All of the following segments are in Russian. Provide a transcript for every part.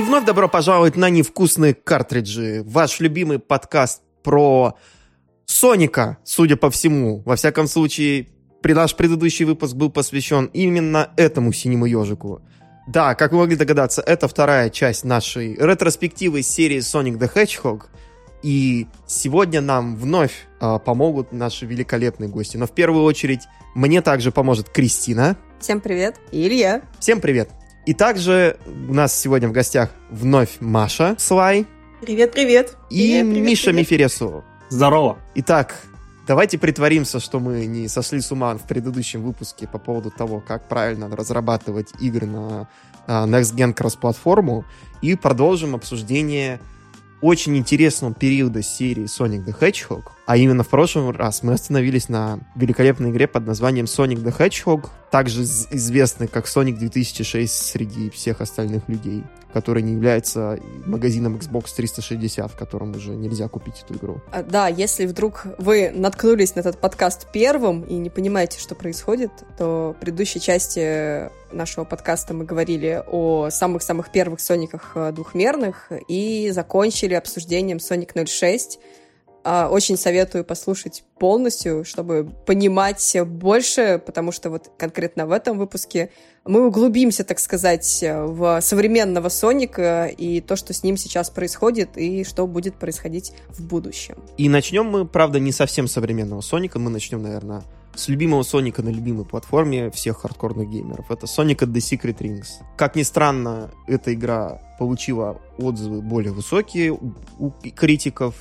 И вновь добро пожаловать на «Невкусные картриджи», ваш любимый подкаст про Соника, судя по всему. Во всяком случае, наш предыдущий выпуск был посвящен именно этому синему ежику. Да, как вы могли догадаться, это вторая часть нашей ретроспективы серии Sonic the Hedgehog. И сегодня нам вновь помогут наши великолепные гости. Но в первую очередь мне также поможет Кристина. Всем привет. И Илья. Всем привет. И также у нас сегодня в гостях вновь Маша Слай. Привет-привет. И Миша Мифересу. Здорово. Итак, давайте притворимся, что мы не сошли с ума в предыдущем выпуске по поводу того, как правильно разрабатывать игры на Next Gen кросс-платформу, и продолжим обсуждение очень интересного периода серии Sonic the Hedgehog. А именно в прошлый раз мы остановились на великолепной игре под названием Sonic the Hedgehog, также известной как Sonic 2006 среди всех остальных людей, который не является магазином Xbox 360, в котором уже нельзя купить эту игру. Да, если вдруг вы наткнулись на этот подкаст первым и не понимаете, что происходит, то в предыдущей части нашего подкаста мы говорили о самых-самых первых Сониках двухмерных и закончили обсуждением Sonic 06. Очень советую послушать полностью, чтобы понимать больше, потому что вот конкретно в этом выпуске мы углубимся, так сказать, в современного Соника и то, что с ним сейчас происходит, и что будет происходить в будущем. И начнем мы, правда, не совсем современного Соника, мы начнем, наверное, с любимого Соника на любимой платформе всех хардкорных геймеров. Это Sonic the Secret Rings. Как ни странно, эта игра получила отзывы более высокие у критиков,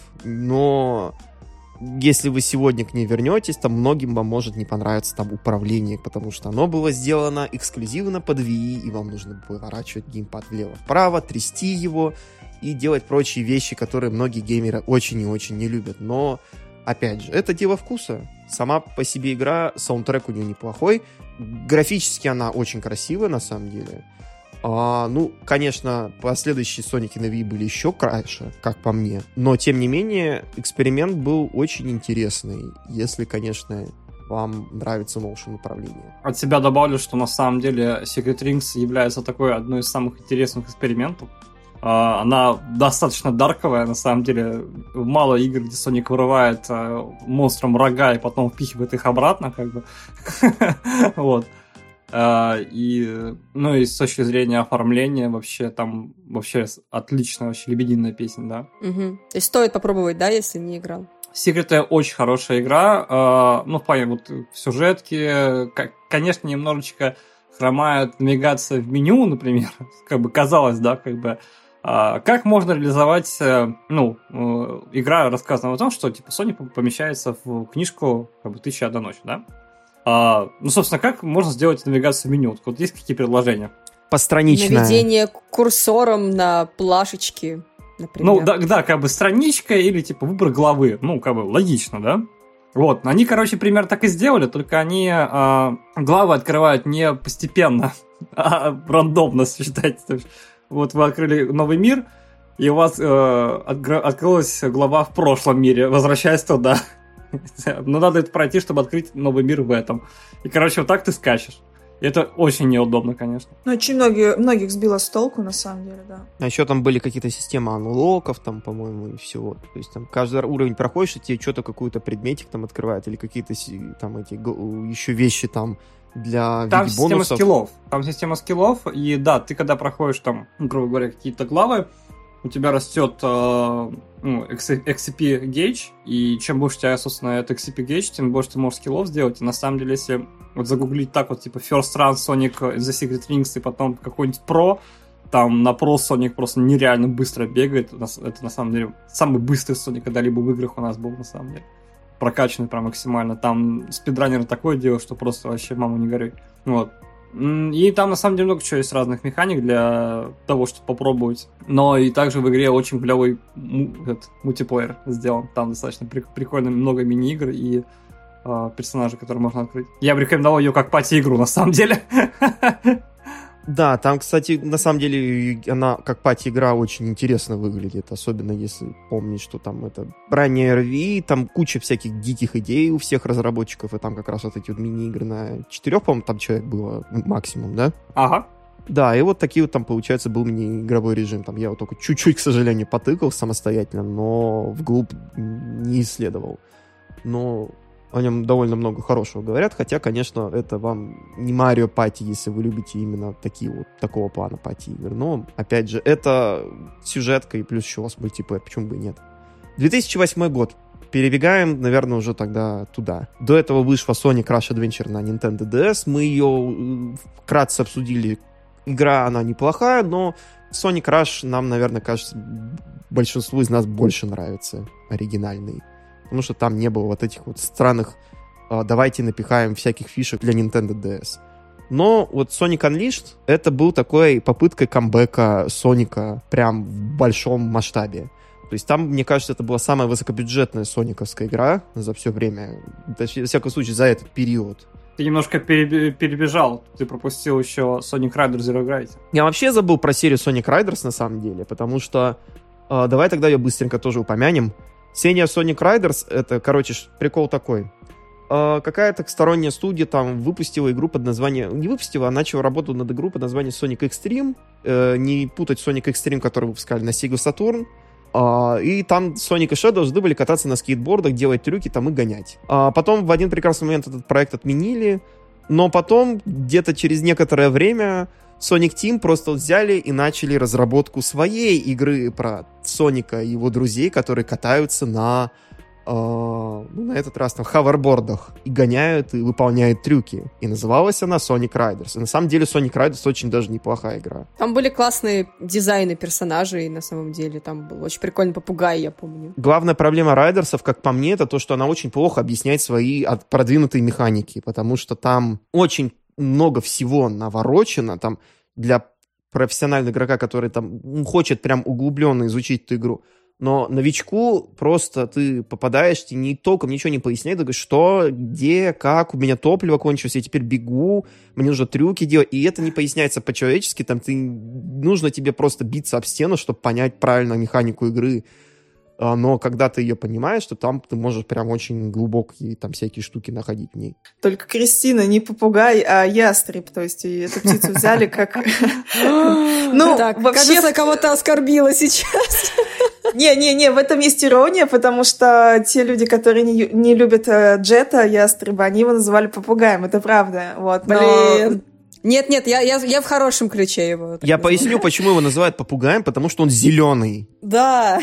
но если вы сегодня к ней вернетесь, то многим вам может не понравиться там управление, потому что оно было сделано эксклюзивно под Wii, и вам нужно поворачивать геймпад влево-вправо, трясти его и делать прочие вещи, которые многие геймеры очень и очень не любят. Но, опять же, это дело вкуса. Сама по себе игра, саундтрек у нее неплохой. Графически она очень красивая, на самом деле. Конечно, последующие Соники на Wii были еще краше, как по мне. Но, тем не менее, эксперимент был очень интересный. Если, конечно, вам нравится motion управление. От себя добавлю, что на самом деле Secret Rings является такой одной из самых интересных экспериментов. Она достаточно дарковая, на самом деле. Мало игр, где Соник вырывает монстрам рога и потом впихивает их обратно, как бы. Вот. И с точки зрения оформления вообще отличная, вообще лебединая песня, да. Угу. То есть стоит попробовать, да, если не играл? Secret очень хорошая игра. В плане вот в сюжетке, конечно, немножечко хромает навигация в меню, например. Как бы казалось, да, как бы. Как можно реализовать, игра рассказана о том, что типа Соник помещается в книжку как бы 1001 ночь, да? Собственно, как можно сделать навигацию в меню? Вот есть какие предложения? Постраничная. Наведение курсором на плашечки, например. Да, как бы страничка или типа выбор главы. Логично, да? Вот, они, примерно так и сделали, только они главы открывают не постепенно, а рандомно, считайте. Вот вы открыли новый мир, и у вас открылась глава в прошлом мире, возвращаясь туда. Но надо это пройти, чтобы открыть новый мир в этом. И, вот так ты скачешь. И это очень неудобно, конечно. Очень многих сбило с толку, на самом деле, да. А еще там были какие-то системы анлоков, там, по-моему, и всего. То есть там каждый уровень проходишь, и тебе что-то, какой-то предметик там открывает, или какие-то там эти еще вещи там для там виде бонусов. Там система скиллов, и да, ты когда проходишь там, грубо говоря, какие-то главы, у тебя растет XCP гейдж, и чем больше у тебя, собственно, этот XCP гейдж, тем больше ты можешь скиллов сделать. И на самом деле, если вот загуглить так вот, типа First Run Sonic in the Secret Rings и потом какой-нибудь Pro, там на Pro Sonic просто нереально быстро бегает. Это на самом деле самый быстрый Sonic когда-либо в играх у нас был, на самом деле. Прокачанный прям максимально. Там спидранеры такое делают, что просто вообще маму не горюй. Вот. И там, на самом деле, много чего есть разных механик для того, чтобы попробовать. Но и также в игре очень клевый мультиплеер сделан. Там достаточно прикольно много мини-игр и персонажей, которые можно открыть. Я бы рекомендовал ее как пати-игру, на самом деле. Да, там, кстати, на самом деле она как пати-игра очень интересно выглядит, особенно если помнить, что там это ранее RV, там куча всяких диких идей у всех разработчиков, и там как раз вот эти вот мини-игры на 4, по-моему, там человек было максимум, да? Ага. Да, и вот такие вот там, получается, был мини-игровой режим. Там я вот только чуть-чуть, к сожалению, потыкал самостоятельно, но вглубь не исследовал. Но о нем довольно много хорошего говорят, хотя, конечно, это вам не Марио Пати, если вы любите именно такие вот, такого плана пати-игр. Но, опять же, это сюжетка и плюс еще у вас мультиплеер, почему бы и нет. 2008 год. Перебегаем, наверное, уже тогда туда. До этого вышла Sonic Rush Adventure на Nintendo DS. Мы ее вкратце обсудили. Игра, она неплохая, но Sonic Rush нам, наверное, кажется, большинству из нас больше нравится оригинальный. Потому что там не было вот этих вот странных давайте напихаем всяких фишек для Nintendo DS. Но вот Sonic Unleashed это был такой попыткой камбэка Соника прям в большом масштабе. То есть там, мне кажется, это была самая высокобюджетная сониковская игра за все время. Во всяком случае, за этот период. Ты немножко перебежал. Ты пропустил еще Sonic Riders Zero Gravity. Я вообще забыл про серию Sonic Riders, на самом деле, потому что... давай тогда ее быстренько тоже упомянем. Серия Sonic Riders, это, короче, прикол такой. Какая-то сторонняя студия там выпустила игру под названием... Не выпустила, а начала работу над игрой под названием Sonic Extreme. Не путать Sonic Extreme, который выпускали на Sega Saturn. И там Sonic и Shadow должны были кататься на скейтбордах, делать трюки там и гонять. Потом в один прекрасный момент этот проект отменили, но потом где-то через некоторое время Sonic Team просто взяли и начали разработку своей игры про Соника и его друзей, которые катаются на этот раз на ховербордах и гоняют и выполняют трюки. И называлась она Sonic Riders. И на самом деле Sonic Riders очень даже неплохая игра. Там были классные дизайны персонажей, на самом деле. Там был очень прикольный попугай, я помню. Главная проблема Райдерсов, как по мне, это то, что она очень плохо объясняет свои продвинутые механики, потому что там очень много всего наворочено. Там для профессионального игрока, который там хочет прям углубленно изучить эту игру, но новичку просто ты попадаешь, тебе не толком ничего не поясняет, ты говоришь, что, где, как, у меня топливо кончилось, я теперь бегу, мне нужно трюки делать, и это не поясняется по-человечески, там нужно тебе просто биться об стену, чтобы понять правильно механику игры, но когда ты ее понимаешь, то там ты можешь прям очень глубокие там всякие штуки находить в ней. Только Кристина не попугай, а ястреб, то есть эту птицу взяли как... Ну, кажется, кого-то оскорбила сейчас. Не, в этом есть ирония, потому что те люди, которые не любят Джета, ястреба, они его называли попугаем, это правда. Вот, блин. Нет, я в хорошем ключе его. Я поясню, почему его называют попугаем, потому что он зеленый. Да.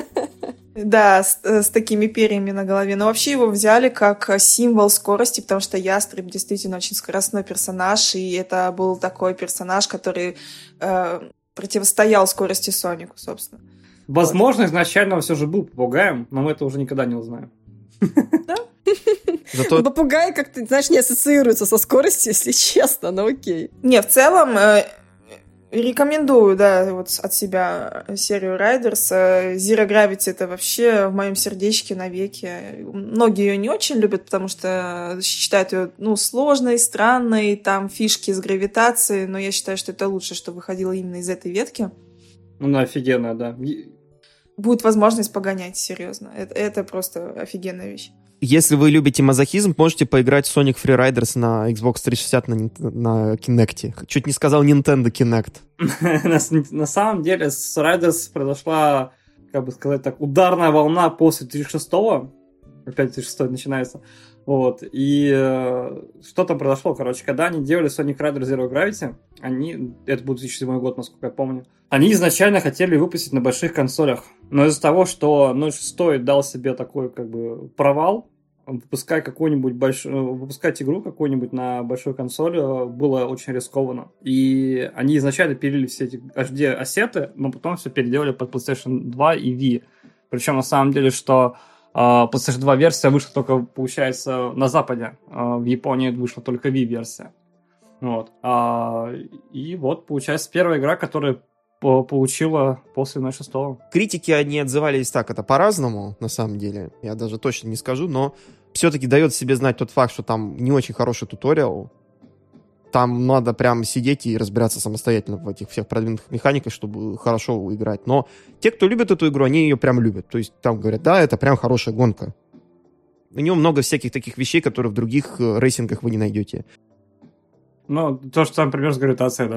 Да, с такими перьями на голове. Но вообще его взяли как символ скорости, потому что ястреб действительно очень скоростной персонаж, и это был такой персонаж, который противостоял скорости Сонику, собственно. Возможно, изначально он все же был попугаем, но мы это уже никогда не узнаем. Да? Зато... Попугай как-то, знаешь, не ассоциируется со скоростью, если честно, но окей. Не, в целом, рекомендую, да, вот от себя серию Riders. Zero Gravity — это вообще в моем сердечке навеки. Многие ее не очень любят, потому что считают ее, сложной, странной, там фишки с гравитацией, но я считаю, что это лучше, что выходило именно из этой ветки. Ну, офигенная, да. Будет возможность погонять, серьезно. Это просто офигенная вещь. Если вы любите мазохизм, можете поиграть в Sonic Freeriders на Xbox 360 на Kinect. Чуть не сказал Nintendo Kinect. На самом деле с Riders произошла, как бы сказать так, ударная волна после 36-го. Опять 36 начинается. Вот. И что там произошло, короче, когда они делали Sonic Riders Zero Gravity, это был 2007 год, насколько я помню, они изначально хотели выпустить на больших консолях, но из-за того, что 06 дал себе такой, как бы, провал, выпускать игру какую-нибудь на большой консоли было очень рискованно. И они изначально пилили все эти HD-ассеты, но потом все переделали под PlayStation 2 и Wii. Причем на самом деле, что PlayStation 2 версия вышла только, получается, на Западе. В Японии вышла только Wii-версия. Вот. И вот, получается, первая игра, которая получила после 06-го. Критики, они отзывались так, это по-разному, на самом деле. Я даже точно не скажу, но все-таки дает себе знать тот факт, что там не очень хороший туториал. Там надо прям сидеть и разбираться самостоятельно в этих всех продвинутых механиках, чтобы хорошо играть. Но те, кто любит эту игру, они ее прям любят. То есть там говорят, да, это прям хорошая гонка. У него много всяких таких вещей, которые в других рейсингах вы не найдете. Ну, то, что там, например, с гравитацией, да.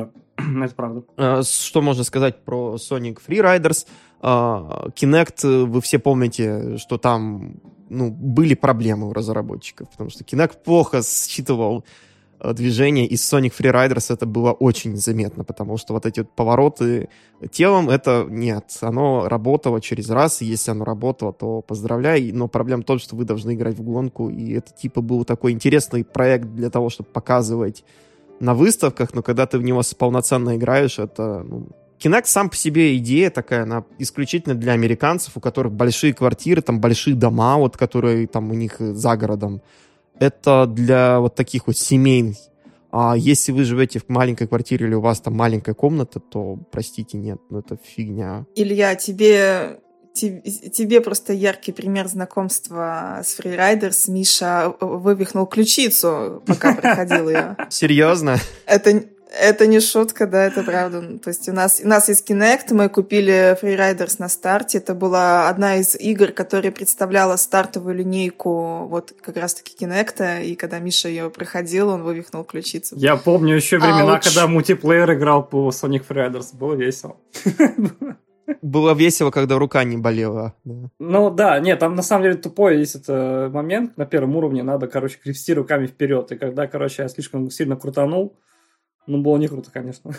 Это правда. Что можно сказать про Sonic Freeriders? Kinect, вы все помните, что там были проблемы у разработчиков, потому что Kinect плохо считывал движение, и с Sonic Freeriders это было очень заметно, потому что вот эти вот повороты телом, это нет. Оно работало через раз, и если оно работало, то поздравляй, но проблема в том, что вы должны играть в гонку, и это типа был такой интересный проект для того, чтобы показывать на выставках, но когда ты в него полноценно играешь, это... Kinect сам по себе идея такая, она исключительно для американцев, у которых большие квартиры, там большие дома, вот, которые там у них за городом. Это для вот таких вот семейных. А если вы живете в маленькой квартире или у вас там маленькая комната, то, простите, нет, это фигня. Илья, тебе просто яркий пример знакомства с Freeriders. Миша вывихнул ключицу, пока проходил ее. Серьезно? Это не шутка, да, это правда. То есть у нас есть Kinect, мы купили Freeriders на старте. Это была одна из игр, которая представляла стартовую линейку вот как раз-таки Kinect, и когда Миша ее проходил, он вывихнул ключицу. Я помню еще времена, когда мультиплеер играл по Sonic Freeriders. Было весело. Было весело, когда рука не болела. Да. Ну да, нет, там на самом деле тупой есть этот момент. На первом уровне надо, грести руками вперед. И когда, я слишком сильно крутанул, было не круто, конечно.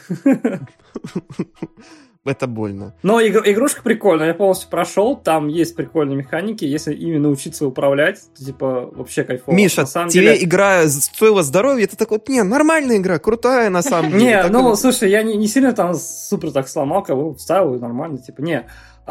Это больно. Но игрушка прикольная, я полностью прошел, там есть прикольные механики, если ими научиться управлять, то, типа, вообще кайфово. Миша, тебе игра стоила здоровья, ты такой, нормальная игра, крутая на самом деле. Не, слушай, я не сильно там супер так сломал, кого вставил, и нормально, типа, не.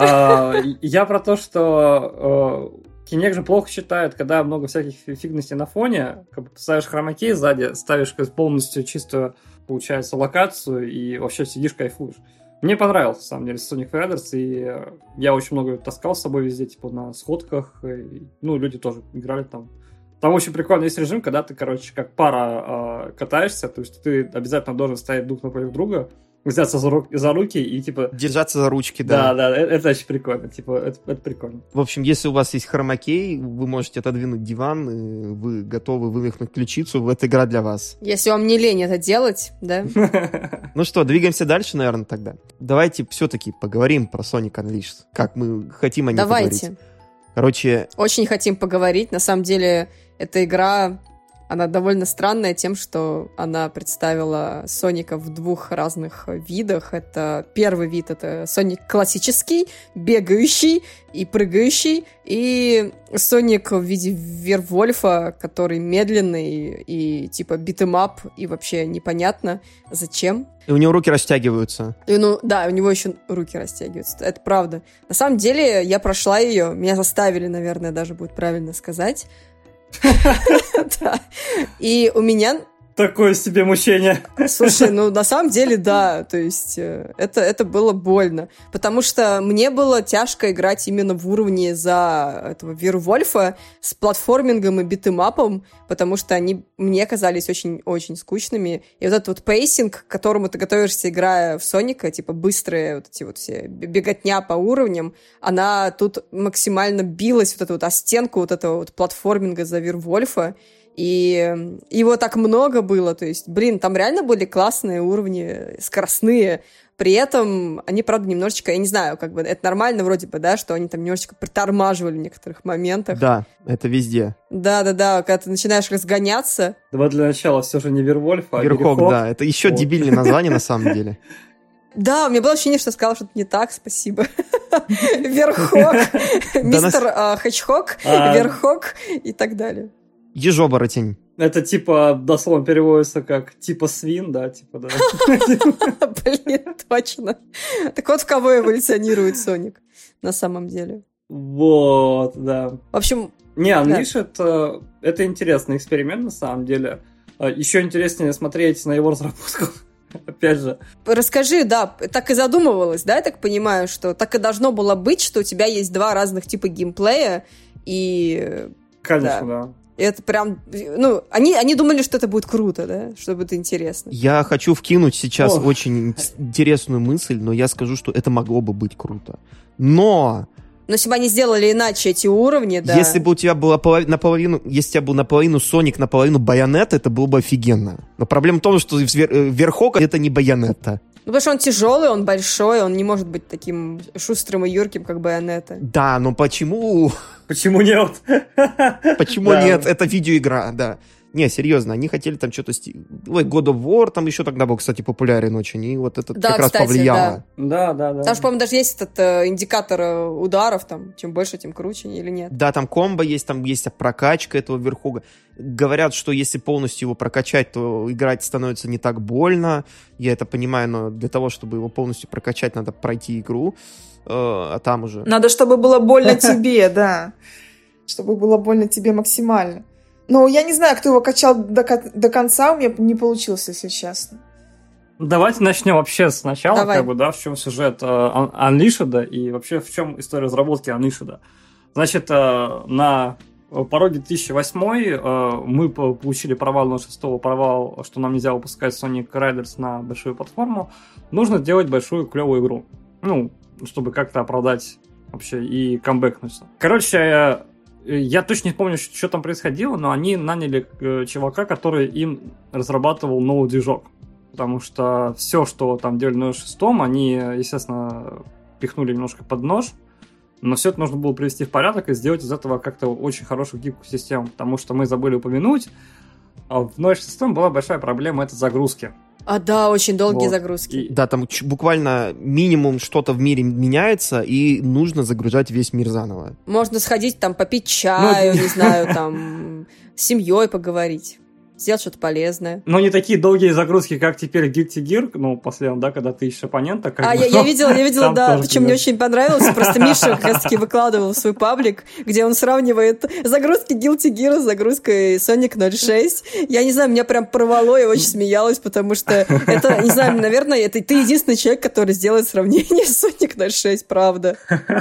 Я про то, что... Kinect же плохо считает, когда много всяких фигностей на фоне, ставишь хромакей сзади, ставишь полностью чистую, получается, локацию, и вообще сидишь, кайфуешь. Мне понравился, на самом деле, Sonic Freeriders, и я очень много таскал с собой везде, типа, на сходках, и, люди тоже играли там. Там очень прикольный есть режим, когда ты, как пара катаешься, то есть ты обязательно должен стоять друг напротив друга, взяться за руки и, типа... Держаться за ручки, да. Да, это очень прикольно, типа, это прикольно. В общем, если у вас есть хромакей, вы можете отодвинуть диван, и вы готовы вывихнуть ключицу, эта игра для вас. Если вам не лень это делать, да? Ну что, двигаемся дальше, наверное, тогда. Давайте все-таки поговорим про Sonic Unleashed, как мы хотим о ней поговорить. Короче... Очень хотим поговорить. На самом деле, эта игра... Она довольно странная тем, что она представила Соника в двух разных видах. Это первый вид — это Соник классический, бегающий и прыгающий, и Соник в виде Вервольфа, который медленный и типа битэмап, и вообще непонятно зачем. И у него руки растягиваются. У него еще руки растягиваются, это правда. На самом деле, я прошла ее, меня заставили, наверное, даже будет правильно сказать. Да. И у меня... Такое себе мучение. Слушай, на самом деле, да, то есть это было больно, потому что мне было тяжко играть именно в уровне за этого Вервольфа с платформингом и битэмапом, потому что они мне казались очень-очень скучными. И вот этот вот пейсинг, к которому ты готовишься, играя в Соника, типа быстрые вот эти вот все беготня по уровням, она тут максимально билась вот эту вот о стенку вот этого вот платформинга за Вервольфа. И его так много было, то есть, там реально были классные уровни, скоростные, при этом они, правда, немножечко, я не знаю, это нормально вроде бы, да, что они там немножечко притормаживали в некоторых моментах. Да, это везде. Да, когда ты начинаешь разгоняться. Давай для начала все же не Вервольф, а Верхок, да, это еще дебильное название на самом деле. Да, у меня было ощущение, что сказала что-то не так, спасибо. Верхок, мистер Хэтчхок, Верхок и так далее. Ежоборотень. Это типа дословно переводится как типа свин, да, типа, да. Блин, точно. Так вот в кого эволюционирует Соник на самом деле. Вот, да. В общем... Не, Unleashed это интересный эксперимент на самом деле. Еще интереснее смотреть на его разработку. Опять же. Расскажи, да, так и задумывалась, да, я так понимаю, что так и должно было быть, что у тебя есть два разных типа геймплея, и... Конечно, да. Это прям, они думали, что это будет круто, да, что будет интересно. Я хочу вкинуть сейчас очень интересную мысль, но я скажу, что это могло бы быть круто. Но если бы они сделали иначе эти уровни, да. Если бы у тебя было наполовину, если у тебя был наполовину Соник, наполовину Байонетта, это было бы офигенно. Но проблема в том, что Верхок — это не Байонетта. Ну, потому что он тяжелый, он большой, он не может быть таким шустрым и юрким, как Байонетта. Да, но почему? Почему нет? Почему нет? Это видеоигра, да. Не, серьезно, они хотели там что-то... Ой, God of War там еще тогда был, кстати, популярен очень, и вот это да, как раз повлияло. Да. Там же, по-моему, даже есть этот индикатор ударов, там, чем больше, тем круче, или нет? Да, там комбо есть, там есть прокачка этого верхога. Говорят, что если полностью его прокачать, то играть становится не так больно. Я это понимаю, но для того, чтобы его полностью прокачать, надо пройти игру, а там уже... Надо, чтобы было больно тебе, да. Чтобы было больно тебе максимально. Но я не знаю, кто его качал до конца, у меня не получилось, если честно. Давайте начнем вообще сначала, Давай. как бы, да, в чем сюжет Unleashed и вообще в чем история разработки Unleashed. Значит, на пороге 2008 мы получили провал на 6-го, провал, что нам нельзя выпускать Sonic Riders на большую платформу. Нужно делать большую клевую игру. Ну, чтобы как-то оправдать вообще и камбэкнуться. Короче, я точно не помню, что там происходило, но они наняли чувака, который им разрабатывал новый движок. Потому что все, что там делали на 6-м, они, естественно, пихнули немножко под нож. Но все это нужно было привести в порядок и сделать из этого как-то очень хорошую гибкую систему. Потому что мы забыли упомянуть, в 0.6 была большая проблема — это загрузки. А, да, очень долгие Вот. загрузки. Да, там буквально минимум что-то в мире меняется, и нужно загружать весь мир заново. Можно сходить там попить чаю, не знаю, там с семьей поговорить, сделать что-то полезное. Но не такие долгие загрузки, как теперь Guilty Gear, ну, последнем, да, когда ты ищешь оппонента. Как бы, Я видела, там да, тоже причем мне придёт. очень понравилось, просто Миша как раз-таки выкладывал в свой паблик, где он сравнивает загрузки Guilty Gear с загрузкой Sonic 06. Я не знаю, меня прям порвало, я очень смеялась, потому что это, не знаю, наверное, это ты единственный человек, который сделает сравнение с Sonic 06, правда.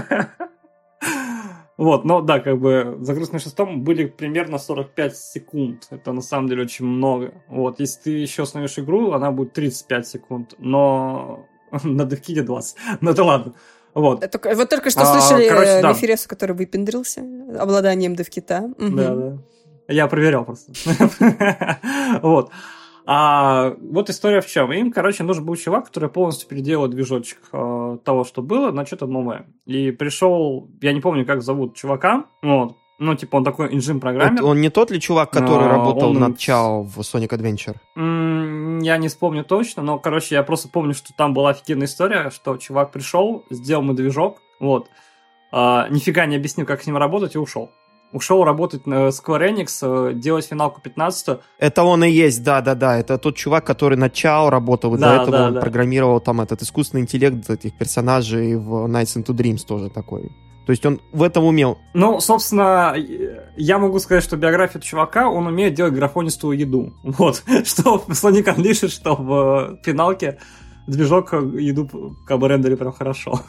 Вот, но да, как бы загрузки на 6-м были примерно 45 секунд. Это на самом деле очень много. Вот, если ты еще установишь игру, она будет 35 секунд, но на DevKit 20. Ну это ладно. Вот. Вот только что слышали короче, да. Мефиресу, который выпендрился обладанием DevKit. Да. Я проверял просто. Вот. Вот история в чем. Им, короче, нужен был чувак, который полностью переделал движочек того, что было, на что-то новое. И пришел, я не помню, как зовут чувака, вот. Ну, типа, он такой инжин-программер. Он не тот ли чувак, который работал он- над Чао в Sonic Adventure? Я не вспомню точно, но, короче, я просто помню, что там была офигенная история, что чувак пришел, сделал мне движок, вот, нифига не объяснил, как с ним работать, и ушел. Ушел работать на Square Enix, делать финалку 15-ю. Это он и есть, да-да-да. Это тот чувак, который над Чао работал, и Да, до этого да, он да. программировал там этот искусственный интеллект этих персонажей в Nights into Dreams тоже такой. То есть он в этом умел. Ну, собственно, я могу сказать, что биография чувака, он умеет делать графонистую еду. Вот. Что в Sonic Unleashed, что в финалке движок еду как бы рендерит прям хорошо.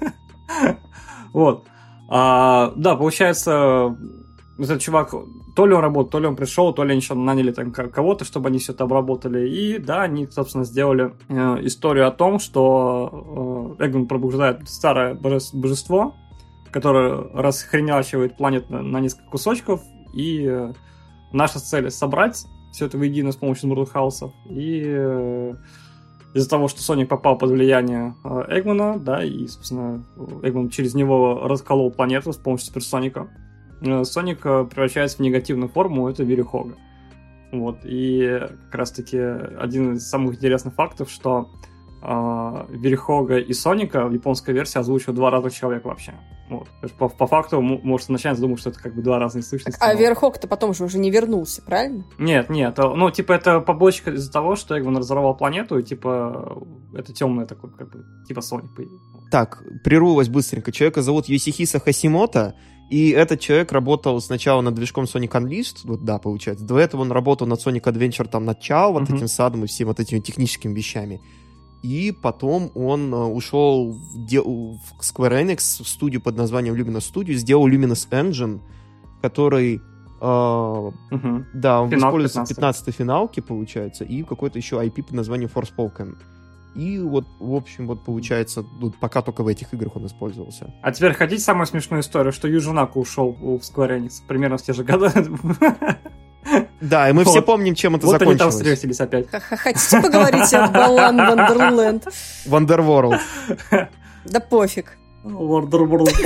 Вот. Да, получается, этот чувак, то ли он работал, то ли он пришел, то ли они еще наняли там кого-то, чтобы они все это обработали. И да, они, собственно, сделали историю о том, что Эгман пробуждает старое божество, которое расхренячивает планету на несколько кусочков, и наша цель — собрать все это воедино с помощью Мурдхаусов, и из-за того, что Соник попал под влияние Эгмана, да, и, собственно, Эгман через него расколол планету с помощью Суперсоника, Соник превращается в негативную форму, это Верехога. Вот, и как раз-таки один из самых интересных фактов, что Верехога и Соника в японской версии озвучивают два разных человека вообще. Вот. То есть по факту может начать думать, что это как бы два разных сущности. А но- Верхок-то потом же уже не вернулся, правильно? Нет, ну, типа, это побочка из-за того, что Эгман разорвал планету, и, типа, это темное такое, как бы, типа Соник, по идее. Так, прерву вас быстренько. Человека зовут Йосихиса Хасимото, и этот человек работал сначала над движком Sonic Unleashed, вот да, получается. До этого он работал над Sonic Adventure, там, над Чао, вот Мгм. этим садом и всеми вот этими техническими вещами. И потом он ушел в Square Enix, в студию под названием Luminous Studio, сделал Luminous Engine, который, Мгм. да, он Финал используется в 15-й. 15-й финалке, получается, и какой-то еще IP под названием Forspoken. И вот, в общем, вот получается, тут пока только в этих играх он использовался. А теперь хотите самую смешную историю, что Юджи Нака ушел в Square Enix примерно в те же годы? Да, и мы все помним, чем это вот закончилось. Вот они там встретились опять. Хотите поговорить о Балан Вандерленд? Wonderworld. Да пофиг. Wonderworld.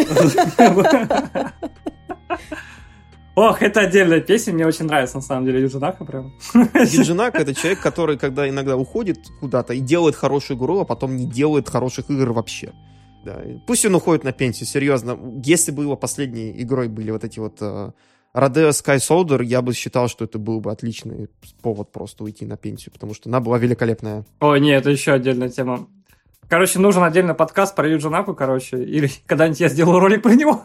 Ох, это отдельная песня, мне очень нравится, на самом деле, Юджи Нака прям. Юджи Нака — это человек, который, когда иногда уходит куда-то и делает хорошую игру, а потом не делает хороших игр вообще. Да. Пусть он уходит на пенсию, серьезно. Если бы его последней игрой были вот эти вот Rodeo Sky Soldier, я бы считал, что это был бы отличный повод просто уйти на пенсию, потому что она была великолепная. Ой, нет, это еще отдельная тема. Короче, нужен отдельный подкаст про Юджи Наку, короче, или когда-нибудь я сделаю ролик про него.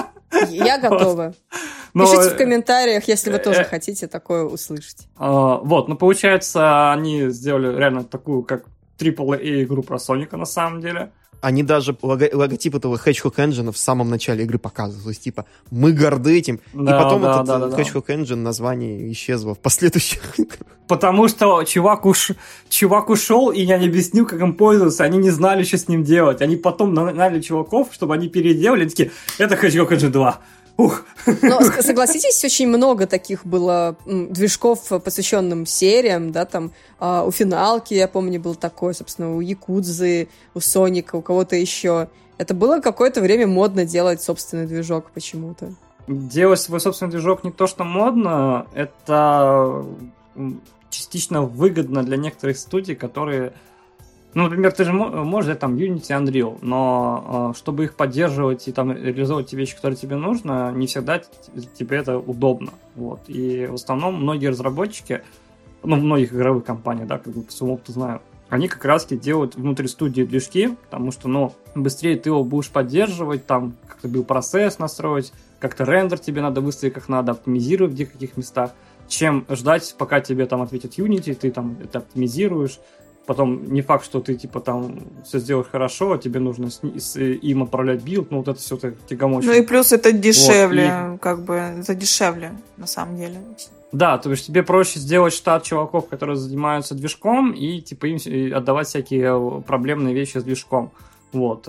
Я готова. Пишите в комментариях, если вы тоже хотите такое услышать. Вот, ну, получается, они сделали реально такую, как AAA игру про Соника, на самом деле. Они даже логотип этого Hedgehog Engine в самом начале игры показывают. То есть, типа, мы горды этим. Да, и потом да, этот Hedgehog Engine название исчезло в последующих играх. Потому что чувак ушел, и я не объяснил, как им пользоваться. Они не знали, что с ним делать. Они потом наняли чуваков, чтобы они переделали. Они такие, это Hedgehog Engine 2. Ух. Но согласитесь, очень много таких было движков, посвященным сериям, да, там у Финалки, я помню, был такой, собственно, у Якудзы, у Соника, у кого-то еще. Это было какое-то время модно делать собственный движок почему-то. Делать свой собственный движок не то, что модно, это частично выгодно для некоторых студий, которые... Ну, например, ты же можешь взять там Unity, Unreal, но чтобы их поддерживать и там реализовывать те вещи, которые тебе нужно, не всегда тебе это удобно. Вот. И в основном многие разработчики, ну, в многих игровых компаниях, да, как бы по своему опыту знаю, они как раз-таки делают внутри студии движки, потому что, ну, быстрее ты его будешь поддерживать, там, как-то билд-процесс настроить, как-то рендер тебе надо выставить как надо, оптимизировать в каких метах, чем ждать, пока тебе там ответит Unity, ты там это оптимизируешь. Потом не факт, что ты, типа, там все сделаешь хорошо, а тебе нужно им отправлять билд, ну, вот это все так тягомочно. Ну, и плюс это дешевле, вот, и... как бы, это дешевле, на самом деле. Да, то есть тебе проще сделать штат чуваков, которые занимаются движком, и, типа, им отдавать всякие проблемные вещи с движком. Вот.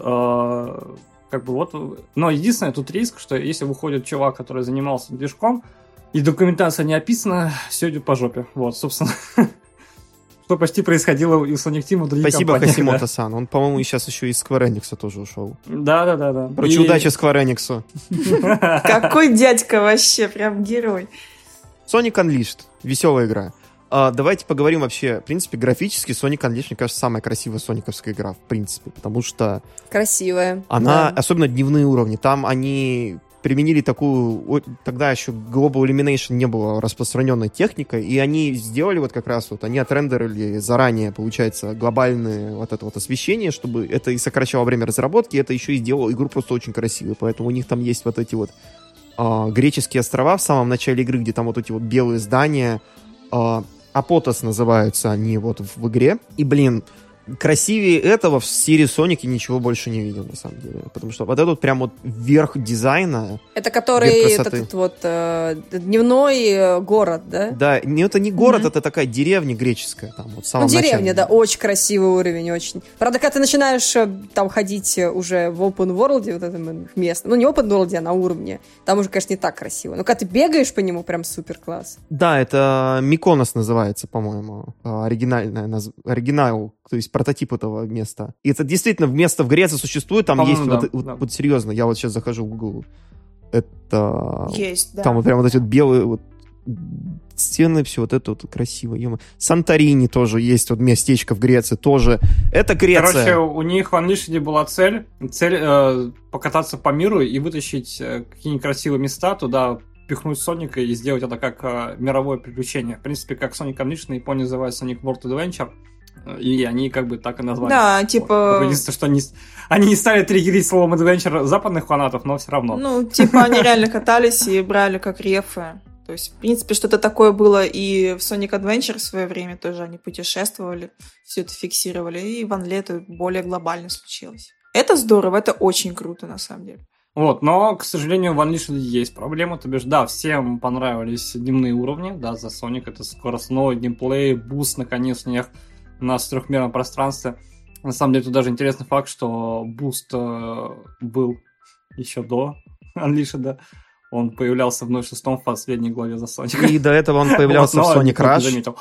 Как бы вот... Но единственное, тут риск, что если выходит чувак, который занимался движком, и документация не описана, все идет по жопе. Вот, собственно... Что почти происходило и у Sonic Team, и у других Спасибо, компаниях. Хасимото-сан. Он, по-моему, сейчас еще из Square Enix тоже ушел. Да. Короче, удачи Square Enix. Какой дядька вообще, прям герой. Sonic Unleashed. Веселая игра. Давайте поговорим вообще. В принципе, графически Sonic Unleashed, мне кажется, самая красивая сониковская игра, в принципе. Потому что... Красивая. Она, да. особенно дневные уровни, там они... применили такую, тогда еще Global Illumination не было распространенной техникой, и они сделали вот как раз вот, они отрендерили заранее, получается, глобальное вот это вот освещение, чтобы это и сокращало время разработки, это еще и сделало игру просто очень красивой, поэтому у них там есть вот эти вот греческие острова в самом начале игры, где там вот эти вот белые здания, Апотос называются они вот в игре, и, блин, красивее этого в серии Соники ничего больше не видел, на самом деле. Потому что вот это вот прям вот верх дизайна. Это который этот вот дневной город, да? Да, это не город, это такая деревня греческая. Там, вот, в самом деревня, начале. Да, очень красивый уровень, очень. Правда, когда ты начинаешь там ходить уже в open world, вот этом местном, ну не open world, а на уровне, там уже, конечно, не так красиво. Но когда ты бегаешь по нему, прям супер класс. Да, это Миконос называется, по-моему, оригинал, то есть прототип этого места. И это действительно место в Греции существует, там есть да, вот серьезно, я вот сейчас захожу в Google. Это... Есть, да. Там вот прям вот эти вот белые вот стены, все вот это вот красиво. Санторини тоже есть, вот местечко в Греции тоже. Это Греция. Короче, у них в Unleashed была цель покататься по миру и вытащить какие-нибудь красивые места, туда пихнуть Соника и сделать это как мировое приключение. В принципе, как Sonic Unleashed на Японии называют Sonic World Adventure. И они как бы так и назвали. Да, типа... Вот. Единственное, что они не стали триггерить словом Adventure западных фанатов, но все равно. Ну, типа они реально катались и брали как рефы. То есть, в принципе, что-то такое было и в Sonic Adventure в свое время тоже они путешествовали, все это фиксировали, и в Unleashed это более глобально случилось. Это здорово, это очень круто, на самом деле. Вот, но, к сожалению, в Unleashed есть проблема, то бишь, да, всем понравились дневные уровни, да, за Sonic это скоростной геймплей, буст, наконец, у них на трехмерном пространстве. На самом деле, тут даже интересный факт, что буст был еще до Unleashed, да. Он появлялся в 0.6 в последней главе за Соника. И до этого он появлялся в Sonic Rush.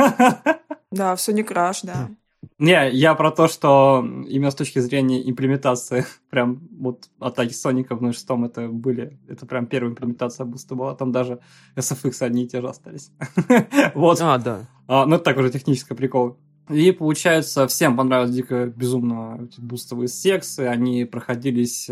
Да, в Sonic Rush, да. Не, я про то, что именно с точки зрения имплементации, прям вот атаки Соника в 0.6 это прям первая имплементация буста была, там даже SFX одни и те же остались. Вот. Да. Ну, это так уже технический прикол. И, получается, всем понравилось дико безумно эти бустовые секции, они проходились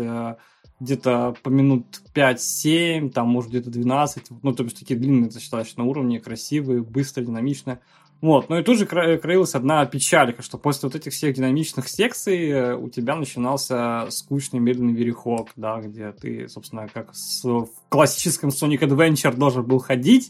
где-то по минут 5-7, там, может, где-то 12, ну, то есть такие длинные достаточно уровни, красивые, быстрые, динамичные. Вот, ну и тут же краилась одна печалька, что после вот этих всех динамичных секций у тебя начинался скучный медленный верехок, да, где ты, собственно, как в классическом Sonic Adventure должен был ходить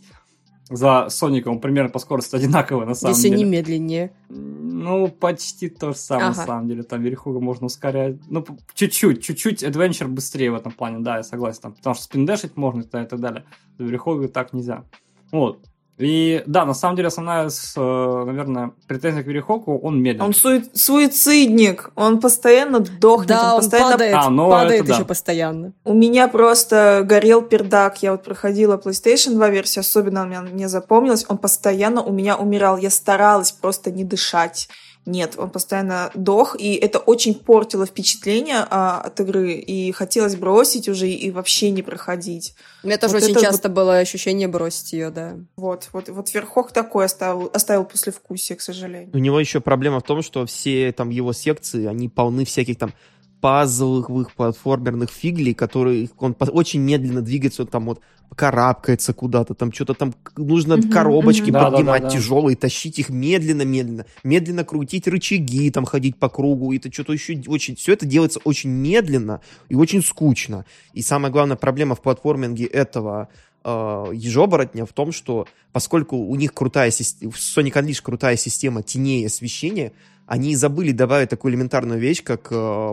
за Соником, примерно по скорости одинаково, на самом деле. Если не медленнее. Ну, почти то же самое, на самом деле. Там верехога можно ускорять. Ну, чуть-чуть Adventure быстрее в этом плане, да, я согласен. Там, потому что спиндешить можно и так далее. За верехогой так нельзя. Вот. И да, на самом деле основная, наверное, претензия к верехоку, он медленный. Он суицидник, он постоянно дохнет, да, он постоянно падает еще постоянно. У меня просто горел пердак, я вот проходила PlayStation 2 версию, особенно мне запомнилось, он постоянно у меня умирал, я старалась просто не дышать. Нет, он постоянно дох, и это очень портило впечатление от игры, и хотелось бросить уже и вообще не проходить. У меня тоже вот очень часто было ощущение бросить ее, да. Вот верхок такой оставил послевкусие, к сожалению. У него еще проблема в том, что все там его секции, они полны всяких там пазловых платформерных фиглей, которые он очень медленно двигается, он там вот карабкается куда-то, там что-то там нужно коробочки поднимать тяжелые, тащить их медленно крутить рычаги, там ходить по кругу, и это что-то еще очень... Все это делается очень медленно и очень скучно. И самая главная проблема в платформинге этого ежоборотня в том, что поскольку у них в Sonic Unleashed крутая система теней и освещения, они забыли добавить такую элементарную вещь, как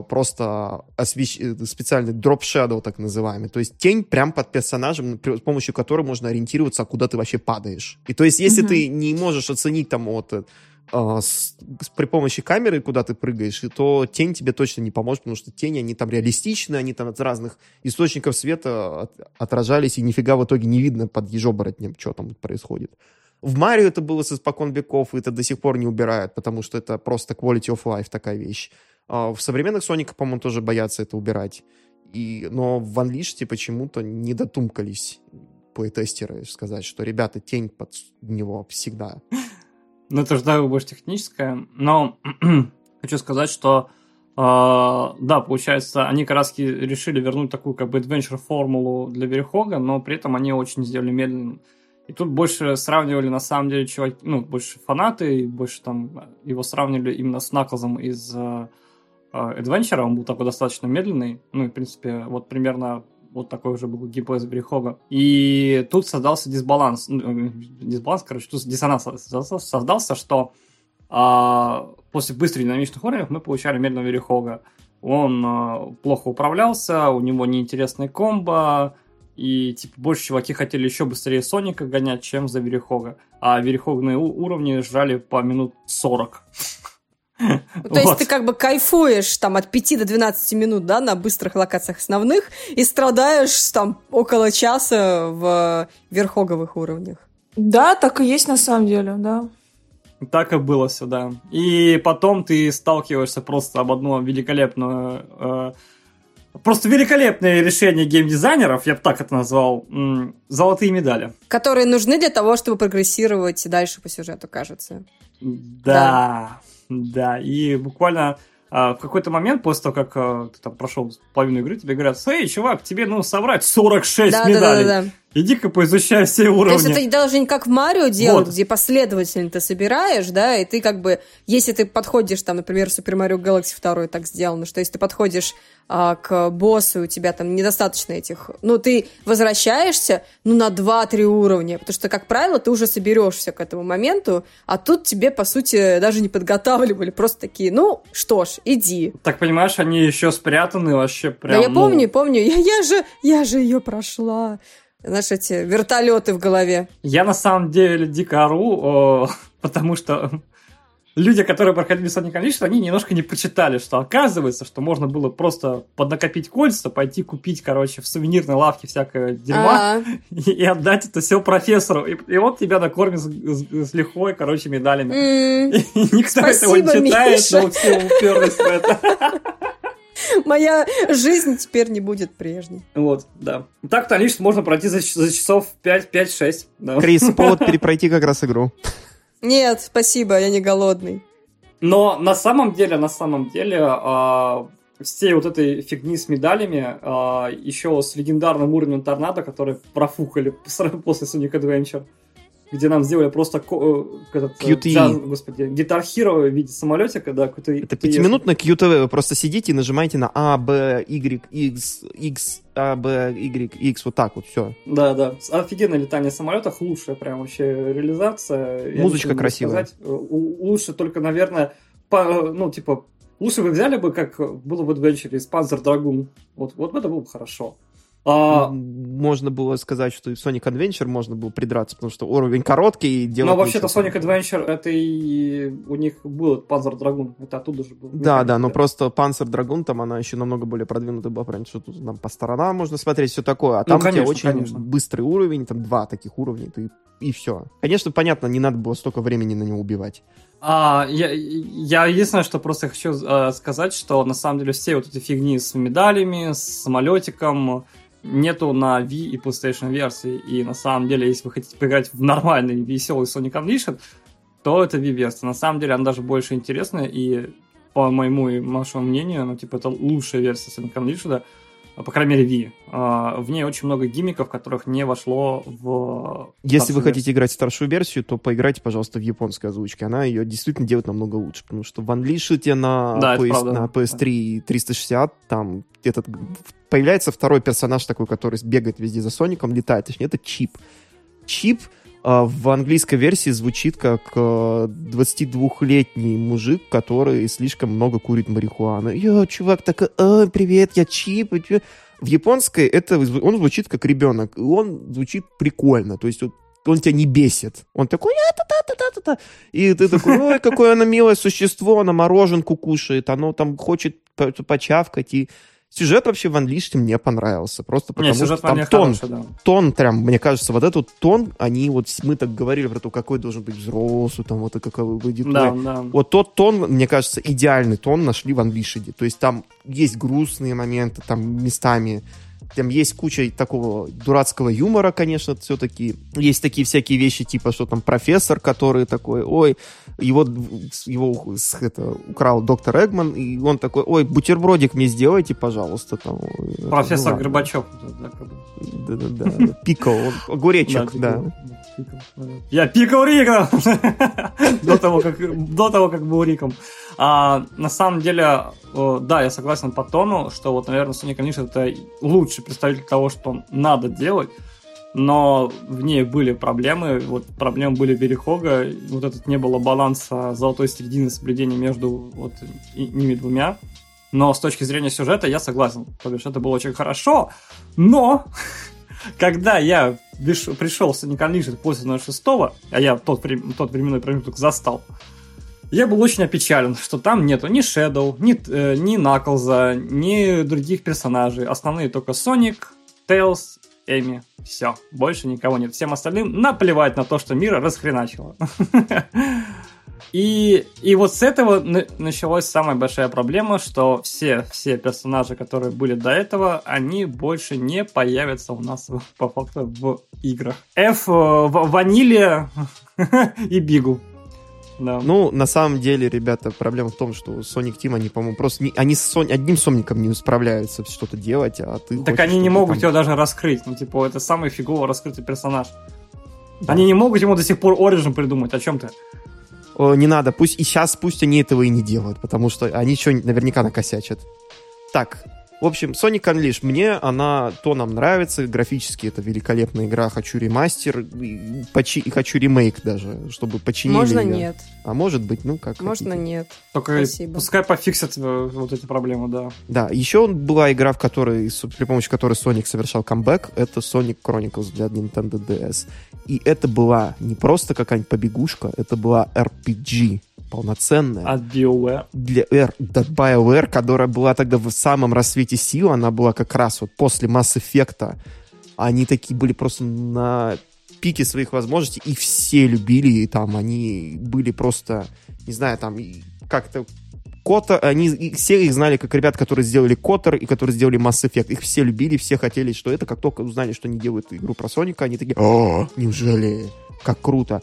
просто специальный drop shadow, так называемый. То есть тень прям под персонажем, с помощью которой можно ориентироваться, куда ты вообще падаешь. И то есть если ты не можешь оценить там при помощи камеры, куда ты прыгаешь, то тень тебе точно не поможет, потому что тени, они там реалистичны, они там от разных источников света отражались, и нифига в итоге не видно под ежоборотнем, что там происходит. В Марио это было с испокон веков, и это до сих пор не убирают, потому что это просто quality of life такая вещь. В современных Сониках, по-моему, тоже боятся это убирать. Но в Unleashed почему-то не дотумкались плейтестеры сказать, что, ребята, тень под него всегда. Ну, это же, да, больше техническое. Но хочу сказать, что да, получается, они как раз решили вернуть такую как бы adventure-формулу для верехога, но при этом они очень сделали медленно. И тут больше сравнивали, на самом деле, чуваки, больше фанаты, и больше там его сравнивали именно с Наклзом из Adventure, он был такой достаточно медленный, в принципе, вот примерно вот такой уже был геймплей с Верехога. И тут создался диссонанс, тут диссонанс создался, что после быстрых динамичных уровней мы получали медленного Верехога. Он плохо управлялся, у него неинтересные комбо, и больше чуваки хотели еще быстрее Соника гонять, чем за Верехога. А верехогные уровни жрали по минут 40. То есть ты как бы кайфуешь там от 5 до 12 минут, да, на быстрых локациях основных, и страдаешь там около часа в верхоговых уровнях. Да, так и есть на самом деле, да. Так и было все, да. И потом ты сталкиваешься просто об одно великолепное решение геймдизайнеров, я бы так это назвал, золотые медали. Которые нужны для того, чтобы прогрессировать дальше по сюжету, кажется. Да. И буквально в какой-то момент, после того, как ты там прошел половину игры, тебе говорят: эй, чувак, тебе нужно собрать 46 медалей. Да. Иди-ка поизучай все уровни. То есть это даже не как в Марио делают, где последовательно ты собираешь, да, и ты как бы, если ты подходишь, там, например, в Super Mario Galaxy 2 так сделано, что если ты подходишь к боссу, у тебя там недостаточно этих, ты возвращаешься, на 2-3 уровня, потому что, как правило, ты уже соберешь все к этому моменту, а тут тебе, по сути, даже не подготавливали, просто такие, что ж, иди. Так, понимаешь, они еще спрятаны вообще прям... Да, я помню, я же ее прошла. Знаешь, эти вертолеты в голове. Я на самом деле дико ору, потому что люди, которые проходили Sonic Unleashed, они немножко не почитали, что оказывается, что можно было просто поднакопить кольца, пойти купить, короче, в сувенирной лавке всякое дерьма и отдать это все профессору. И он тебя накормит с лихвой, короче, медалями. И никто этого не читает, но все уперлись в это. Моя жизнь теперь не будет прежней. Вот, да. Так-то Unleashed можно пройти за часов 5-6. Да. Крис, повод перепройти как раз игру. Нет, спасибо, я не голодный. Но на самом деле, всей вот этой фигни с медалями, еще с легендарным уровнем торнадо, который профукали после Sonic Adventure, где нам сделали просто Guitar Hero в виде самолетика, да, какой-то... Это 5-минутное QTV, вы просто сидите и нажимаете на А, Б, Y, X, А, Б, Y, X, вот так вот, все. Да. Офигенное летание в самолетах, лучшая прям вообще реализация. Музычка красивая. Лучше только, наверное, лучше вы взяли бы, как было в Adventure, из Panzer Dragoon. Вот это было бы хорошо. Можно было сказать, что и в Sonic Adventure можно было придраться, потому что уровень короткий. Но вообще-то Sonic Adventure, это и у них был Panzer Dragoon, это оттуда же был. Да, но просто Panzer Dragoon, там она еще намного более продвинутая была, прям что тут нам по сторонам можно смотреть, все такое. А там у тебя очень быстрый уровень, там 2 таких уровня, и все. Конечно, понятно, не надо было столько времени на него убивать. Я единственное, что просто хочу сказать, что на самом деле все вот эти фигни с медалями, с самолетиком нету на Wii и PlayStation версии. И на самом деле, если вы хотите поиграть в нормальный, веселый Sonic Unleashed, то это Wii-версия. На самом деле, она даже больше интересная, и по моему и вашему мнению, это лучшая версия Sonic Unleashed, по крайней мере, Wii. В ней очень много гиммиков, которых не вошло в... Если вы хотите играть в старшую версию, то поиграйте, пожалуйста, в японской озвучке. Она ее действительно делает намного лучше, потому что в Unleashed на PS3 и 360 там появляется второй персонаж такой, который бегает везде за Соником, летает, точнее, это Чип. Чип в английской версии звучит как 22-летний мужик, который слишком много курит марихуану. Чувак такой, привет, я Чип. В японской он звучит как ребенок, и он звучит прикольно, то есть он тебя не бесит. Он такой, та-та-та-та-та. И ты такой, ой, какое оно милое существо, оно мороженку кушает, оно там хочет почавкать, и сюжет вообще в Unleashed мне понравился. Просто потому что там тон прям, мне кажется, вот этот тон, мы так говорили про то, какой должен быть взрослый, там, вот какой выйдет. Да. Вот тот тон, мне кажется, идеальный тон нашли в Unleashed. То есть там есть грустные моменты, там местами, там есть куча такого дурацкого юмора, конечно, все-таки. Есть такие всякие вещи, типа, что там профессор, который такой, его украл доктор Эггман, и он такой, бутербродик мне сделайте, пожалуйста. Там, профессор Горбачев. Да. Пикл, огуречек, да. Я пикал Риком! До того, как был Риком. На самом деле, да, я согласен по тону, что наверное, Sonic Unleashed это лучший представитель того, что надо делать, но в ней были проблемы, проблемы были Верехога, не было баланса золотой середины соблюдения между ними двумя, но с точки зрения сюжета я согласен, то бишь это было очень хорошо, но когда я пришел в Sonic Unleashed после 06-го, а я тот временной промежуток застал, я был очень опечален, что там нету ни Shadow, ни Наклза, ни других персонажей. Основные только Sonic, Tails, Эми. Все, больше никого нет. Всем остальным наплевать на то, что мир расхреначило. И с этого началась самая большая проблема, что все персонажи, которые были до этого, они больше не появятся у нас по факту в играх. Ванилия и Бигу. Да. На самом деле, ребята, проблема в том, что Sonic Team, они, по-моему, просто они с одним Соником не справляются что-то делать, а ты... Так они не могут его даже раскрыть. Это самый фигово раскрытый персонаж. Да. Они не могут ему до сих пор Origin придумать. О чем ты? Не надо. Пусть они этого и не делают, потому что они еще наверняка накосячат. Так, в общем, Sonic Unleashed, мне она тоном нравится, графически это великолепная игра, хочу ремастер, и хочу ремейк даже, чтобы починили Можно ее. Нет. А может быть, как можно хотите. Нет. Только спасибо. Пускай пофиксят эти проблемы, да. Да, еще была игра, при помощи которой Sonic совершал камбэк, это Sonic Chronicles для Nintendo DS. И это была не просто какая-нибудь побегушка, это была RPG. полноценная. От BioWare. Для BioWare, которая была тогда в самом расцвете сил, она была как раз вот после Mass Effect. Они такие были просто на пике своих возможностей, и все любили, и там они были просто, не знаю, там как-то Котор, все их знали как ребят, которые сделали Котор и которые сделали Mass Effect. Их все любили, все хотели, что это. Как только узнали, что они делают игру про Соника, они такие: «О, неужели? Как круто!»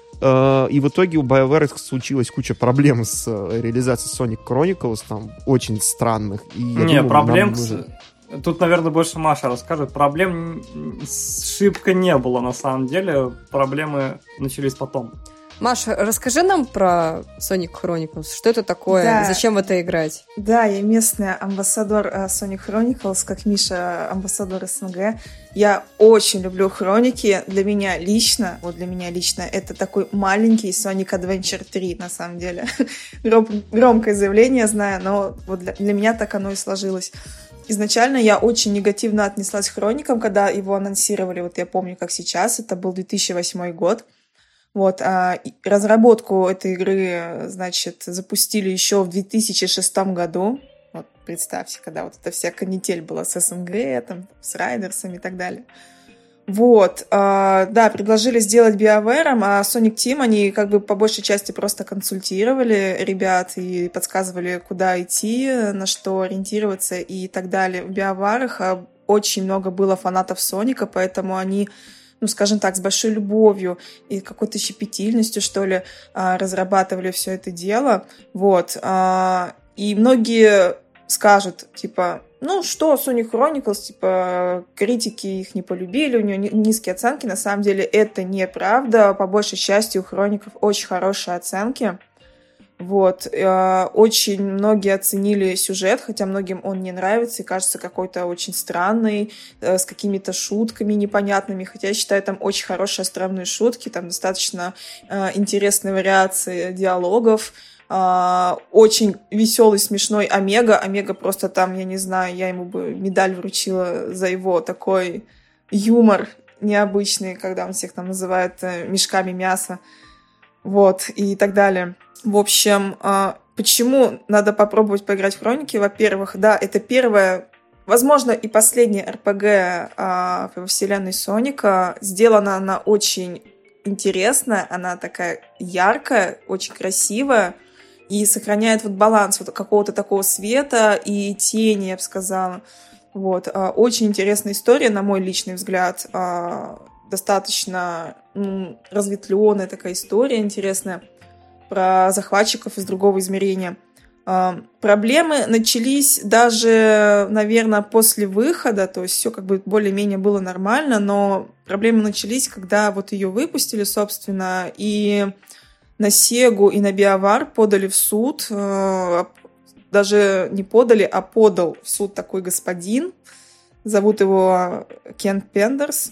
И в итоге у BioWare случилась куча проблем с реализацией Sonic Chronicles, там, очень странных. И я думаю, проблем... Тут, наверное, больше Маша расскажет. Проблем шибко не было, на самом деле. Проблемы начались потом. Маша, расскажи нам про Sonic Chronicles. Что это такое? Да. Зачем в это играть? Да, я местный амбассадор Sonic Chronicles, как Миша амбассадор СНГ. Я очень люблю хроники. Для меня лично, это такой маленький Sonic Adventure 3, на самом деле. Громкое заявление, знаю, но вот для меня так оно и сложилось. Изначально я очень негативно отнеслась к хроникам, когда его анонсировали. Вот я помню, как сейчас. Это был 2008 год. Вот, разработку этой игры, значит, запустили еще в 2006 году. Вот, представьте, когда вот эта вся канитель была с СНГ, там, с Райдерсами и так далее. Вот, да, предложили сделать BioWare, а Sonic Team, они как бы по большей части просто консультировали ребят и подсказывали, куда идти, на что ориентироваться и так далее. В BioWare очень много было фанатов Соника, поэтому они, ну, скажем так, с большой любовью и какой-то щепетильностью, что ли, разрабатывали все это дело. Вот. И многие скажут, типа, ну что, Sonic Chronicles, типа, критики их не полюбили, у нее низкие оценки. На самом деле это неправда. По большей части у хроников очень хорошие оценки. Вот. Очень многие оценили сюжет, хотя многим он не нравится и кажется какой-то очень странный, с какими-то шутками непонятными, хотя я считаю, там очень хорошие островные шутки, там достаточно интересные вариации диалогов, очень веселый, смешной Омега. Омега просто там, я не знаю, я ему бы медаль вручила за его такой юмор необычный, когда он всех там называет мешками мяса, вот, и так далее. В общем, почему надо попробовать поиграть в хроники? Во-первых, да, это первая, возможно, и последняя РПГ во вселенной Соника. Сделана она очень интересно, она такая яркая, очень красивая и сохраняет вот баланс вот какого-то такого света и тени, я бы сказала. Вот. Очень интересная история, на мой личный взгляд. Достаточно разветвленная такая история интересная про захватчиков из другого измерения. Проблемы начались даже, наверное, после выхода, то есть все как бы более-менее было нормально, но проблемы начались, когда вот ее выпустили, собственно, и на Сегу и на BioWare подали в суд, даже не подали, а подал в суд такой господин, зовут его Кен Пендерс.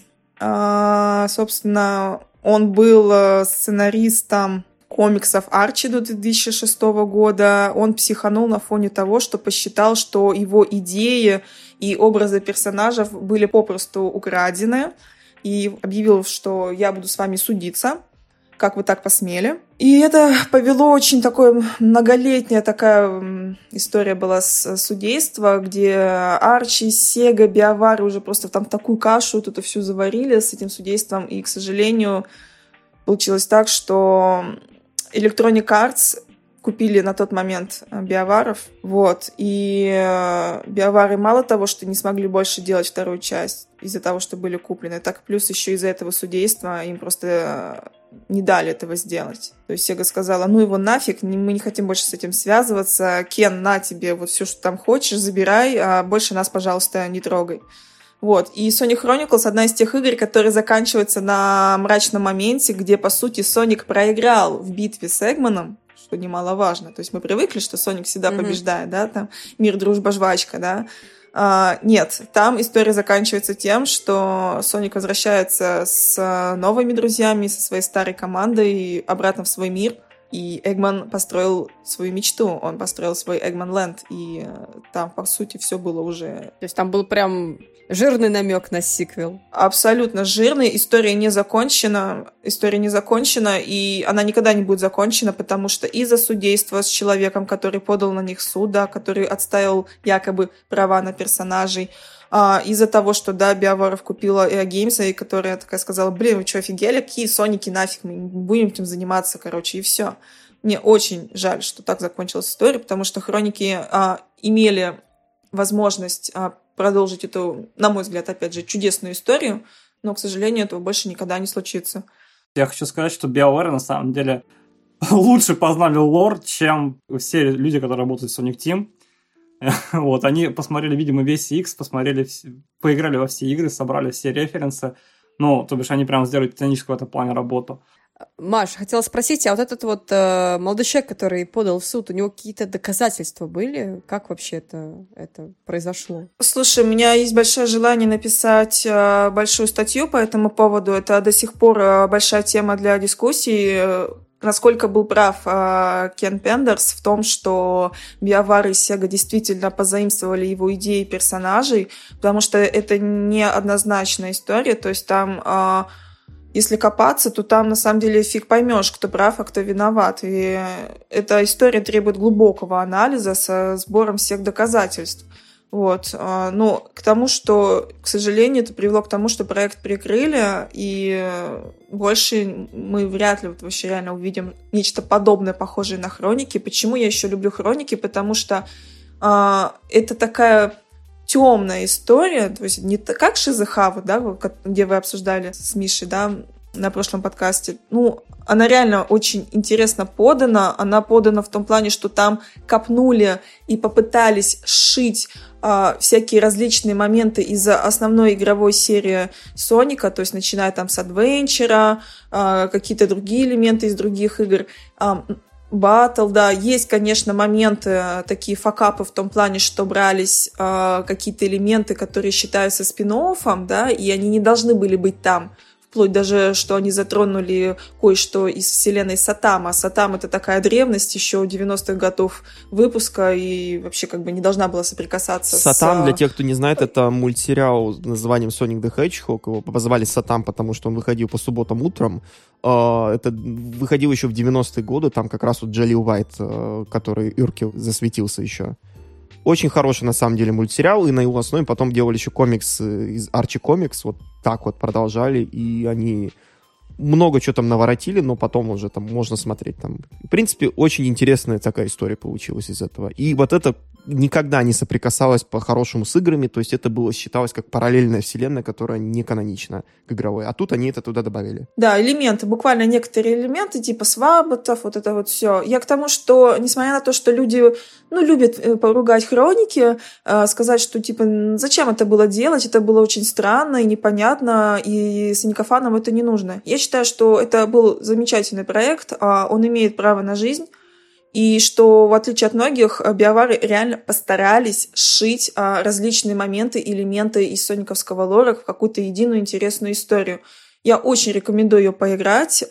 Собственно, он был сценаристом комиксов Арчи до 2006 года. Он психанул на фоне того, что посчитал, что его идеи и образы персонажей были попросту украдены, и объявил, что я буду с вами судиться. Как вы так посмели? И это повело очень такое многолетняя такая история была с судейства, где Арчи, Сега, BioWare уже просто там такую кашу вот эту всю заварили с этим судейством. И, к сожалению, получилось так, что Electronic Arts купили на тот момент BioWare, вот, и BioWare мало того, что не смогли больше делать вторую часть из-за того, что были куплены, так плюс еще из-за этого судейства им просто не дали этого сделать. То есть Sega сказала, ну его нафиг, мы не хотим больше с этим связываться, Кен, на тебе вот все, что там хочешь, забирай, а больше нас, пожалуйста, не трогай. Вот. И Sonic Chronicles — одна из тех игр, которые заканчиваются на мрачном моменте, где, по сути, Соник проиграл в битве с Эгманом, что немаловажно. То есть мы привыкли, что Соник всегда побеждает, да, там мир, дружба, жвачка, да. Нет, там история заканчивается тем, что Соник возвращается с новыми друзьями, со своей старой командой обратно в свой мир, И Эгман построил свою мечту, он построил свой Эгман-ленд, и там, по сути, все было уже... То есть там был прям жирный намек на сиквел. Абсолютно жирный. История не закончена, и она никогда не будет закончена, потому что из-за судейства с человеком, который подал на них суд, да, который отстаивал якобы права на персонажей, из-за того, что, да, BioWare купила EA Games, и которая такая сказала: блин, вы что, офигели? Какие Соники, нафиг, мы не будем этим заниматься, короче, и все. Мне очень жаль, что так закончилась история, потому что Хроники имели возможность продолжить эту, на мой взгляд, опять же, чудесную историю, но, к сожалению, этого больше никогда не случится. Я хочу сказать, что BioWare на самом деле лучше познали лор, чем все люди, которые работают в Sonic Team. Вот, они посмотрели, видимо, весь X, поиграли во все игры, собрали все референсы. Ну, то бишь, они прям сделали титаническую в этом плане работу. Маш, хотела спросить, а вот этот вот молодой человек, который подал в суд, у него какие-то доказательства были? Как вообще это произошло? Слушай, у меня есть большое желание написать большую статью по этому поводу. Это до сих пор большая тема для дискуссий. Насколько был прав Кен Пендерс в том, что BioWare и Sega действительно позаимствовали его идеи персонажей, потому что это неоднозначная история, то есть там, если копаться, то там на самом деле фиг поймешь, кто прав, а кто виноват. И эта история требует глубокого анализа со сбором всех доказательств. Вот. Но к тому, что, к сожалению, это привело к тому, что проект прикрыли, и больше мы вряд ли вот вообще реально увидим нечто подобное, похожее на Хроники. Почему я еще люблю Хроники? Потому что это такая темная история, то есть не как Шизахава, да, где вы обсуждали с Мишей, да, на прошлом подкасте. Ну, она реально очень интересно подана. Она подана в том плане, что там копнули и попытались сшить всякие различные моменты из основной игровой серии Соника, то есть начиная там с Адвенчера, какие-то другие элементы из других игр, Батл, да, есть, конечно, моменты, такие факапы в том плане, что брались какие-то элементы, которые считаются спин-оффом, да, и они не должны были быть там. Вплоть даже, что они затронули кое-что из вселенной Сатама. Сатам — это такая древность еще 90-х годов выпуска, и вообще как бы не должна была соприкасаться Сатам, для тех, кто не знает, это мультсериал с названием Sonic the Hedgehog. Его позвали Сатам, потому что он выходил по субботам утром. Это выходил еще в 90-е годы, там как раз вот Джоли Уайт, который Ирки засветился еще. Очень хороший, на самом деле, мультсериал, и на его основе потом делали еще комикс из Archie Comics, вот так вот продолжали, и они много чего там наворотили, но потом уже там можно смотреть. Там. В принципе, очень интересная такая история получилась из этого. И вот это никогда не соприкасалось по-хорошему с играми, то есть это было считалось как параллельная вселенная, которая не канонична к игровой. А тут они это туда добавили. Да, элементы, буквально некоторые элементы, типа сваботов, вот это вот все. Я к тому, что, несмотря на то, что люди, любят поругать Хроники, сказать, что, типа, зачем это было делать, это было очень странно и непонятно, и соникофанам это не нужно. Я считаю, что это был замечательный проект, он имеет право на жизнь, и что, в отличие от многих, BioWare реально постарались сшить различные моменты, элементы из сониковского лора в какую-то единую интересную историю. Я очень рекомендую ее поиграть.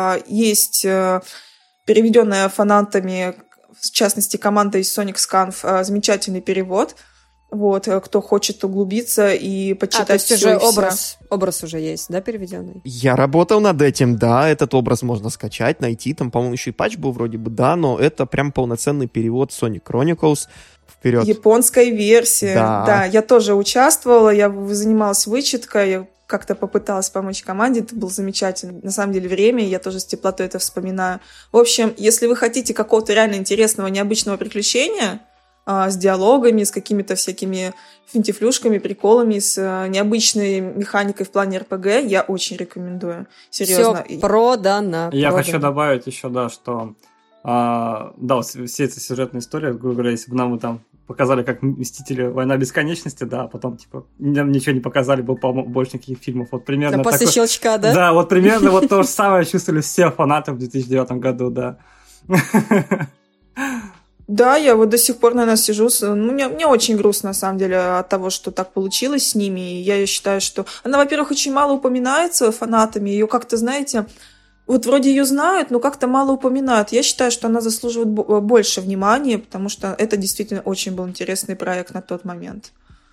Есть переведенная фанатами, в частности, командой из Sonic Scanf, замечательный перевод. Вот, кто хочет углубиться и почитать. То есть уже образ уже есть, да, переведенный? Я работал над этим, да, этот образ можно скачать, найти, там, по-моему, еще и патч был вроде бы, да, но это прям полноценный перевод Sonic Chronicles. Вперед. Японская версия, да, я тоже участвовала, я занималась вычеткой, я как-то попыталась помочь команде, это было замечательно. На самом деле время, я тоже с теплотой это вспоминаю. В общем, если вы хотите какого-то реально интересного, необычного приключения, с диалогами, с какими-то всякими финтифлюшками, приколами, с необычной механикой в плане РПГ, я очень рекомендую. Серьезно. Все продано. Я хочу добавить еще, да, что вот все эти сюжетные истории, грубо говоря, если бы нам там показали, как Мстители Война Бесконечности, да, а потом, типа, нам ничего не показали, было больше никаких фильмов. Вот примерно да, после щелчка, да? Да, вот примерно вот то же самое чувствовали все фанаты в 2009 году, да. Да, я вот до сих пор, наверное, сижу. Мне очень грустно, на самом деле, от того, что так получилось с ними. И я считаю, что она, во-первых, очень мало упоминается фанатами. Ее как-то, знаете, Вот вроде ее знают, но как-то мало упоминают. Я считаю, что она заслуживает больше внимания, потому что это действительно очень был интересный проект на тот момент.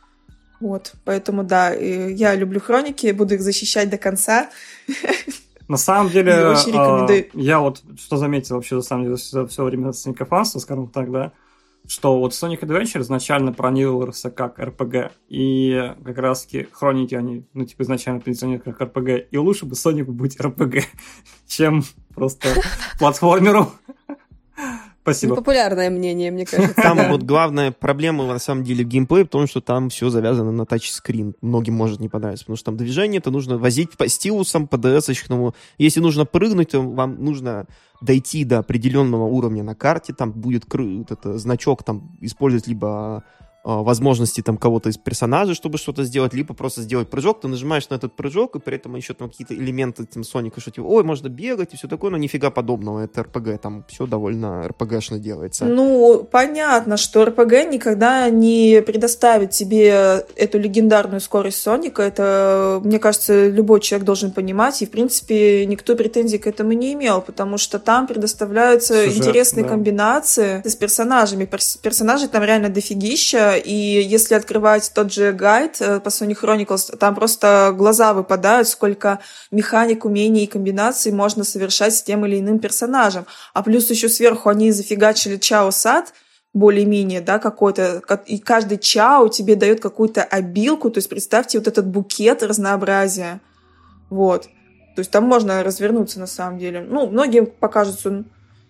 Вот, поэтому, да, я люблю хроники, буду их защищать до конца. На самом деле, очень рекомендую. Я вот что заметил вообще, на самом деле, за все время соникофанства, скажем так, да, что вот Sonic Adventure изначально планировался как RPG, и как раз-таки хроники, они, изначально позиционируют как RPG, и лучше бы Сонику быть RPG, чем просто платформеру. Спасибо. Популярное мнение, мне кажется. Там вот главная проблема, на самом деле, в геймплее, потому что там все завязано на тачскрин. Многим может не понравиться, потому что там движение, это нужно возить по стилусам, по DS-очному. Если нужно прыгнуть, то вам нужно дойти до определенного уровня на карте, там будет значок, там использовать либо возможности там кого-то из персонажей, чтобы что-то сделать, либо просто сделать прыжок, ты нажимаешь на этот прыжок, и при этом еще там какие-то элементы там Соника, что типа, ой, можно бегать и все такое, но нифига подобного, это РПГ, там все довольно РПГшно делается. Ну, понятно, что РПГ никогда не предоставит тебе эту легендарную скорость Соника, это, мне кажется, любой человек должен понимать, и, в принципе, никто претензий к этому не имел, потому что там предоставляются интересные комбинации с персонажами, персонажей там реально дофигища, и если открывать тот же гайд по Sonic Chronicles, там просто глаза выпадают, сколько механик, умений и комбинаций можно совершать с тем или иным персонажем. А плюс еще сверху они зафигачили Чао-сад, более-менее, да, какой-то, и каждый Чао тебе дает какую-то обилку, то есть представьте вот этот букет разнообразия. Вот. То есть там можно развернуться на самом деле. Ну, многим покажется...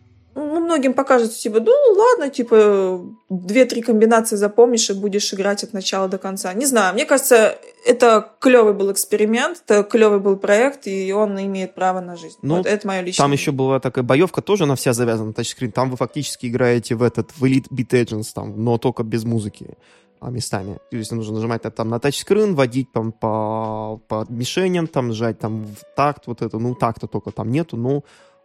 многим покажется, типа, ну, ладно, типа, 2-3 комбинации запомнишь и будешь играть от начала до конца. Не знаю, мне кажется, это клевый был эксперимент, это клевый был проект, и он имеет право на жизнь. Ну, вот это мое личное. Там еще была такая боевка, тоже она вся завязана на тачскрин. Там вы фактически играете в Elite Beat Agents, там, но только без музыки местами. То есть нужно нажимать там на тачскрин, водить там по мишеням, там, жать там в такт, вот это, ну, такта только там нету, ну,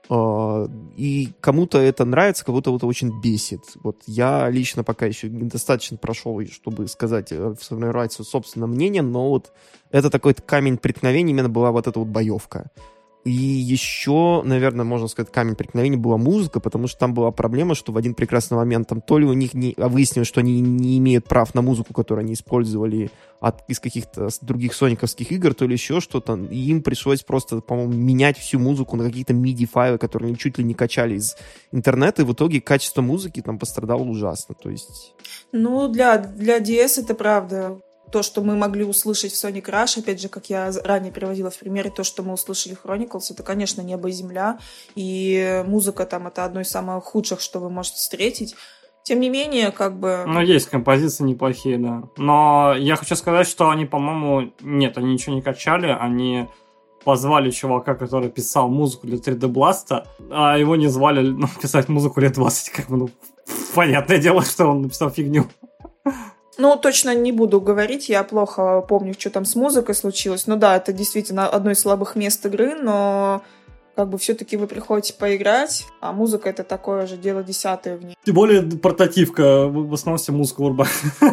и кому-то это нравится, кого-то это очень бесит. Вот я лично пока еще недостаточно прошел, чтобы сказать, сформировать свое собственное мнение, но вот это такой камень преткновения именно была вот эта вот боевка. И еще, наверное, можно сказать, камень преткновения была музыка, потому что там была проблема, что в один прекрасный момент там то ли у них выяснилось, что они не имеют прав на музыку, которую они использовали из каких-то других сониковских игр, то ли еще что-то, и им пришлось просто, по-моему, менять всю музыку на какие-то MIDI-файлы, которые они чуть ли не качали из интернета, и в итоге качество музыки там пострадало ужасно, то есть... Ну, для DS это правда. То, что мы могли услышать в Sonic Rush, опять же, как я ранее приводила в примере, то, что мы услышали в Chronicles, это, конечно, небо и земля, и музыка там это одно из самых худших, что вы можете встретить. Тем не менее, как бы... Ну, есть композиции неплохие, да. Но я хочу сказать, что они, по-моему... Нет, они ничего не качали, они позвали чувака, который писал музыку для 3D Blast'а, а его не звали писать музыку лет 20, как бы, понятное дело, что он написал фигню. Ну, точно не буду говорить, я плохо помню, что там с музыкой случилось. Ну да, это действительно одно из слабых мест игры, но как бы все-таки вы приходите поиграть, а музыка это такое же дело десятое в ней. Тем более портативка, в основном все музыка врубает.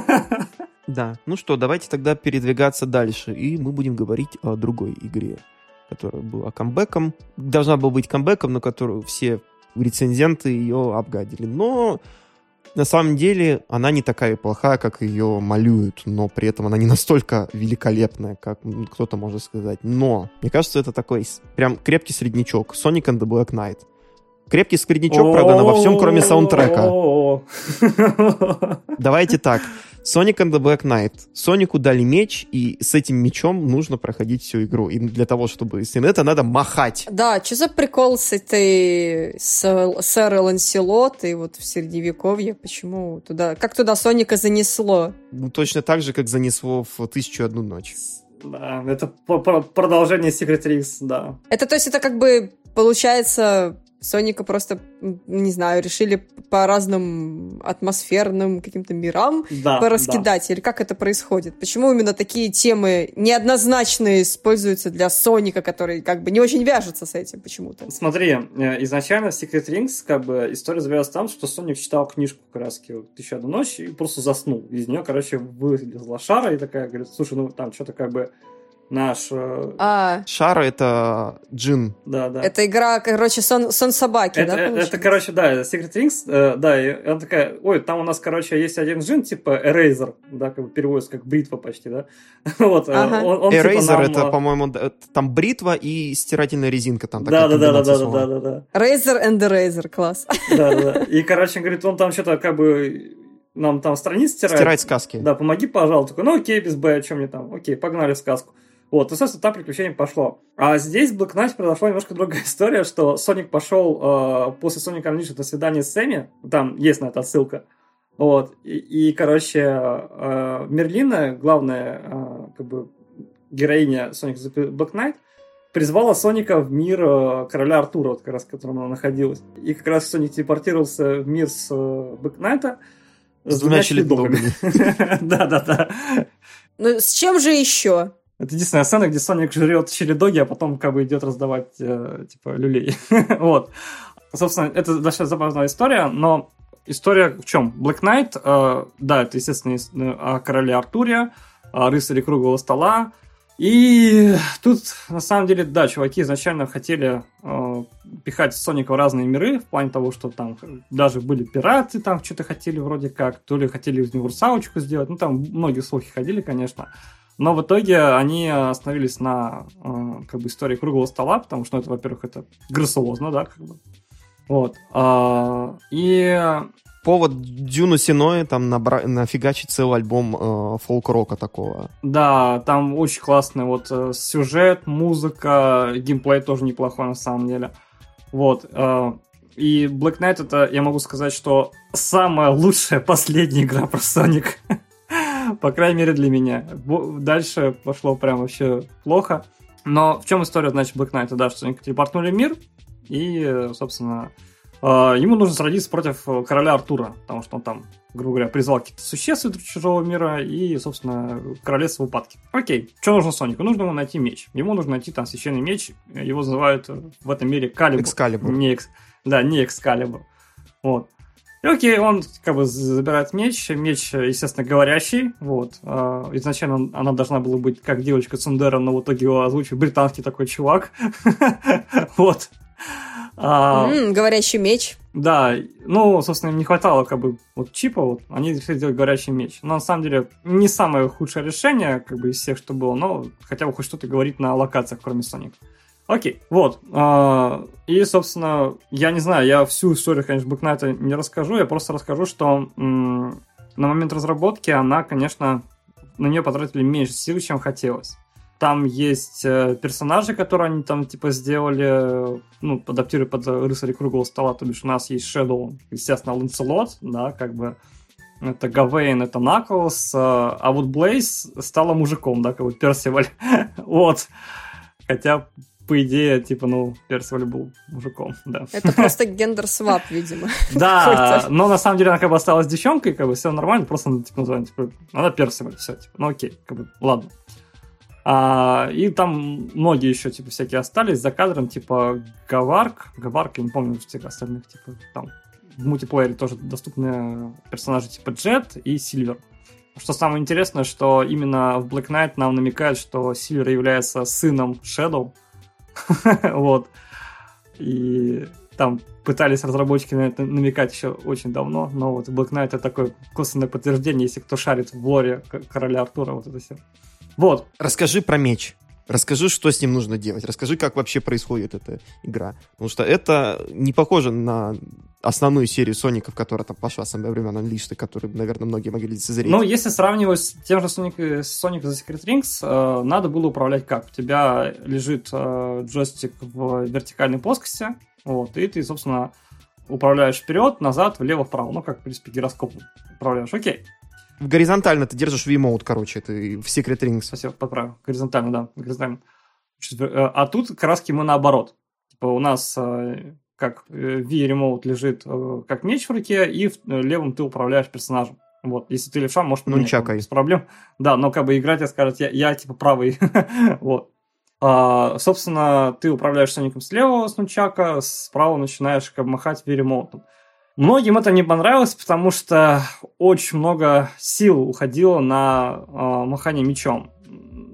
Да, ну что, давайте тогда передвигаться дальше, и мы будем говорить о другой игре, которая была камбэком. Должна была быть камбэком, на которую все рецензенты ее обгадили, но... На самом деле, она не такая плохая, как ее малюют, но при этом она не настолько великолепная, как кто-то может сказать. Но, мне кажется, это такой прям крепкий среднячок. Sonic and the Black Knight. Крепкий среднячок, правда, во всем, кроме саундтрека. Давайте так. Sonic and the Black Knight. Сонику дали меч, и с этим мечом нужно проходить всю игру. И для того, чтобы с ним это надо махать. Да, что за прикол с этой сэр Ланселот и вот в Средневековье? Почему туда... Как туда Соника занесло? Ну, точно так же, как занесло в 1001 ночь. Да, это продолжение Secret Rings, да. Это, то есть, это как бы, получается... Соника просто, не знаю, решили по разным атмосферным каким-то мирам пораскидать? Или как это происходит? Почему именно такие темы неоднозначные используются для Соника, который как бы не очень вяжется с этим почему-то? Смотри, изначально в Secret Rings как бы история завязалась там, что Соник читал книжку как раз «1001 ночь» и просто заснул. Из нее, короче, вылезла Шара и такая говорит, слушай, ну там что-то как бы наш... Шар — это джин. Да. Это игра, короче, сон собаки, это, короче, да, Secret Rings, да, и она такая, ой, там у нас, короче, есть один джин, типа Eraser, да, как бы переводится как бритва почти, да. Вот, он Eraser типа нам... это, по-моему, там бритва и стирательная резинка. Там Да. Razer and Eraser, класс. Да. И, короче, говорит, он там что-то как бы... Нам там страницы стирает. Стирать сказки. Да, помоги, пожалуйста. Такой, ну окей, без Б, о чем мне там? Окей, погнали в сказку. Вот, и, собственно, там приключение пошло. А здесь в Black Knight произошла немножко другая история, что Соник пошел после Sonic Unleashed на свидание с Сэмми. Там есть на это отсылка. Вот. И короче, Мерлина, главная как бы героиня Sonic Black Knight, призвала Соника в мир короля Артура, вот как раз в котором она находилась. И как раз Соник телепортировался в мир с Black Knight'а с двумя челедогами. Да. Ну, с чем же еще? Это единственная сцена, где Соник жрет челедоги, а потом как бы идет раздавать типа люлей. Вот. Собственно, это достаточно забавная история, но история в чем? Black Knight, да, это, естественно, о короле Артуре, о рыцаре круглого стола. И тут, на самом деле, да, чуваки изначально хотели пихать Соника в разные миры, в плане того, что там даже были пираты, там что-то хотели вроде как, то ли хотели из него русалочку сделать, ну, там многие слухи ходили, конечно. Но в итоге они остановились на как бы истории круглого стола, потому что, ну, это, во-первых, это грациозно, да, как бы. Вот. И... Повод Дюну Синои там нафигачить целый альбом фолк-рока такого. Да, там очень классный вот сюжет, музыка, геймплей тоже неплохой на самом деле. Вот. И Black Knight — это, я могу сказать, что самая лучшая последняя игра про Sonic. По крайней мере для меня. Дальше пошло прям вообще плохо. Но в чем история, значит, Black Knight? Да, что они телепортнули мир, и, собственно, ему нужно сразиться против короля Артура, потому что он там, грубо говоря, призвал какие-то существа из чужого мира и, собственно, королевство в упадке. Окей, что нужно Сонику? Нужно ему найти меч. Ему нужно найти там священный меч, его называют в этом мире Калибур. Экскалибур. Не Экскалибур. Вот. И окей, он как бы забирает меч, естественно, говорящий, вот. Изначально она должна была быть как девочка Цундера, но в итоге его озвучил британский такой чувак. Вот. Говорящий меч. Да, ну, собственно, им не хватало как бы вот чипа, вот, они решили сделать говорящий меч. Но на самом деле не самое худшее решение, как бы из всех, что было, но хотя бы хоть что-то говорит на локациях, кроме Соника. Окей, вот. И, собственно, я не знаю, я всю историю, конечно, Black Knight не расскажу, я просто расскажу, что на момент разработки она, конечно, на нее потратили меньше сил, чем хотелось. Там есть персонажи, которые они там, типа, сделали, ну, адаптируя под рыцаря круглого стола, то бишь у нас есть Shadow, естественно, Ланселот, да, как бы, это Гавейн, это Наклз, а вот Блейз стала мужиком, да, как бы Персиваль, вот, хотя, по идее, типа, ну, Персиваль был мужиком, да. Это просто гендер-свап, видимо. Да, но на самом деле она как бы осталась девчонкой, как бы все нормально, просто, типа, называют, типа, она Персиваль, все, типа, ну окей, как бы, ладно. И там многие еще, типа, всякие остались за кадром, типа, Гаварк, я не помню всех остальных, типа, там, в мультиплеере тоже доступны персонажи типа Джет и Сильвер. Что самое интересное, что именно в Black Knight нам намекают, что Сильвер является сыном Shadow, вот, и там пытались разработчики на это намекать еще очень давно, но вот Black Knight — это такое косвенное подтверждение, если кто шарит в лоре короля Артура, вот это все. Вот. Расскажи про меч. Расскажи, что с ним нужно делать. Расскажи, как вообще происходит эта игра. Потому что это не похоже на основную серию Соников, которая там пошла с самого времен Unleashed, которую, наверное, многие могли лицезреть. Ну, если сравнивать с тем же Sonic the Secret Rings, надо было управлять как? У тебя лежит джойстик в вертикальной плоскости, вот, и ты, собственно, управляешь вперед, назад, влево, вправо. Ну, как, в принципе, гироскоп управляешь. Окей. Горизонтально ты держишь V-Mode, короче, это в Secret Rings. Спасибо, подправил. Горизонтально, да. Горизонтально. А тут краски мы наоборот. Типа у нас как V-Remote лежит как меч в руке, и левым ты управляешь персонажем. Вот, если ты левша, можешь поменять, без проблем. Да, но как бы играть, я скажу, я типа правый. Вот. Собственно, ты управляешь Соником слева с нунчака, справа начинаешь как бы махать V-Remote. Многим это не понравилось, потому что очень много сил уходило на махание мечом.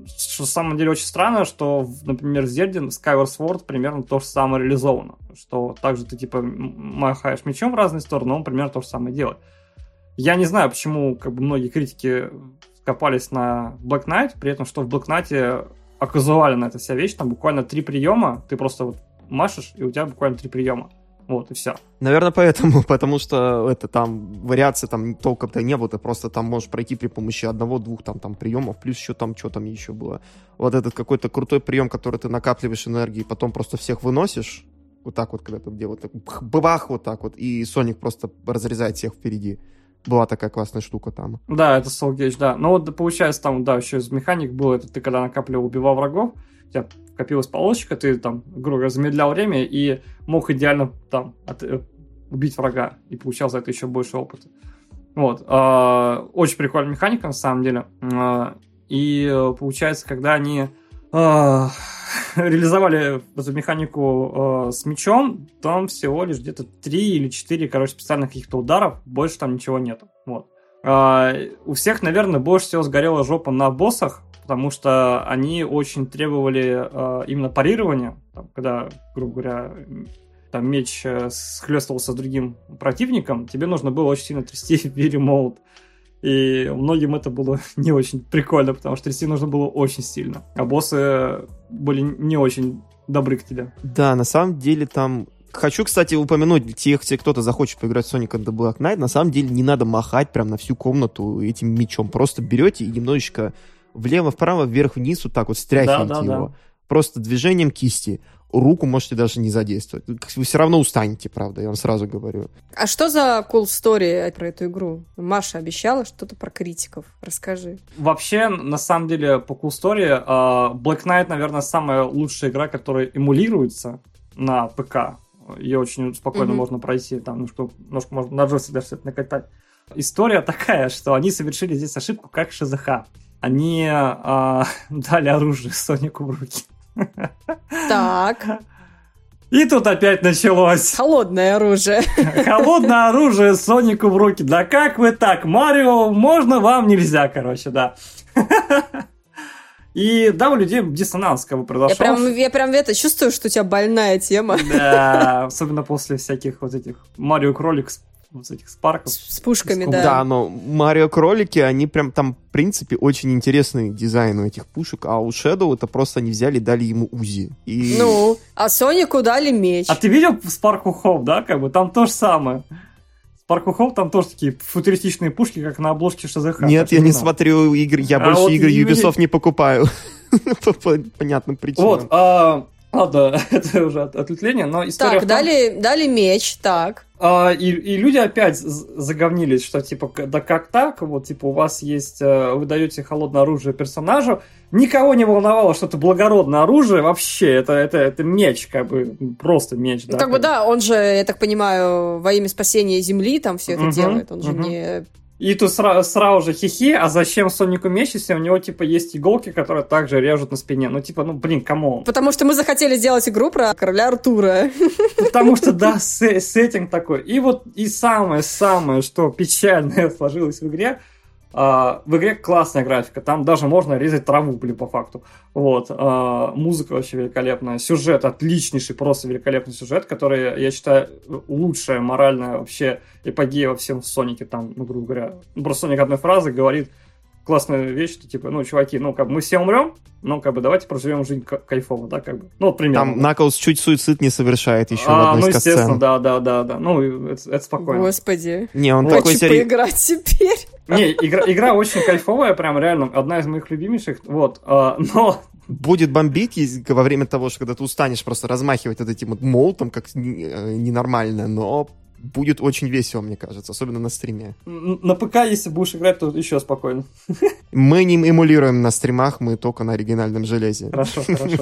что на самом деле очень странно, что, например, в Зельде Skyward Sword примерно то же самое реализовано. Что также ты, типа, махаешь мечом в разные стороны, он примерно то же самое делает. Я не знаю, почему как бы многие критики скопались на Black Knight, при этом, что в Black Knight оказуально эта вся вещь, там буквально 3 приема, ты просто вот машешь, и у тебя буквально 3 приема. Вот, и все. Наверное, поэтому, потому что это там вариации там толком-то не было, ты просто там можешь пройти при помощи 1-2 там приемов, плюс еще там, что там еще было. Вот этот какой-то крутой прием, который ты накапливаешь энергии, потом просто всех выносишь, вот так вот, когда ты делаешь, бах, вот так вот, и Соник просто разрезает всех впереди. Была такая классная штука там. Да, это Soul Gage, да. Но вот получается там, да, еще из механик было, это ты когда накапливал, убивал врагов, у тебя копилась полосочка, ты там, грубо говоря, замедлял время и мог идеально там убить врага, и получал за это еще больше опыта. Вот. Очень прикольная механика, на самом деле. И получается, когда они реализовали эту механику с мечом, там всего лишь где-то 3 или 4, специальных каких-то ударов, больше там ничего нету. Вот. У всех, наверное, больше всего сгорела жопа на боссах, потому что они очень требовали именно парирования, там, когда, грубо говоря, там меч схлестывался с другим противником, тебе нужно было очень сильно трясти Very Mode. И многим это было не очень прикольно, потому что трясти нужно было очень сильно. А боссы были не очень добры к тебе. Да, на самом деле там... Хочу, кстати, упомянуть тех, кто-то захочет поиграть в Sonic and the Black Knight, на самом деле не надо махать прям на всю комнату этим мечом. Просто берете и немножечко влево-вправо, вверх-вниз вот так вот стряхиваете его. Да. Просто движением кисти. Руку можете даже не задействовать. Вы все равно устанете, правда, я вам сразу говорю. А что за cool story про эту игру? Маша обещала что-то про критиков. Расскажи. Вообще, на самом деле, по cool story, Black Knight, наверное, самая лучшая игра, которая эмулируется на ПК. Ее очень спокойно можно пройти, там немножко можно на джойстике даже это накатать. История такая, что они совершили здесь ошибку, как ШЗХ. Они дали оружие Сонику в руки. Так. И тут опять началось. Холодное оружие. Холодное оружие Сонику в руки. Да как вы так? Марио, можно, вам нельзя, да. И да, у людей диссонанс как бы произошел. Я прям это чувствую, что у тебя больная тема. Да, особенно после всяких вот этих Марио Кролик с этих спарков. С пушками, да. Да, но Марио Кролики, они прям там, в принципе, очень интересный дизайн у этих пушек, а у Shadow это просто они взяли и дали ему УЗИ. И... Ну, а Сонику дали меч. А ты видел Sparkle Hope, да, там то же самое. Sparkle Hope, там тоже такие футуристичные пушки, как на обложке ШЗХ. Нет, я не смотрю игры, я больше вот игр Ubisoft не покупаю. По понятным причинам. Вот, ладно, это уже отвлечение, но история. Так, дали меч, так. И люди опять заговнились, что типа, да как так, вот типа у вас есть, вы даете холодное оружие персонажу, никого не волновало, что это благородное оружие, вообще, это меч, просто меч. Да, да, он же, я так понимаю, во имя спасения Земли там все это делает, он же не... И тут сразу же хихи, а зачем Сонику меч, если у него, есть иголки, которые также режут на спине? Камон. Потому что мы захотели сделать игру про короля Артура. Потому что, да, сеттинг такой. И самое, что печальное сложилось в игре классная графика, там даже можно резать траву, по факту. Вот. Музыка вообще великолепная, сюжет отличнейший, просто великолепный сюжет, который, я считаю, лучшая моральная вообще эпогея во всем Сонике, там, грубо говоря. Просто Соник одной фразой говорит классную вещь, что, чуваки, мы все умрем, давайте проживем жизнь кайфово, да, примерно. Там Наклз чуть суицид не совершает еще в одной из катсцен. Естественно, да, это спокойно. Господи. Не, он такой поиграть теперь. Не, игра очень кайфовая, прям реально, одна из моих любимейших, вот, но... Будет бомбить во время того, что когда ты устанешь просто размахивать вот этим молотом, как ненормально, но будет очень весело, мне кажется, особенно на стриме. На ПК, если будешь играть, то еще спокойно. Мы не эмулируем на стримах, мы только на оригинальном железе. Хорошо.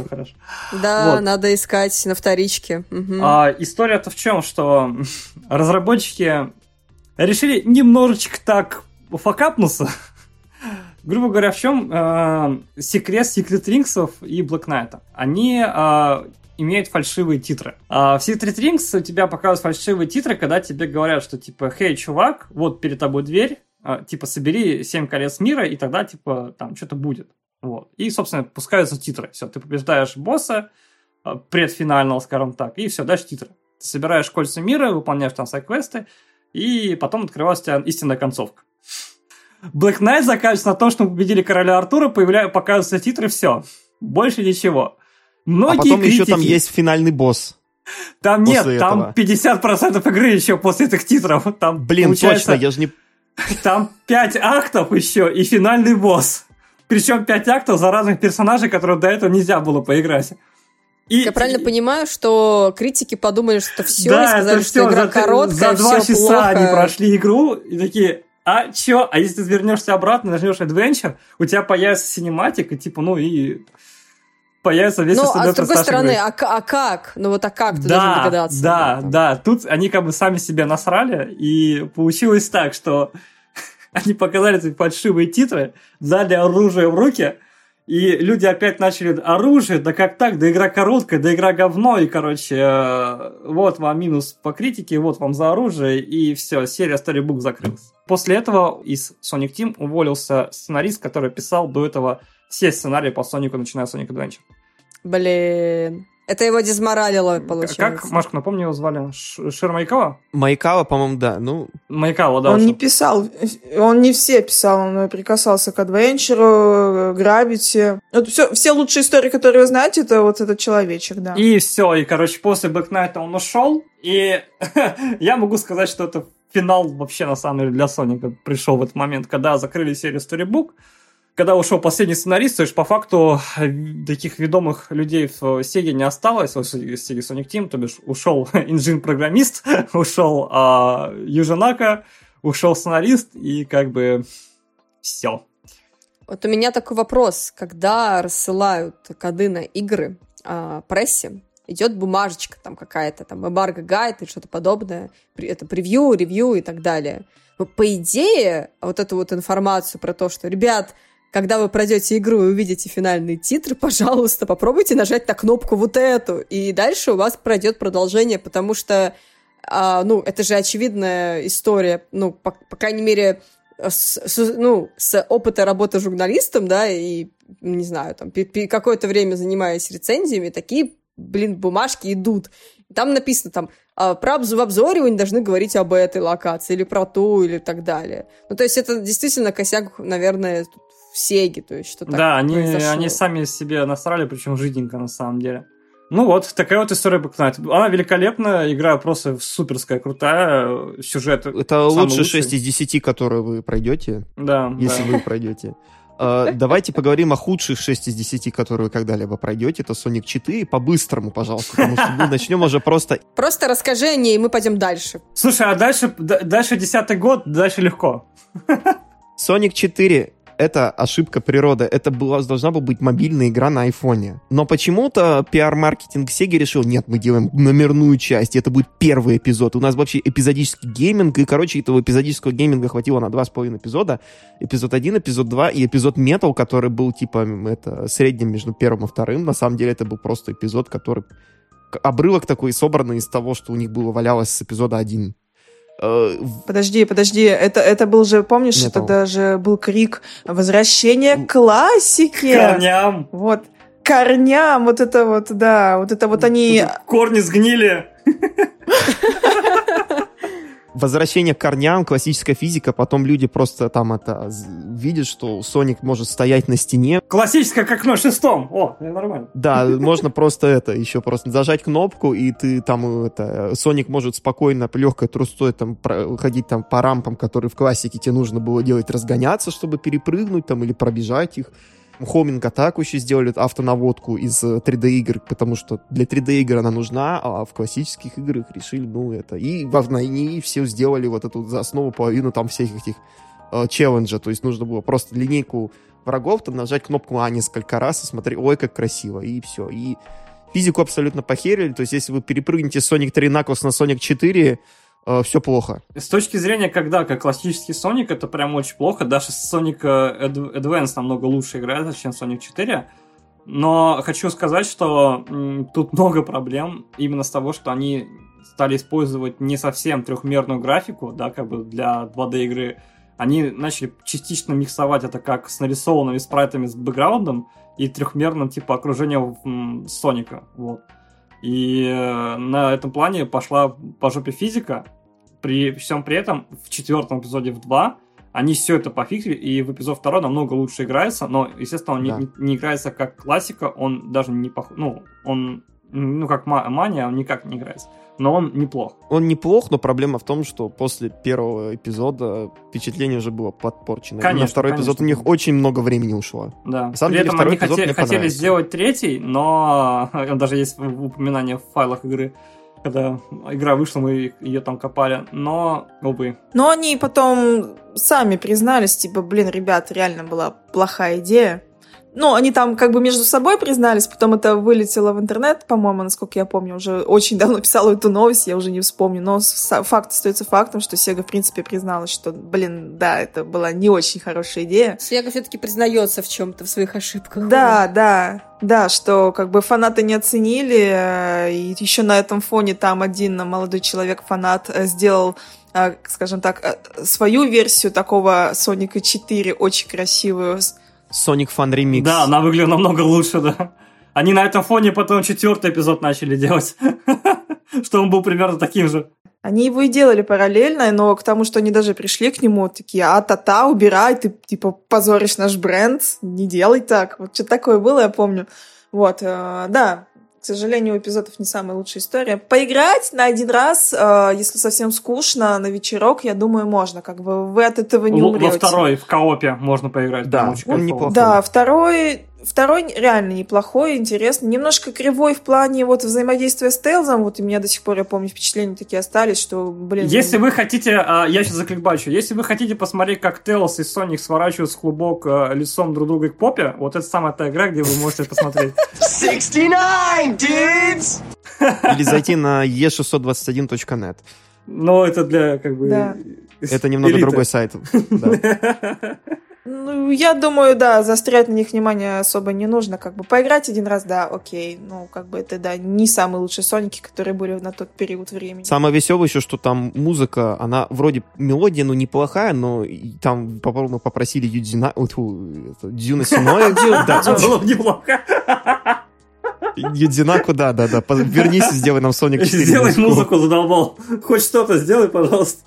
Да, надо искать на вторичке. История-то в чем, что разработчики решили немножечко так факапнуться. Грубо говоря, в чем секрет Secret Rings и Black Knight? Они имеют фальшивые титры. В Secret Rings у тебя показывают фальшивые титры, когда тебе говорят, что «Хей, чувак, вот перед тобой дверь, собери 7 колец мира, и тогда, там, что-то будет». Вот. И, собственно, пускаются титры. Все, ты побеждаешь босса, предфинального, скажем так, и все, дальше титры. Ты собираешь кольца мира, выполняешь там сайд-квесты, и потом открывается у тебя истинная концовка. Black Knight заканчивается на том, что мы победили короля Артура, показываются титры, все. Больше ничего. Многие потом критики... еще там есть финальный босс. Там нет, этого. там 50% игры еще после этих титров. Там, блин, точно, я же не... Там 5 актов еще и финальный босс. Причем 5 актов за разных персонажей, которые до этого нельзя было поиграть. Я правильно понимаю, что критики подумали, что все, да, и сказали, это что игра короткая, за 2 все часа плохо. они прошли игру и такие, а чё? А если ты вернешься обратно, нажмешь Adventure, у тебя появится синематик, и типа, ну и появится весь остальной а с другой стороны, игры. а как? Ну вот как ты должен догадаться? Да. Тут они как бы сами себе насрали, и получилось так, что они показали эти фальшивые титры, дали оружие в руки, и люди опять начали оружие, да как так, да игра короткая, да игра говно, и, короче, вот вам минус по критике, вот вам за оружие, и все, серия Storybook закрылась. После этого из Sonic Team уволился сценарист, который писал до этого все сценарии по Сонику, начиная с Sonic Adventure. Блин, это его дезморалило, получается. Как, Машка, напомни, его звали? Шир Маикава? Маикава, по-моему, да. Ну, Маикава, да. Он не писал, он не все писал, он прикасался к Adventure, Gravity. Вот все лучшие истории, которые вы знаете, это вот этот человечек, да. И все, и, короче, после Black Knight он ушел, и я могу сказать, что это финал вообще, на самом деле, для Соника пришел в этот момент, когда закрыли серию Storybook, когда ушел последний сценарист, то есть по факту таких ведомых людей в Sega не осталось, в Sega Sonic Team, то бишь ушел инжин-программист, ушел Южинака, ушел сценарист, и как бы все. Вот у меня такой вопрос. Когда рассылают коды на игры прессе, идет бумажечка там какая-то, там эмбарго гайд или что-то подобное, это превью, ревью и так далее. Но по идее, вот эту вот информацию про то, что, ребят, когда вы пройдете игру и увидите финальные титры, пожалуйста, попробуйте нажать на кнопку вот эту, и дальше у вас пройдет продолжение, потому что, это же очевидная история, по крайней мере, с опыта работы журналистом, да, и, не знаю, там, какое-то время занимаясь рецензиями, такие, бумажки идут. Там написано, там, в обзоре вы не должны говорить об этой локации, или про ту, или так далее. Ну, то есть это действительно косяк, наверное, в Сеге, то есть что так да, произошло. они сами себе насрали, причем жиденько на самом деле. Ну вот, такая вот история Black Knight. Она великолепная, игра просто суперская, крутая, сюжет это лучше 6 из 10, которые вы пройдете, если вы пройдете. Давайте поговорим о худших 6 из 10, которые вы когда-либо пройдете. Это Sonic 4. По-быстрому, пожалуйста, потому что мы начнем уже просто... Просто расскажи о ней, и мы пойдем дальше. Слушай, а дальше 10-й год, дальше легко. Sonic 4 — это ошибка природы. Это должна была быть мобильная игра на айфоне. Но почему-то пиар-маркетинг Sega решил, нет, мы делаем номерную часть, и это будет первый эпизод. У нас вообще эпизодический гейминг, и, этого эпизодического гейминга хватило на 2,5 эпизода. Эпизод 1, эпизод 2 и эпизод Metal, который был, средним между первым и вторым. На самом деле это был просто эпизод, который... Обрывок такой, собранный из того, что у них валялось с эпизода 1. Подожди, это был же, помнишь, Metal. тогда же был крик «Возвращение к классике!» Корням! Вот, корням, вот это вот они... Корни сгнили! Возвращение к корням, классическая физика, потом люди просто видят, что Соник может стоять на стене. Классическое как окно 6-м! О, это нормально. Да, можно просто еще просто зажать кнопку, и ты Соник может спокойно, легкой трустой ходить по рампам, которые в классике тебе нужно было делать, разгоняться, чтобы перепрыгнуть или пробежать их. Хоуминг-атаку еще сделали, автонаводку из 3D-игр, потому что для 3D-игр она нужна, а в классических играх решили, И в все сделали вот эту за основу половину всех этих челленджа, то есть нужно было просто линейку врагов, нажать кнопку А несколько раз и смотреть, ой, как красиво, и все. И физику абсолютно похерили, то есть если вы перепрыгнете Sonic 3 Knuckles на Sonic 4, все плохо. С точки зрения, как классический Sonic, это прям очень плохо. Даже Sonic Advance намного лучше играет, чем Sonic 4. Но хочу сказать, что тут много проблем именно с того, что они стали использовать не совсем трехмерную графику, для 2D игры. они начали частично миксовать это как с нарисованными спрайтами с бэкграундом и трехмерным типа окружением Соника. Вот. И на этом плане пошла по жопе физика. При всем при этом в 4-м эпизоде в 2 они все это пофиксили, и в эпизод 2 намного лучше играется, но, естественно, он не играется как классика, он даже не похож... как Мания, он никак не играется. Но он неплох. Он неплох, но проблема в том, что после первого эпизода впечатление уже было подпорчено. Конечно, на второй эпизод у них очень много времени ушло. Да. На самом При деле, этом они хотели сделать третий, но он даже есть упоминание в файлах игры, когда игра вышла, мы ее там копали, но, увы. Но они потом сами признались, типа, ребят, реально была плохая идея. Ну, они там как бы между собой признались, потом это вылетело в интернет, по-моему, насколько я помню, уже очень давно писала эту новость, я уже не вспомню, но факт остается фактом, что Sega, в принципе, призналась, что, да, это была не очень хорошая идея. Sega все-таки признается в чем-то, в своих ошибках. Да, что как бы фанаты не оценили, и еще на этом фоне там один молодой человек-фанат сделал, скажем так, свою версию такого Соника 4, очень красивую, Sonic Fun Remix. Да, она выглядела намного лучше, да. Они на этом фоне потом 4-й эпизод начали делать, что он был примерно таким же. Они его и делали параллельно, но к тому, что они даже пришли к нему, такие, убирай, ты, типа, позоришь наш бренд, не делай так. Вот что-то такое было, я помню. Вот, да, к сожалению, у эпизодов не самая лучшая история. Поиграть на один раз, если совсем скучно, на вечерок, я думаю, можно. Как бы вы от этого не умрете. Во второй, в коопе можно поиграть. Да, он неплохой. Да, второй реально неплохой, интересный. Немножко кривой в плане вот взаимодействия с Тейлзом. Вот у меня до сих пор, я помню, впечатления такие остались, что, Если вы хотите, я сейчас закликбачу, если вы хотите посмотреть, как Тейлз и Соник сворачивают с клубок лицом друг друга к попе, вот это самая та игра, где вы можете посмотреть. 69, dudes! Или зайти на e621.net. Но это для, как бы... Да. Это немного другой сайт. Ну, я думаю, да, заострять на них внимание особо не нужно. Как бы поиграть один раз, да, окей. Ну, как бы это, да, не самые лучшие Соники, которые были на тот период времени. Самое веселое еще, что там музыка, она вроде мелодия, ну, неплохая, но там, по-моему, попросили Дюна Синоя. Да, было неплохо. Юдзинаку, да. Вернись и сделай нам Sonic 4. Сделай музыку, задолбал. Хоть что-то сделай, пожалуйста.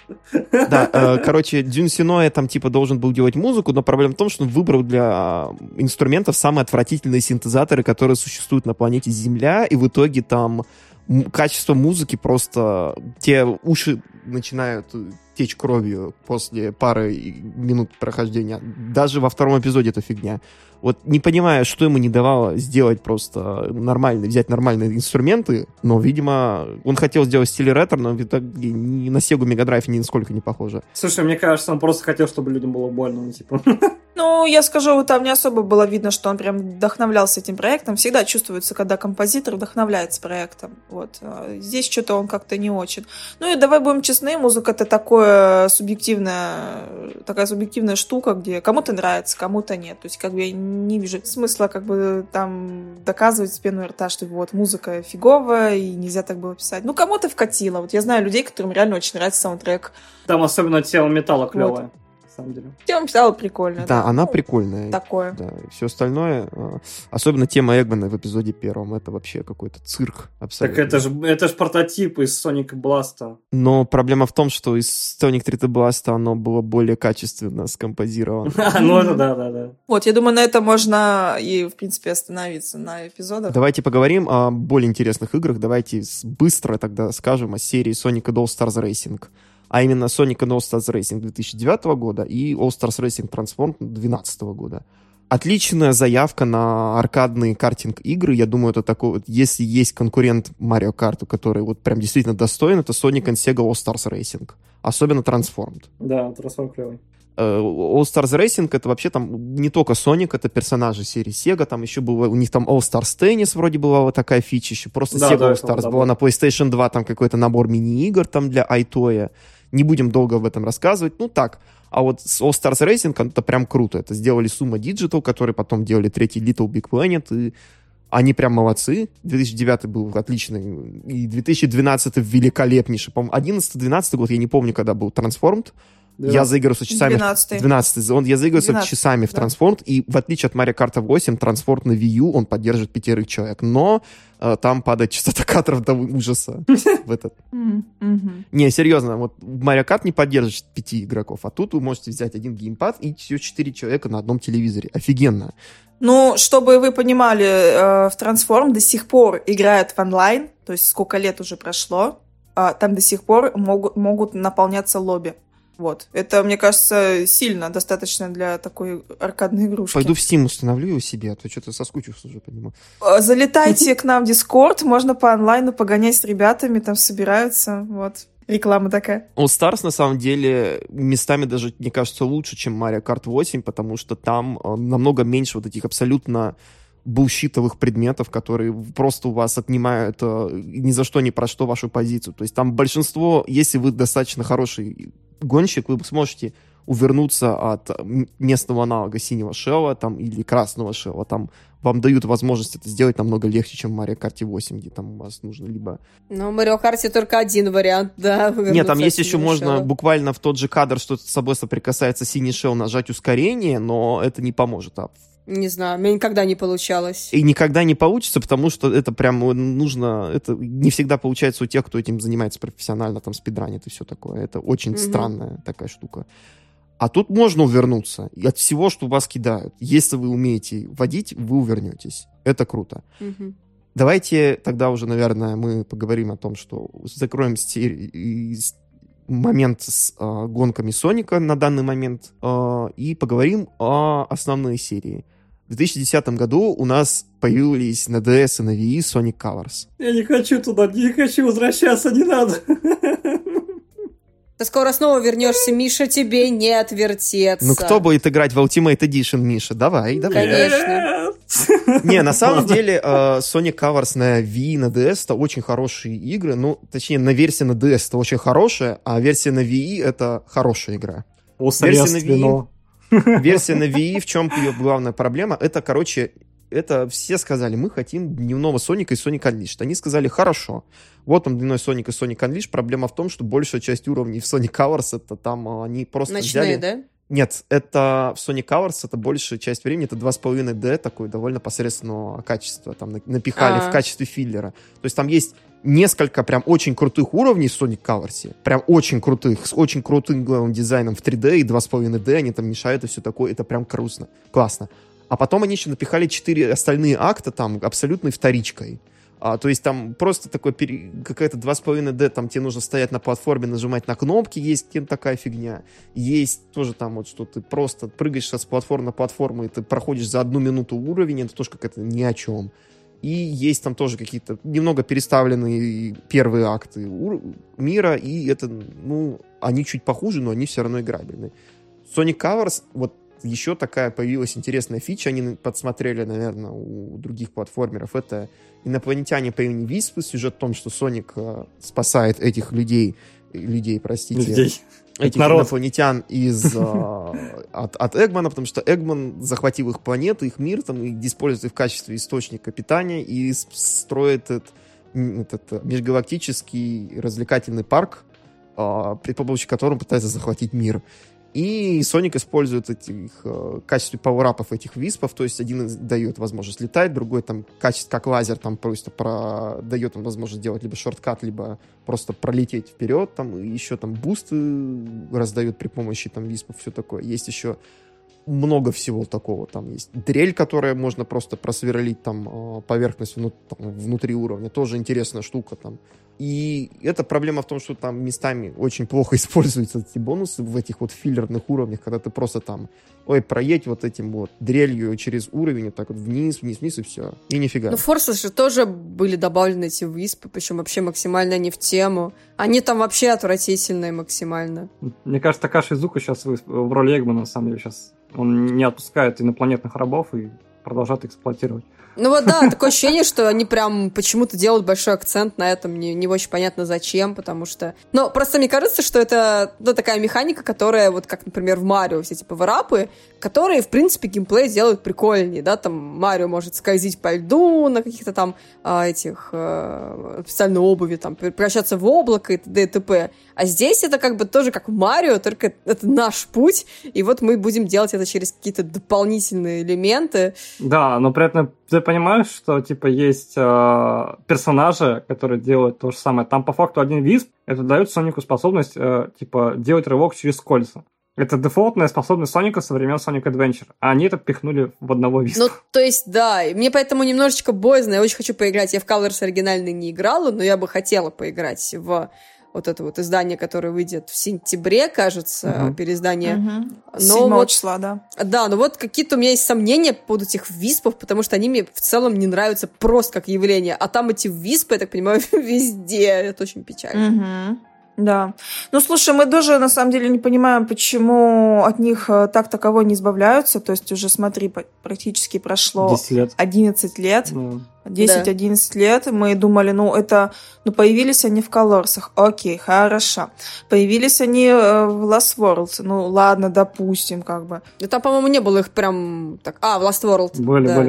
Да, короче, Дюн Синоя там типа должен был делать музыку, но проблема в том, что он выбрал для инструментов самые отвратительные синтезаторы, которые существуют на планете Земля, и в итоге там качество музыки просто... Те уши начинают течь кровью после пары минут прохождения. Даже во втором эпизоде это фигня. Вот не понимаю, что ему не давало сделать просто взять нормальные инструменты, но, видимо, он хотел сделать в стиле ретро, но в итоге ни на Sega Mega Drive нисколько не похоже. Слушай, мне кажется, он просто хотел, чтобы людям было больно, ну, типа... Ну, я скажу, вот там не особо было видно, что он прям вдохновлялся этим проектом. Всегда чувствуется, когда композитор вдохновляется проектом. Вот. Здесь что-то он как-то не очень. Ну и давай будем честны, музыка-то такая субъективная штука, где кому-то нравится, кому-то нет. То есть как бы я не вижу смысла как бы там доказывать с пеной рта, что вот музыка фиговая и нельзя так было писать. Ну, кому-то вкатило. Вот я знаю людей, которым реально очень нравится саундтрек. Там особенно тело металла клевое. Вот. Тема металла прикольная. Да, она прикольная. Такое. Да, и все остальное, особенно тема Эгмана в эпизоде 1, это вообще какой-то цирк абсолютно. Так это ж прототип из Sonic Blast. Но проблема в том, что из Sonic 3D Blast оно было более качественно скомпозировано. Ну это да. Вот, я думаю, на это можно и, в принципе, остановиться на эпизодах. Давайте поговорим о более интересных играх. Давайте быстро тогда скажем о серии Sonic and All-Stars Racing. А именно Sonic and All-Stars Racing 2009 года и All-Stars Racing Transformed 2012 года. Отличная заявка на аркадные картинг-игры. Я думаю, это такой вот, если есть конкурент Mario Kart, который вот прям действительно достоин, это Sonic and Sega All-Stars Racing. Особенно Transformed. Да, Transformed клевый. All-Stars Racing — это вообще там не только Sonic, это персонажи серии Sega, там еще было, у них там All-Stars Tennis вроде была вот такая фича еще, просто Sega All-Stars была на PlayStation 2, там какой-то набор мини-игр там для iToy. Не будем долго об этом рассказывать, ну так. А вот с All-Stars Racing это прям круто. Это сделали Sumo Digital, которые потом делали третий Little Big Planet, и они прям молодцы. 2009 был отличный, и 2012 великолепнейший. По-моему, 11-12 год, я не помню, когда был Transformed. Я заигрывался часами... 12-й. Я заигрывался часами в Трансформ, и в отличие от Mario Kart 8, Трансформ на Wii U, он поддерживает 5 человек, но там падает частота кадров до ужаса. Не, серьезно, вот Mario Kart не поддерживает 5 игроков, а тут вы можете взять один геймпад и все 4 человека на одном телевизоре. Офигенно. Ну, чтобы вы понимали, в Трансформ до сих пор играют в онлайн, то есть сколько лет уже прошло, там до сих пор могут наполняться лобби. Вот. Это, мне кажется, сильно достаточно для такой аркадной игрушки. Пойду в Steam установлю его себе, а то что-то соскучился уже по нему. Залетайте к нам в Discord, можно по онлайну погонять с ребятами, там собираются, вот. Реклама такая. All Stars, на самом деле, местами даже, мне кажется, лучше, чем Mario Kart 8, потому что там намного меньше вот этих абсолютно булщитовых предметов, которые просто у вас отнимают ни за что, ни про что вашу позицию. То есть там большинство, если вы достаточно хороший гонщик, вы сможете увернуться от местного аналога синего шелла там, или красного шелла. Там вам дают возможность это сделать намного легче, чем в Mario Kart 8, где там у вас нужно либо... Но в Mario Kart только один вариант, да. Нет, там есть еще можно буквально в тот же кадр, что с собой соприкасается синий шелл, нажать ускорение, но это не поможет. Не знаю, мне никогда не получалось. И никогда не получится, потому что это прям нужно... Это не всегда получается у тех, кто этим занимается профессионально, там, спидранит и все такое. Это очень странная такая штука. А тут можно увернуться от всего, что вас кидают. Если вы умеете водить, вы увернетесь. Это круто. Давайте тогда уже, наверное, мы поговорим о том, что закроем момент с гонками Соника на данный момент и поговорим о основной серии. В 2010 году у нас появились на DS и на Wii Sonic Colors. Я не хочу туда, не хочу возвращаться, не надо. Ты скоро снова вернешься, Миша, тебе не отвертеться. Ну кто будет играть в Ultimate Edition, Миша? Давай. Конечно. Не, на самом деле Sonic Colors на Wii, на DS это очень хорошие игры. Ну, точнее, на версии на DS это очень хорошая, а версия на Wii это хорошая игра. Версия на Wii, в чем ее главная проблема? Это, короче, это все сказали, мы хотим дневного Соника и Sonic Unleashed. Они сказали, хорошо, вот там дневной Sonic и Sonic Unleashed. Проблема в том, что большая часть уровней в Sonic Colors, это там они просто ночные, взяли... да? Нет, это в Sonic Colors, это большая часть времени, это 2,5D, такое довольно посредственного качества, там напихали в качестве филлера. То есть там есть несколько прям очень крутых уровней в Sonic Colors, прям очень крутых, с очень крутым главным дизайном в 3D и 2,5D, они там мешают и все такое, это прям классно. А потом они еще напихали 4 остальные акта там абсолютной вторичкой. То есть там просто такой какая-то 2,5D, там тебе нужно стоять на платформе, нажимать на кнопки, есть такая фигня. Есть тоже там вот, что ты просто прыгаешь с платформы на платформу, и ты проходишь за 1 минуту уровень, это тоже какая-то ни о чем. И есть там тоже какие-то немного переставленные первые акты мира, и это, ну, они чуть похуже, но они все равно играбельны. Sonic Colors, вот еще такая появилась интересная фича, они подсмотрели, наверное, у других платформеров, это инопланетяне по имени Висп, сюжет в том, что Соник спасает этих людей, этих инопланетян от Эгмана, потому что Эгман захватил их планету, их мир, там, и использует их в качестве источника питания и строит этот межгалактический развлекательный парк, при помощи которого пытается захватить мир. И Соник использует в качестве пауэрапов этих виспов, то есть один дает возможность летать, другой там качество как лазер там просто дает им возможность делать либо шорткат, либо просто пролететь вперед, там, и еще там бусты раздает при помощи там виспов, все такое. Есть еще много всего такого. Там есть дрель, которая можно просто просверлить там поверхность внутри уровня. Тоже интересная штука там. И эта проблема в том, что там местами очень плохо используются эти бонусы в этих вот филлерных уровнях, когда ты просто там, проедь вот этим вот дрелью через уровень, вот так вот вниз, и все. И нифига. Ну, в Forces же тоже были добавлены эти виспы, причем вообще максимально не в тему. Они там вообще отвратительные максимально. Мне кажется, Такаши Изука сейчас в роли Эгмана, на самом деле, сейчас он не отпускает инопланетных рабов и продолжают эксплуатировать. Ну вот да, такое ощущение, что они прям почему-то делают большой акцент на этом, не очень понятно зачем, потому что... Но просто мне кажется, что это такая механика, которая, вот как, например, в Марио, все эти пауэрапы, которые, в принципе, геймплей делают прикольнее, да, там Марио может скользить по льду на каких-то там специальной обуви, там, превращаться в облако и т.д. и т.п. А здесь это как бы тоже как в Марио, только это наш путь, и вот мы будем делать это через какие-то дополнительные элементы. Да, но при этом ты понимаешь, что, типа, есть персонажи, которые делают то же самое. Там, по факту, один висп, это дает Сонику способность, типа, делать рывок через кольца. Это дефолтная способность Соника со времен Sonic Adventure. А они это пихнули в одного виспа. Ну, то есть, да. И мне поэтому немножечко боязно. Я очень хочу поиграть. Я в Colors оригинальный не играла, но я бы хотела поиграть в вот это вот издание, которое выйдет в сентябре, кажется, переиздание. Но 7 вот, числа, да. Да, но вот какие-то у меня есть сомнения по поводу этих виспов, потому что они мне в целом не нравятся просто как явление. А там эти виспы, я так понимаю, везде. Это очень печально. Да. Ну, слушай, мы тоже, на самом деле, не понимаем, почему от них так таково не избавляются. То есть уже, смотри, практически прошло 10 лет. 11 лет. 10-11 Да. лет. Мы думали, появились они в Колорсах. Окей, хорошо. Появились они в Lost World. Ну, ладно, допустим, как бы. Да там, по-моему, не было их прям так... в Lost World.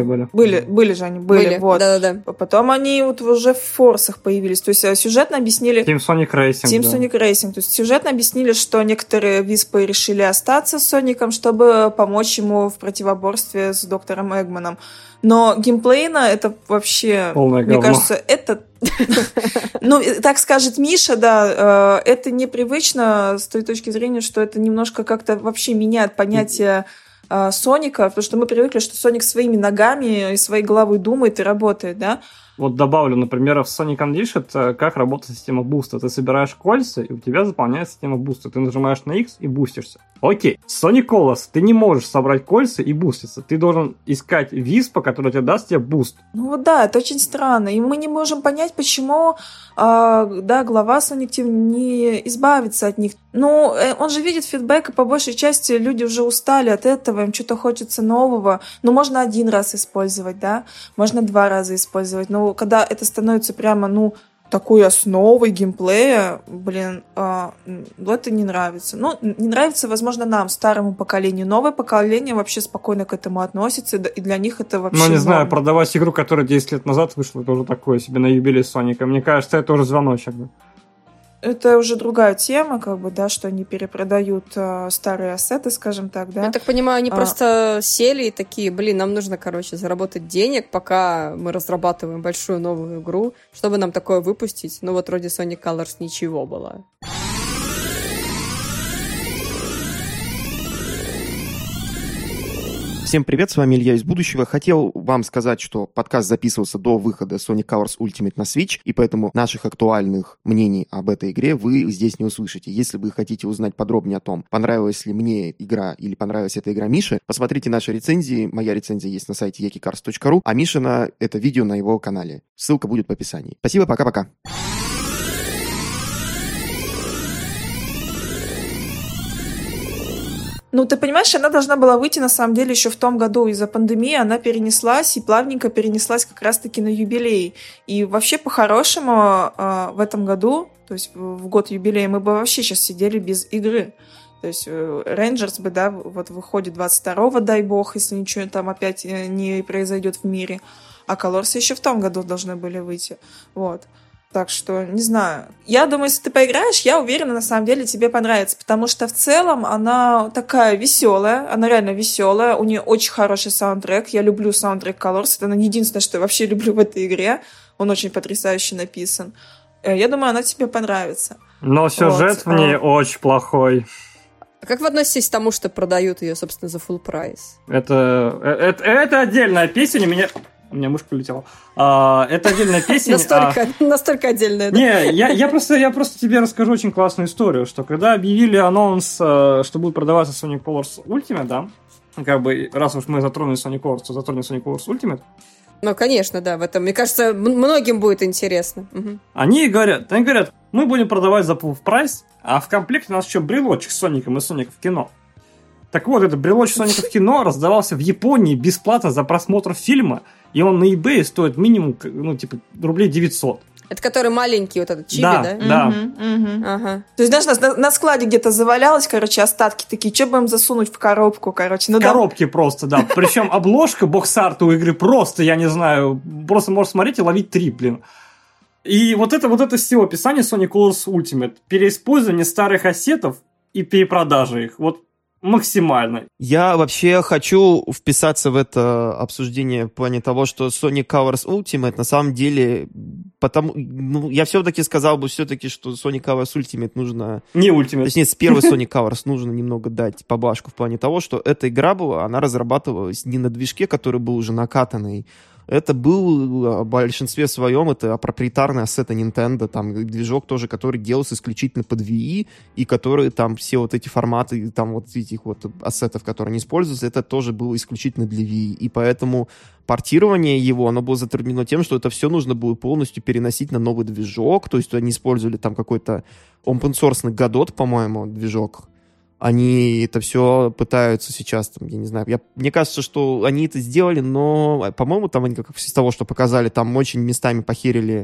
Были же они, вот. Да. Потом они вот уже в Форсах появились. То есть сюжетно объяснили... Team Sonic Racing. То есть сюжетно объяснили, что некоторые виспы решили остаться с Соником, чтобы помочь ему в противоборстве с доктором Эгманом. Но геймплейно это вообще, полное мне говно. кажется, это... Ну, так скажет Миша, да, это непривычно с той точки зрения, что это немножко как-то вообще меняет понятие Соника, потому что мы привыкли, что Соник своими ногами и своей головой думает и работает, да? Вот добавлю, например, в Sonic Unleashed, как работает система буста. Ты собираешь кольца, и у тебя заполняется система буста. Ты нажимаешь на X и бустишься. Окей, с Sonic Colors ты не можешь собрать кольца и буститься. Ты должен искать виспа, который тебе даст тебе буст. Ну вот да, это очень странно. И мы не можем понять, почему глава Sonic Team не избавится от них. Ну, он же видит фидбэк, и по большей части люди уже устали от этого, им что-то хочется нового. Ну, можно 1 раз использовать, да? Можно 2 раза использовать. Но когда это становится прямо, такой основой геймплея, это не нравится. Ну, не нравится, возможно, нам, старому поколению. Новое поколение вообще спокойно к этому относится, и для них это вообще... Ну, не знаю, продавать игру, которая 10 лет назад вышла, это уже такое себе на юбилей Соника. Мне кажется, это уже звоночек. Это уже другая тема, что они перепродают старые ассеты, скажем так, да? Я так понимаю, они просто сели и такие, нам нужно, заработать денег, пока мы разрабатываем большую новую игру, чтобы нам такое выпустить. Ну вот вроде Sonic Colors ничего было. Всем привет, с вами Илья из будущего. Хотел вам сказать, что подкаст записывался до выхода Sonic Colors Ultimate на Switch, и поэтому наших актуальных мнений об этой игре вы здесь не услышите. Если вы хотите узнать подробнее о том, понравилась ли мне игра или понравилась эта игра Мише, посмотрите наши рецензии. Моя рецензия есть на сайте yakicars.ru, а Мишина — это видео на его канале. Ссылка будет в описании. Спасибо, пока-пока. Ну, ты понимаешь, она должна была выйти, на самом деле, еще в том году. Из-за пандемии она перенеслась, и плавненько перенеслась как раз-таки на юбилей. И вообще, по-хорошему, в этом году, то есть в год юбилея, мы бы вообще сейчас сидели без игры. То есть Rangers бы, да, вот выходит 22-го, дай бог, если ничего там опять не произойдет в мире. А Colors еще в том году должны были выйти. Вот. Так что, не знаю. Я думаю, если ты поиграешь, я уверена, на самом деле тебе понравится, потому что в целом она такая веселая, она реально веселая, у нее очень хороший саундтрек, я люблю саундтрек Colors, это единственное, что я вообще люблю в этой игре, он очень потрясающе написан. Я думаю, она тебе понравится. Но сюжет в ней очень плохой. А как вы относитесь к тому, что продают ее, собственно, за full прайс? Это отдельная песня, у меня мышка улетела. Это отдельная песня. Настолько отдельная, да? Не, я просто тебе расскажу очень классную историю, что когда объявили анонс, что будет продаваться Sonic Colors Ultimate, да, раз уж мы затронули Sonic Colors, то затронем Sonic Colors Ultimate. Ну, конечно, да, в этом, мне кажется, многим будет интересно. Угу. Они говорят, мы будем продавать за full прайс, а в комплекте у нас еще брелочек с Соником и Соник в кино. Так вот, этот брелочек Соника в кино раздавался в Японии бесплатно за просмотр фильма, и он на eBay стоит минимум, рублей 900. Это который маленький, вот этот чиби, да? Да. Ага. То есть, знаешь, на складе где-то завалялось, остатки такие, что бы им засунуть в коробку, В коробке просто, да. Причем обложка бокс-арта у игры просто, я не знаю, просто можешь смотреть и ловить трип, блин. И вот это SEO описание Sonic Colors Ultimate. Переиспользование старых ассетов и перепродажа их. Вот максимально. Я вообще хочу вписаться в это обсуждение в плане того, что Sonic Colors Ultimate на самом деле... я все-таки сказал бы что Sonic Colors Ultimate нужно... Не Ultimate. Точнее, с первой Sonic Colors нужно немного дать поблажку в плане того, что эта игра была, она разрабатывалась не на движке, который был уже накатанный. Это был в большинстве своем, это проприетарный ассет Nintendo, там движок тоже, который делался исключительно под VE, и который там все вот эти форматы, там вот этих вот ассетов, которые не используются, это тоже было исключительно для VE. И поэтому портирование его, оно было затруднено тем, что это все нужно было полностью переносить на новый движок, то есть они использовали там какой-то open-source Godot, по-моему, движок. Они это все пытаются сейчас, там, я не знаю, мне кажется, что они это сделали, но, по-моему, там они, как из того, что показали, там очень местами похерили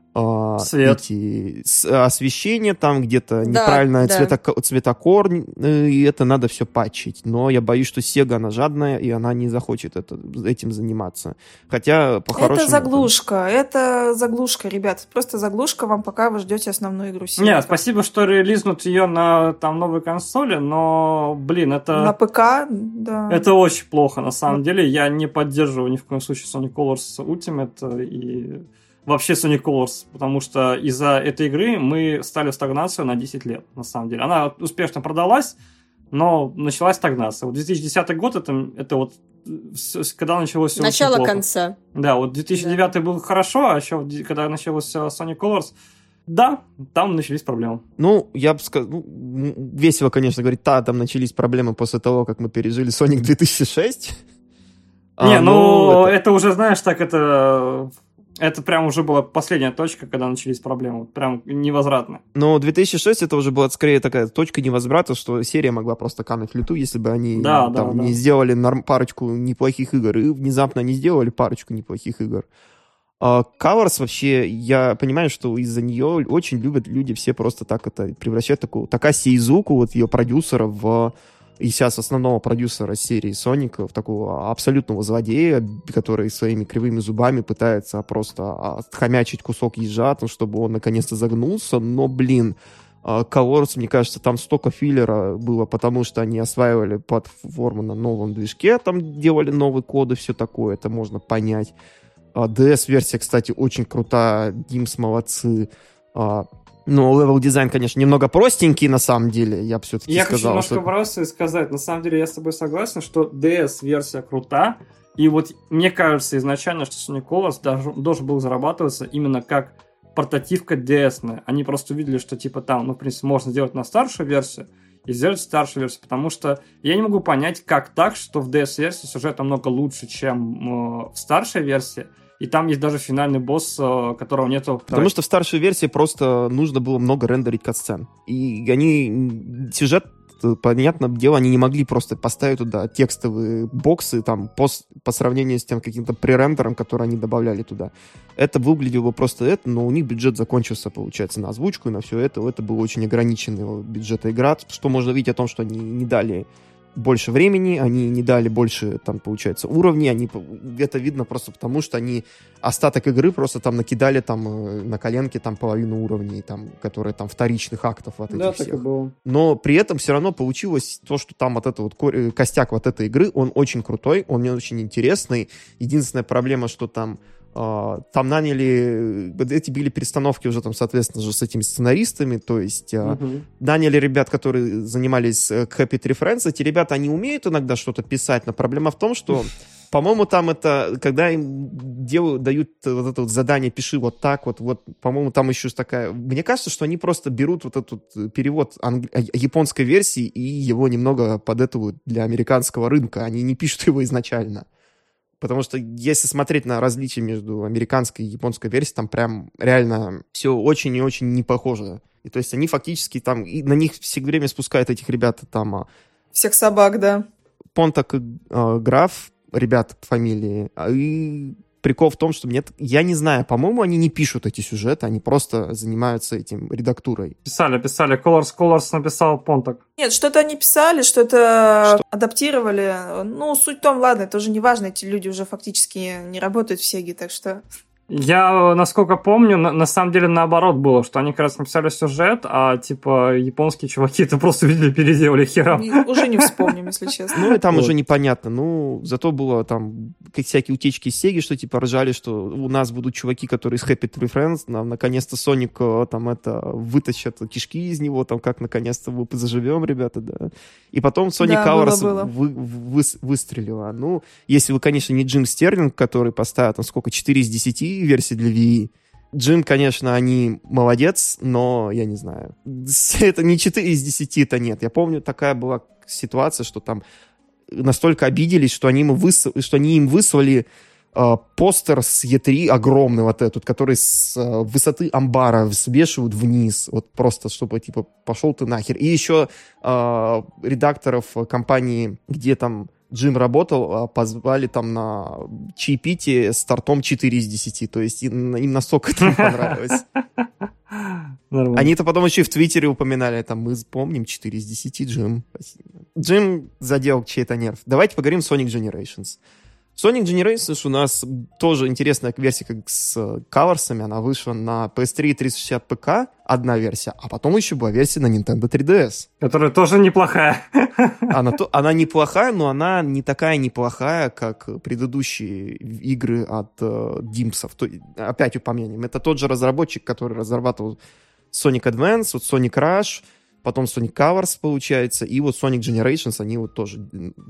освещение, там где-то неправильно цветокор, и это надо все патчить. Но я боюсь, что Sega, она жадная, и она не захочет этим заниматься. Хотя, по-хорошему... Это заглушка, ребят. Просто заглушка вам, пока вы ждете основную игру Sega. Нет, спасибо, что релизнут ее на там новой консоли, но, блин, это... На ПК, да. Это очень плохо, на самом деле. Я не поддерживаю ни в коем случае Sonic Colors Ultimate и... Вообще Sonic Colors, потому что из-за этой игры мы стали в стагнацию на 10 лет, на самом деле. Она успешно продалась, но началась стагнация. Вот 2010 год, это вот когда началось все начало очень плохо. Конца. Да, вот 2009 был хорошо, а еще когда началось Sonic Colors, да, там начались проблемы. Ну, я бы сказал, весело, конечно, говорить, там начались проблемы после того, как мы пережили Sonic 2006. Это уже, знаешь, так это прям уже была последняя точка, когда начались проблемы. Прям невозвратно. Но 2006 это уже была скорее такая точка невозврата, что серия могла просто кануть в лету, если бы они не сделали парочку неплохих игр. И внезапно они сделали парочку неплохих игр. Colors вообще, я понимаю, что из-за нее очень любят люди все просто так это превращать Такаси Изуку, вот ее продюсера, и сейчас основного продюсера серии Соника, в такого абсолютного злодея, который своими кривыми зубами пытается просто отхомячить кусок ежа, чтобы он наконец-то загнулся. Но, Colors, мне кажется, там столько филлера было, потому что они осваивали платформу на новом движке, там делали новые коды, все такое, это можно понять. DS-версия, кстати, очень крутая, Димс молодцы. Левел-дизайн, конечно, немного простенький, на самом деле, я бы все-таки сказал. Я хочу немножко вопросы сказать. На самом деле, я с тобой согласен, что DS-версия крута, и вот мне кажется изначально, что Sonic Colors должен был зарабатываться именно как портативка DS-ная. Они просто увидели, что в принципе, можно сделать на старшую версию и сделать старшую версию, потому что я не могу понять, как так, что в DS-версии сюжет намного лучше, чем в старшей версии, и там есть даже финальный босс, которого нету. Потому что в старшей версии просто нужно было много рендерить катсцен. И они... Сюжет, понятное дело, они не могли просто поставить туда текстовые боксы там по сравнению с тем каким-то пререндером, который они добавляли туда. Это выглядело просто но у них бюджет закончился, получается, на озвучку и на все это. Это был очень ограниченный бюджет игры, что можно видеть о том, что они не дали больше времени, они не дали больше, получается, уровней, это видно просто потому, что они остаток игры просто накидали на коленки половину уровней, которые вторичных актов от этих всех. Так и было. Но при этом все равно получилось то, что костяк этой игры, он очень крутой, он очень интересный. Единственная проблема, что там наняли, эти были перестановки уже соответственно же с этими сценаристами, то есть наняли ребят, которые занимались Happy Tree Friends. Эти ребята, они умеют иногда что-то писать, но проблема в том, что, по-моему, когда им дают это задание «пиши вот так вот», по-моему, там еще такая... Мне кажется, что они просто берут этот перевод японской версии и его немного подэтывают для американского рынка, они не пишут его изначально. Потому что если смотреть на различия между американской и японской версией, там прям реально все очень и очень не похоже. И то есть они фактически и на них все время спускают этих ребят Всех собак, да. Понтак и Граф, ребят фамилии, и прикол в том, что я не знаю, по-моему, они не пишут эти сюжеты, они просто занимаются этим редактурой. Писали. Colors написал Понтак. Нет, что-то они писали, что-то адаптировали. Ну, суть в том, ладно, это уже не важно, эти люди уже фактически не работают в Сеге, так что... Я, насколько помню, на самом деле наоборот было, что они как раз написали сюжет, а типа японские чуваки это просто видели, переделали хером. Уже не вспомним, если честно. Ну, и там уже непонятно. Ну, зато было там всякие утечки из Сеги, что типа ржали, что у нас будут чуваки, которые из Happy Tree Friends, нам наконец-то Соник там вытащат кишки из него, там как наконец-то мы заживем, ребята, да. И потом Sonic Colors выстрелила. Ну, если вы, конечно, не Джим Стерлинг, который поставил там сколько, 4 из 10 версий для Wii. Джим, конечно, они молодец, но я не знаю. Это не 4 из 10, это нет. Я помню, такая была ситуация, что там настолько обиделись, что они им выслали постер с E3 огромный вот этот, который с высоты амбара свешивают вниз. Вот просто, чтобы, типа, пошел ты нахер. И еще редакторов компании, где там Джим работал, позвали там на чаепитие с тортом 4 из 10. То есть им настолько это не понравилось. Они-то потом еще и в Твиттере упоминали, там, мы помним 4 из 10, Джим. Спасибо. Джим задел чей-то нерв. Давайте поговорим Sonic Generations. Sonic Generations у нас тоже интересная версия, как с Colors'ами. Она вышла на PS3 и 360 ПК, одна версия, а потом еще была версия на Nintendo 3DS. Которая тоже неплохая. Она неплохая, но она не такая неплохая, как предыдущие игры от Dimps. Опять упомянем. Это тот же разработчик, который разрабатывал Sonic Advance, вот Sonic Rush, потом Sonic Colors, получается, и вот Sonic Generations, они вот тоже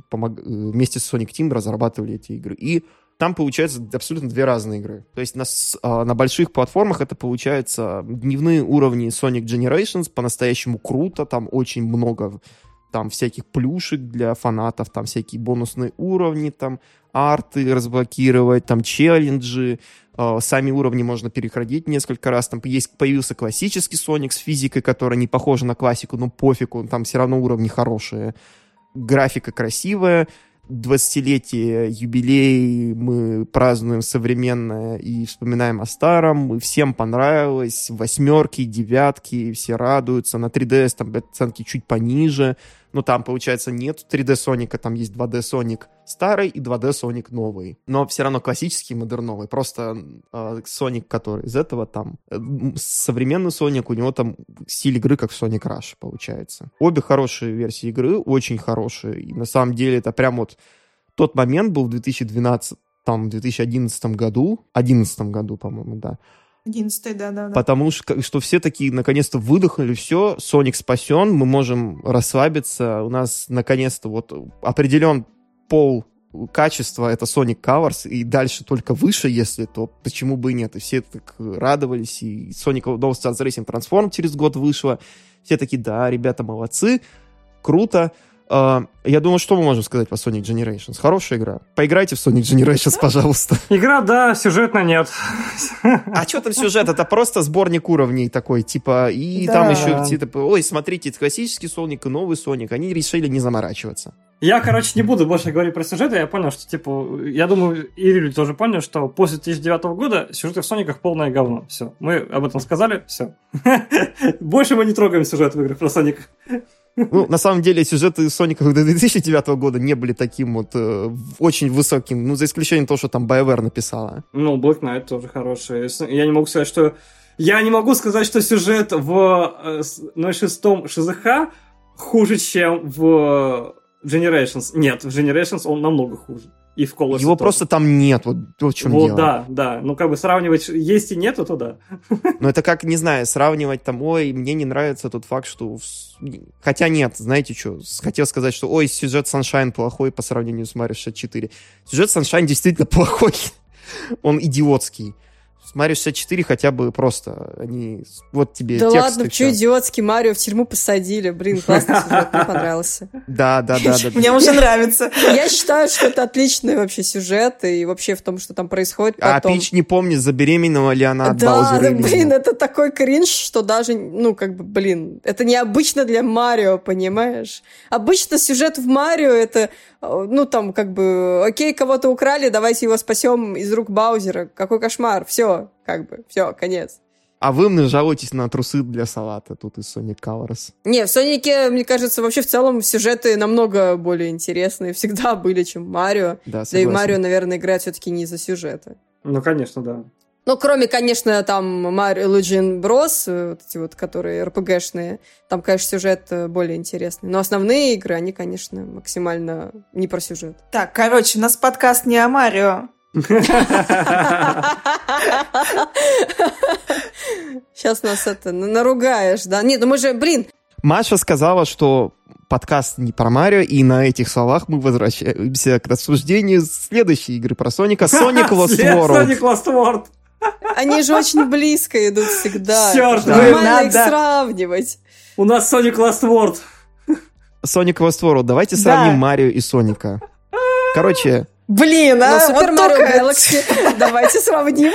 вместе с Sonic Team разрабатывали эти игры. И там, получается, абсолютно две разные игры. То есть на больших платформах это, получается, дневные уровни Sonic Generations, по-настоящему круто, там очень много там всяких плюшек для фанатов, там всякие бонусные уровни, там арты разблокировать, там челленджи, сами уровни можно переходить несколько раз, там появился классический Sonic с физикой, которая не похожа на классику, но пофигу, там все равно уровни хорошие, графика красивая, 20-летие, юбилей мы празднуем современное и вспоминаем о старом, всем понравилось, 8, 9, все радуются, на 3DS там оценки чуть пониже, но там, получается, нет 3D Соника, там есть 2D Соник старый и 2D Соник новый, но все равно классический модерновый, просто Соник, который из этого там, современный Соник, у него там стиль игры как в Sonic Rush, получается. Обе хорошие версии игры, очень хорошие, и на самом деле это прям вот тот момент был в 2012, там, 2011 году, 11 году, по-моему, да. 11-й, да. Потому что все такие, наконец-то, выдохнули, все, Соник спасен, мы можем расслабиться, у нас, наконец-то, вот определен пол качества, это Sonic Colors, и дальше только выше, если, то почему бы и нет, и все так радовались, и Sonic All Stars Racing Transform через год вышла, все такие, да, ребята молодцы, круто. Я думаю, что мы можем сказать по Sonic Generations? Хорошая игра. Поиграйте в Sonic Generations, пожалуйста. Игра, да, сюжетно нет. А что там сюжет? Это просто сборник уровней такой, типа, и да. Там еще типа, ой, смотрите, это классический Sonic и новый Sonic. Они решили не заморачиваться. Я, короче, не буду больше говорить про сюжеты. Я понял, что, типа, я думаю, и Риль тоже понял, что после 2009 года сюжеты в Сониках полное говно. Все. Мы об этом сказали, все. Больше мы не трогаем сюжет в играх про Соника. Ну, на самом деле, сюжеты Соника до 2009 года не были таким вот очень высоким, ну, за исключением того, что там BioWare написала. Ну, Black Knight тоже хороший. Я не могу сказать, что сюжет в 06-м ШЗХ хуже, чем в Generations. Нет, в Generations он намного хуже. И в Colors его тоже. Просто там нет, вот в чем вот, дело. Да. Ну, как бы сравнивать есть и нету, то да. Ну, это как, не знаю, сравнивать там, ой, мне не нравится тот факт, что... Хотя нет, знаете что, хотел сказать, что, ой, сюжет Sunshine плохой по сравнению с Mario 64. Сюжет Sunshine действительно плохой. Он идиотский. С Марио 64 хотя бы просто они... Вот тебе Да текст ладно, и что всё. идиотский, Марио в тюрьму посадили. Блин, классный сюжет, мне понравился. Да. Мне уже нравится. Я считаю, что это отличный вообще сюжет, и вообще в том, что там происходит А потом. Пич не помнит, забеременела ли она от Да, Баузера или блин, нет. это такой кринж, что даже, блин, это необычно для Марио, понимаешь? Обычно сюжет в Марио это, окей, кого-то украли, давайте его спасем из рук Баузера. Какой кошмар, все, все, конец. А вы жалуетесь на трусы для салата тут из Sonic Colors. Не, в Сонике, мне кажется, вообще в целом сюжеты намного более интересные всегда были, чем в Марио. Да, Да и согласен. Марио, наверное, играет все-таки не из-за сюжета. Ну, конечно, да. Ну, кроме, конечно, там Mario Luigi Bros, вот эти вот, которые RPG-шные, там, конечно, сюжет более интересный. Но основные игры, они, конечно, максимально не про сюжет. Так, короче, у нас подкаст не о Марио. Сейчас нас наругаешь, да? Нет, ну мы же, Маша сказала, что подкаст не про Марио, и на этих словах мы возвращаемся к обсуждению следующей игры про Соника, Sonic Lost World. Sonic Lost World. они же очень близко идут всегда. Чёрт, Это нормально надо. их сравнивать. У нас Sonic Lost World. Sonic Lost World. Давайте Да. сравним Марио и Соника. Короче, Блин, Но а Super вот Mario только... Galaxy давайте сравним.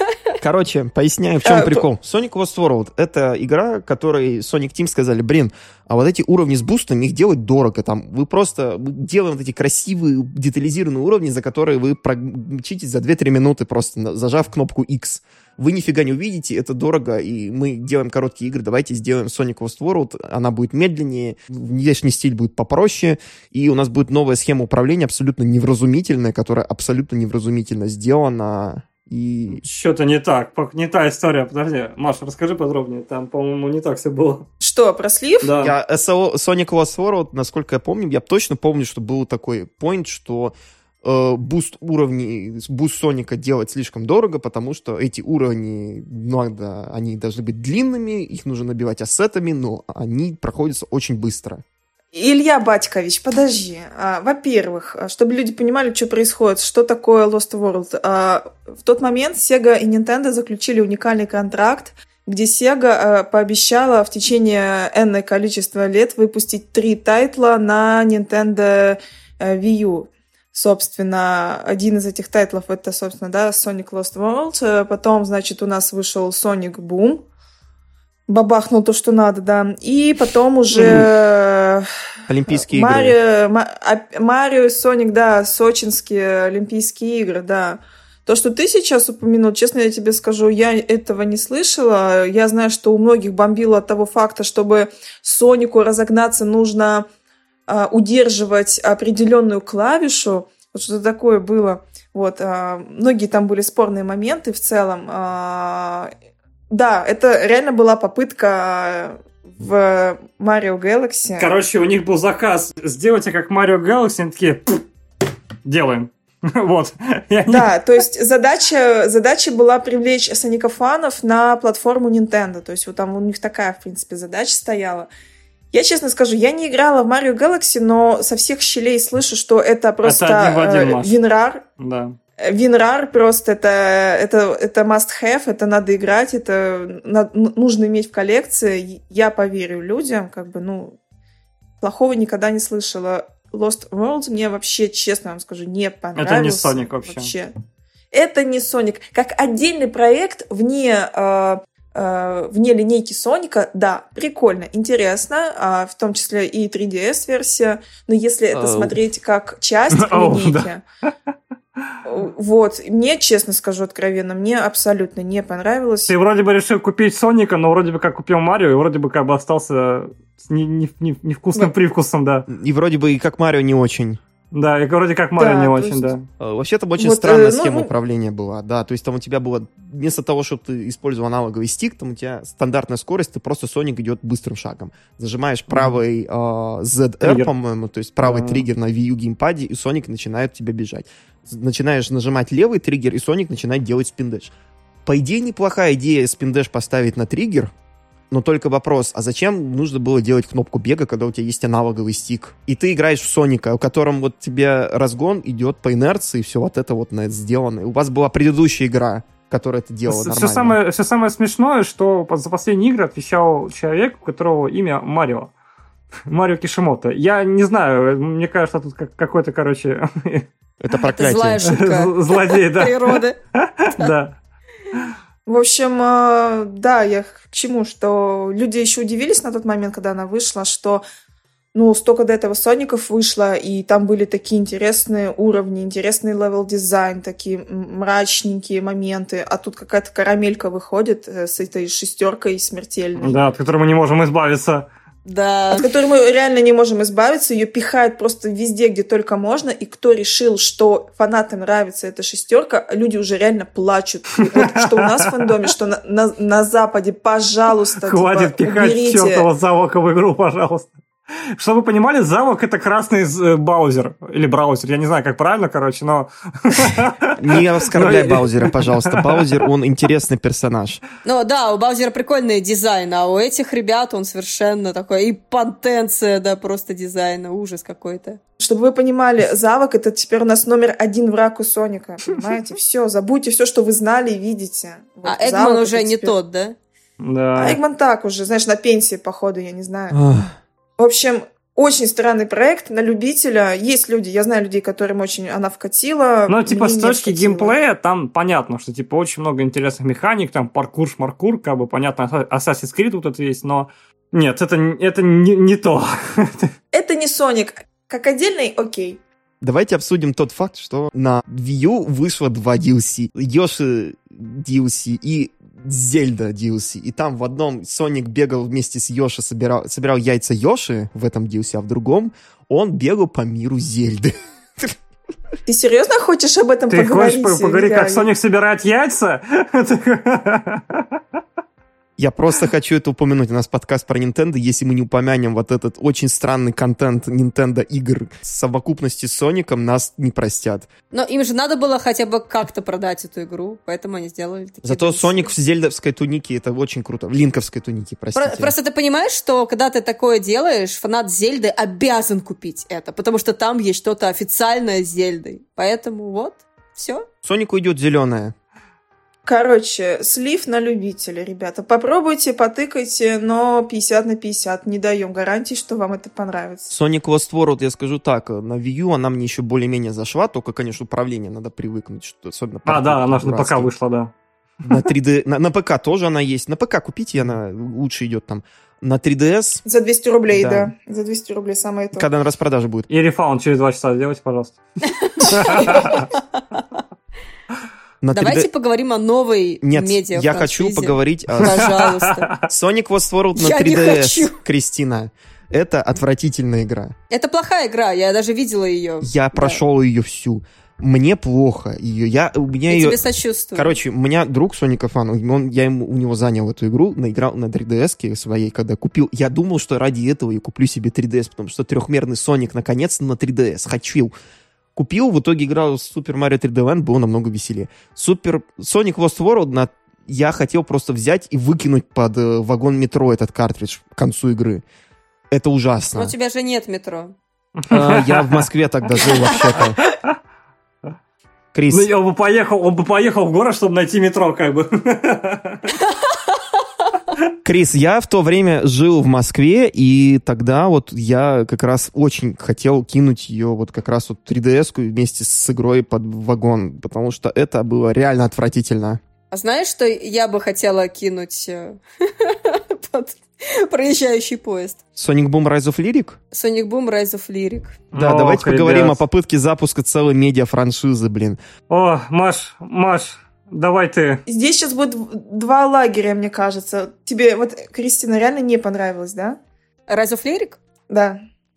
поясняю, в чем прикол. Sonic Lost World — это игра, которой Sonic Team сказали, а вот эти уровни с бустом, их делать дорого. Там мы делаем вот эти красивые, детализированные уровни, за которые вы мчитесь за 2-3 минуты, просто зажав кнопку X. Вы нифига не увидите, это дорого, и мы делаем короткие игры, давайте сделаем Sonic Lost World, она будет медленнее, внешний стиль будет попроще, и у нас будет новая схема управления, абсолютно невразумительная, которая абсолютно невразумительно сделана. И... Что-то не так. Не та история. Подожди. Маша, расскажи подробнее. Там, по-моему, не так все было. Что, про слив? Да. Я Sonic Lost World, насколько я помню, я точно помню, что был такой point, что буст уровней, буст Соника делать слишком дорого, потому что эти уровни, они должны быть длинными, их нужно набивать ассетами, но они проходятся очень быстро. Илья Батькович, подожди. Во-первых, чтобы люди понимали, что происходит, что такое Lost World. В тот момент Sega и Nintendo заключили уникальный контракт, где Sega пообещала в течение энное количество лет выпустить 3 тайтла на Nintendo Wii U. Собственно, один из этих тайтлов это, собственно, Sonic Lost World. Потом, значит, у нас вышел Sonic Boom. Бабахнул то, что надо, да. И потом уже... Олимпийские игры. Марио и Соник, да, сочинские Олимпийские игры, да. То, что ты сейчас упомянул, честно я тебе скажу, я этого не слышала. Я знаю, что у многих бомбило от того факта, чтобы Сонику разогнаться, нужно удерживать определенную клавишу. Вот что-то такое было. Вот. Многие там были спорные моменты в целом. Да, это реально была попытка в Mario Galaxy. Короче, у них был заказ. Сделайте как Mario Galaxy. Они такие, делаем. Вот. Да, то есть задача была привлечь соникофанов на платформу Nintendo. То есть вот там у них такая, в принципе, задача стояла. Я честно скажу, я не играла в Mario Galaxy, но со всех щелей слышу, что это просто WinRAR. Да. WinRAR просто это must-have, это надо играть, это нужно иметь в коллекции. Я поверю людям, плохого никогда не слышала. Lost World мне вообще, честно вам скажу, не понравился. Это не Sonic вообще. Это не Sonic. Как отдельный проект вне линейки Соника, да, прикольно, интересно, в том числе и 3DS-версия, но если это смотреть как часть линейки, вот, мне, честно скажу откровенно, мне абсолютно не понравилось. Ты вроде бы решил купить Соника, но вроде бы как купил Марио, и вроде бы как бы остался с невкусным привкусом, да. И вроде бы и как Марио не очень. Да, и вроде как Марио не очень, да. Вообще там очень странная схема управления была, да, то есть там у тебя было, вместо того, чтобы ты использовал аналоговый стик, там у тебя стандартная скорость, ты просто Соник идет быстрым шагом. Зажимаешь правый ZR, по-моему, то есть правый триггер на Wii U геймпаде, и Соник начинает тебя бежать. Начинаешь нажимать левый триггер, и Соник начинает делать спиндэш. По идее, неплохая идея спиндэш поставить на триггер, но только вопрос, а зачем нужно было делать кнопку бега, когда у тебя есть аналоговый стик? И ты играешь в Соника, у котором вот тебе разгон идет по инерции, все вот это вот сделано. И у вас была предыдущая игра, которая это делала нормально. Все самое смешное, что за последние игры отвечал человек, у которого имя Марио. Марио Кишимото. Я не знаю, мне кажется, тут какой-то, короче... Это проклятие. Злая шутка. Злодей, да. Природы. Да. В общем, да, я к чему, что люди еще удивились на тот момент, когда она вышла, что столько до этого Соников вышло, и там были такие интересные уровни, интересный левел-дизайн, такие мрачненькие моменты, а тут какая-то карамелька выходит с этой шестеркой смертельной. Да, от которой мы не можем избавиться. Да. От которой мы реально не можем избавиться, ее пихают просто везде, где только можно, и кто решил, что фанатам нравится эта шестерка, люди уже реально плачут. И вот что у нас в фандоме, что на Западе, пожалуйста, хватит пихать уберите. чертова Завока в игру, пожалуйста. Чтобы вы понимали, Завок — это красный Баузер. Или браузер, я не знаю, как правильно, короче, но... Не оскорбляй Баузера, пожалуйста. Баузер, он интересный персонаж. Ну да, у Баузера прикольный дизайн, а у этих ребят он совершенно такой... И потенция, да, просто дизайна, ужас какой-то. Чтобы вы понимали, Завок — это теперь у нас номер 1 враг у Соника, понимаете? Все, забудьте все, что вы знали и видите. Вот, А Эгман Завок уже это не теперь... тот, да? Да. А Эгман так уже, знаешь, на пенсии, походу, я не знаю. В общем, очень странный проект на любителя. Есть люди, я знаю людей, которым очень она вкатила. Ну, типа, мне с не точки вкатила. геймплея, там понятно, что, типа, очень много интересных механик, там, паркур-шмаркур, как бы, понятно, Assassin's Creed вот это есть, но... Нет, это не то. Это не Соник. Как отдельный, окей. Давайте обсудим тот факт, что на Wii U вышло 2 DLC. Йоши DLC и Зельда DLC. И там в одном Соник бегал вместе с Йоши, собирал яйца Йоши в этом DLC, а в другом он бегал по миру Зельды. Ты серьезно хочешь об этом Ты поговорить? хочешь поговорить, как Соник собирает яйца? Я просто хочу это упомянуть. У нас подкаст про Nintendo. Если мы не упомянем вот этот очень странный контент Nintendo игр в совокупности с Соником, нас не простят. Но им же надо было хотя бы как-то продать эту игру, поэтому они сделали такие... Зато DLC. Соник в зельдовской тунике, это очень круто. В линковской тунике, простите. Просто ты понимаешь, что когда ты такое делаешь, фанат Зельды обязан купить это, потому что там есть что-то официальное с Зельдой. Поэтому вот, все. Сонику идет зеленая. Короче, слив на любителя, ребята. Попробуйте, потыкайте, но 50 на 50. Не даем гарантии, что вам это понравится. Sonic Lost World, я скажу так, на Wii U она мне еще более-менее зашла, только, конечно, управление надо привыкнуть, что особенно... Да, она же на ПК вышла, да. На 3D, на ПК тоже она есть. На ПК купите, она лучше идет там. На 3DS... За 200 рублей, Да. да. За 200 рублей самое то. Когда на распродаже будет. И рефаунд через 2 часа сделайте, пожалуйста. На 3D... Давайте поговорим о новой Нет, медиа я хочу поговорить о Пожалуйста. Sonic Lost World на Я не 3DS, хочу. Кристина. Это отвратительная игра. Это плохая игра, я даже видела ее. Я прошел ее всю. Мне плохо ее. Я тебе сочувствую. Короче, у меня друг Соника фан, у него занял эту игру, наиграл на 3DS своей, когда купил. Я думал, что ради этого я куплю себе 3DS, потому что трехмерный Соник наконец-то на 3DS. Хочу. Купил, в итоге играл в Super Mario 3D Land, было намного веселее. Sonic Lost World я хотел просто взять и выкинуть под вагон метро этот картридж к концу игры. Это ужасно. Но у тебя же нет метро. Я в Москве тогда жил вообще-то. Крис. Ну, он бы поехал в город, чтобы найти метро, как бы. Крис, я в то время жил в Москве, и тогда вот я как раз очень хотел кинуть ее вот как раз вот 3DS-ку вместе с игрой под вагон, потому что это было реально отвратительно. А знаешь, что я бы хотела кинуть под проезжающий поезд? Sonic Boom Rise of Lyric? Sonic Boom Rise of Lyric. Да, давайте поговорим о попытке запуска целой медиа-франшизы, блин. О, Маш, давай ты. Здесь сейчас будет 2 лагеря, мне кажется. Тебе вот, Кристина, реально не понравилось, да? Rise of Lyric? Да.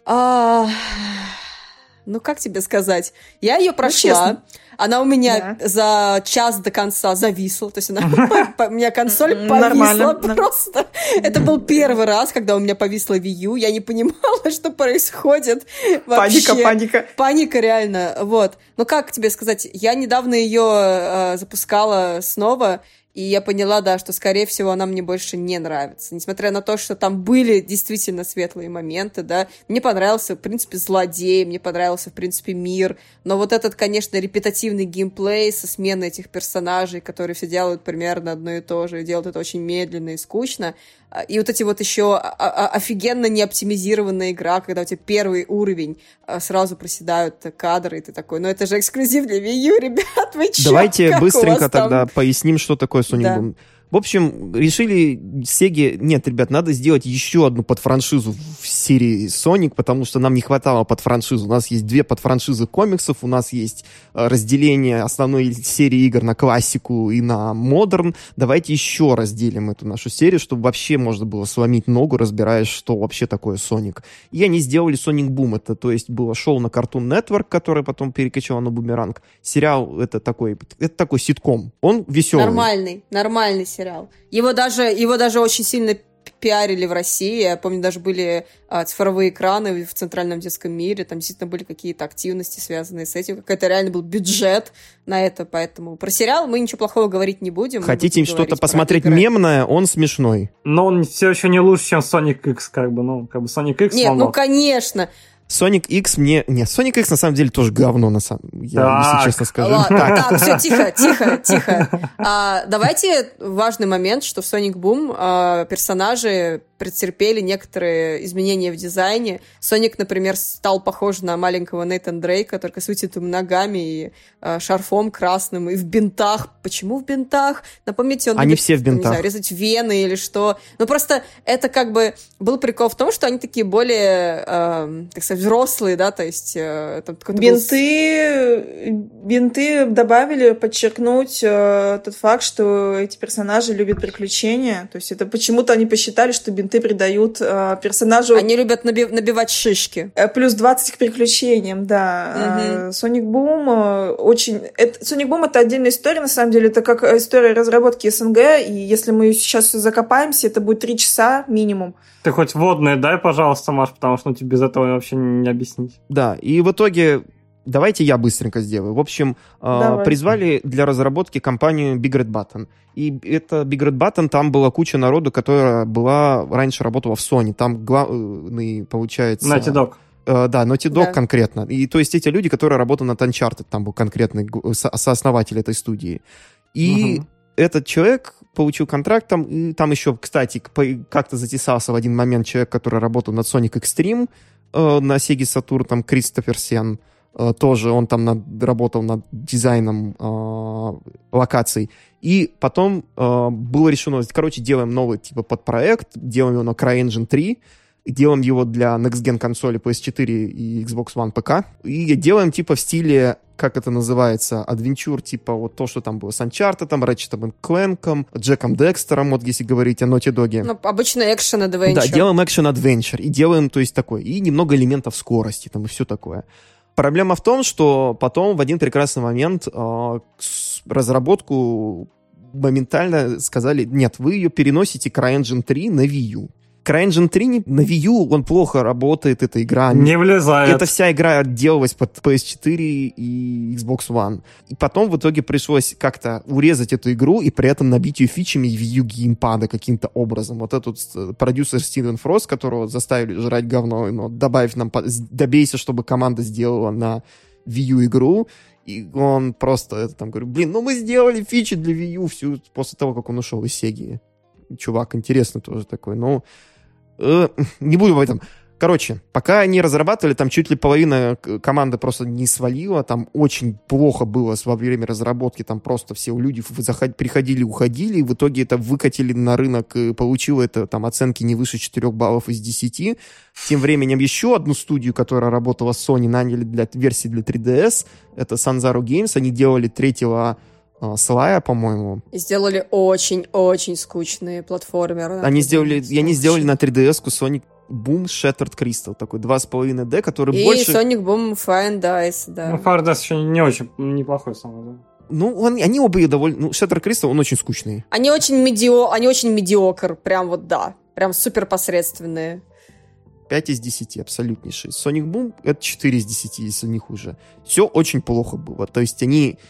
Ну, как тебе сказать? Я ее прошла. честно. Она у меня за час до конца зависла. То есть она у меня консоль повисла Нормально. просто. Это был первый раз, когда у меня повисла Wii U. Я не понимала, что происходит вообще. Паника. Паника, реально. Вот. Ну, как тебе сказать? Я недавно ее запускала снова. И я поняла, да, что, скорее всего, она мне больше не нравится. Несмотря на то, что там были действительно светлые моменты, да. Мне понравился, в принципе, злодей, мне понравился, в принципе, мир. Но вот этот, конечно, репетативный геймплей со сменой этих персонажей, которые все делают примерно одно и то же, и делают это очень медленно и скучно. И вот эти вот еще офигенно неоптимизированная игра, когда у тебя первый уровень, сразу проседают кадры, и ты такой, ну это же эксклюзив для Wii U, ребят, вы чё? Давайте Как быстренько тогда там? поясним, что такое Sonic Boom. В общем, решили Sega, нет, ребят, надо сделать еще одну подфраншизу в серии Sonic, потому что нам не хватало подфраншиз. У нас есть 2 подфраншизы комиксов, у нас есть разделение основной серии игр на классику и на модерн. Давайте еще разделим эту нашу серию, чтобы вообще можно было сломить ногу, разбираясь, что вообще такое Sonic. И они сделали Sonic Boom. Это, то есть, было шоу на Cartoon Network, которое потом перекачало на Бумеранг. Сериал это такой ситком. Он веселый. Нормальный сериал. Его даже очень сильно пиарили в России. Я помню, даже были цифровые экраны в Центральном детском мире. Там действительно были какие-то активности, связанные с этим. Какой-то реально был бюджет на это. Поэтому про сериал мы ничего плохого говорить не будем. Хотите что-то посмотреть мемное, он смешной. Но он все еще не лучше, чем Sonic X, Sonic X. Нет, ну конечно. Sonic X Нет, Sonic X на самом деле тоже говно, если честно скажу. Ладно, так, все, тихо. Давайте важный момент, что в Sonic Boom персонажи претерпели некоторые изменения в дизайне. Соник, например, стал похож на маленького Нейтан Дрейка, только с вытянутыми ногами и шарфом красным, и в бинтах. Почему в бинтах? Напомните, он они любит, все в бинтах. Не знаю, резать вены или что. Ну, просто это как бы был прикол в том, что они такие более, так сказать, взрослые, да, то есть... Бинты добавили подчеркнуть тот факт, что эти персонажи любят приключения. То есть это почему-то они посчитали, что бинты придают персонажу... Они любят набивать шишки. Плюс 20 к приключениям, да. Sonic Boom Sonic Boom — это отдельная история, на самом деле. Это как история разработки СНГ, и если мы сейчас закопаемся, это будет 3 часа минимум. Ты хоть водные дай, пожалуйста, Маш, потому что тебе без этого вообще не объяснить. Да, и в итоге... Давайте я быстренько сделаю. В общем, призвали для разработки компанию Big Red Button. И это Big Red Button, там была куча народу, которая раньше работала в Sony. Там главный, получается... Naughty Dog. Да, Naughty Dog конкретно. И то есть эти люди, которые работали над Uncharted, там был конкретный сооснователь этой студии. И этот человек получил контракт там, и там еще, кстати, как-то затесался в один момент человек, который работал над Sonic Extreme на Sega Saturn, там Кристофер Сен. Тоже он там работал над дизайном локаций. И потом было решено, делаем новый типа подпроект, делаем его на CryEngine 3, делаем его для Next Gen консоли PS4 и Xbox One ПК. И делаем типа в стиле, как это называется, адвенчур, типа вот то, что там было с Uncharted, Ratchet & Clank, Джеком Декстером, вот если говорить о Naughty Dog. Ну, обычно экшен-адвенчур. Да, делаем экшен-адвенчур. И делаем, то есть, такой. И немного элементов скорости, там, и все такое. Проблема в том, что потом в один прекрасный момент разработку моментально сказали, нет, вы ее переносите CryEngine 3 на Wii U. CryEngine 3 на Wii U, он плохо работает, эта игра. Не влезает. Эта вся игра отделалась под PS4 и Xbox One. И потом в итоге пришлось как-то урезать эту игру и при этом набить ее фичами Wii U геймпада каким-то образом. Вот этот продюсер Стивен Фрост, которого заставили жрать говно, но добейся, чтобы команда сделала на Wii U игру. И он просто говорит, мы сделали фичи для Wii U всю после того, как он ушел из Сеги. Чувак, интересно тоже такой, не буду в этом. Короче, пока они разрабатывали, там чуть ли половина команды просто не свалила, там очень плохо было во время разработки, там просто все люди приходили, уходили, и в итоге это выкатили на рынок, и получило это там оценки не выше 4 баллов из 10. Тем временем еще одну студию, которая работала с Sony, наняли для версии для 3DS, это Sanzaru Games, они делали 3-го Слая, по-моему. И сделали очень-очень скучные платформеры. Они сделали на 3DS-ку Sonic Boom Shattered Crystal, такой 2,5D, который и больше... И Sonic Boom Fire and Dice, да. Ну, Fire and Dice еще не очень неплохой самый, да. Они оба довольно... Shattered Crystal, он очень скучный. Они очень медиокр, прям вот да. Прям супер посредственные. 5 из 10, абсолютнейший. Sonic Boom — это 4 из 10, если не хуже. Все очень плохо было. То есть они...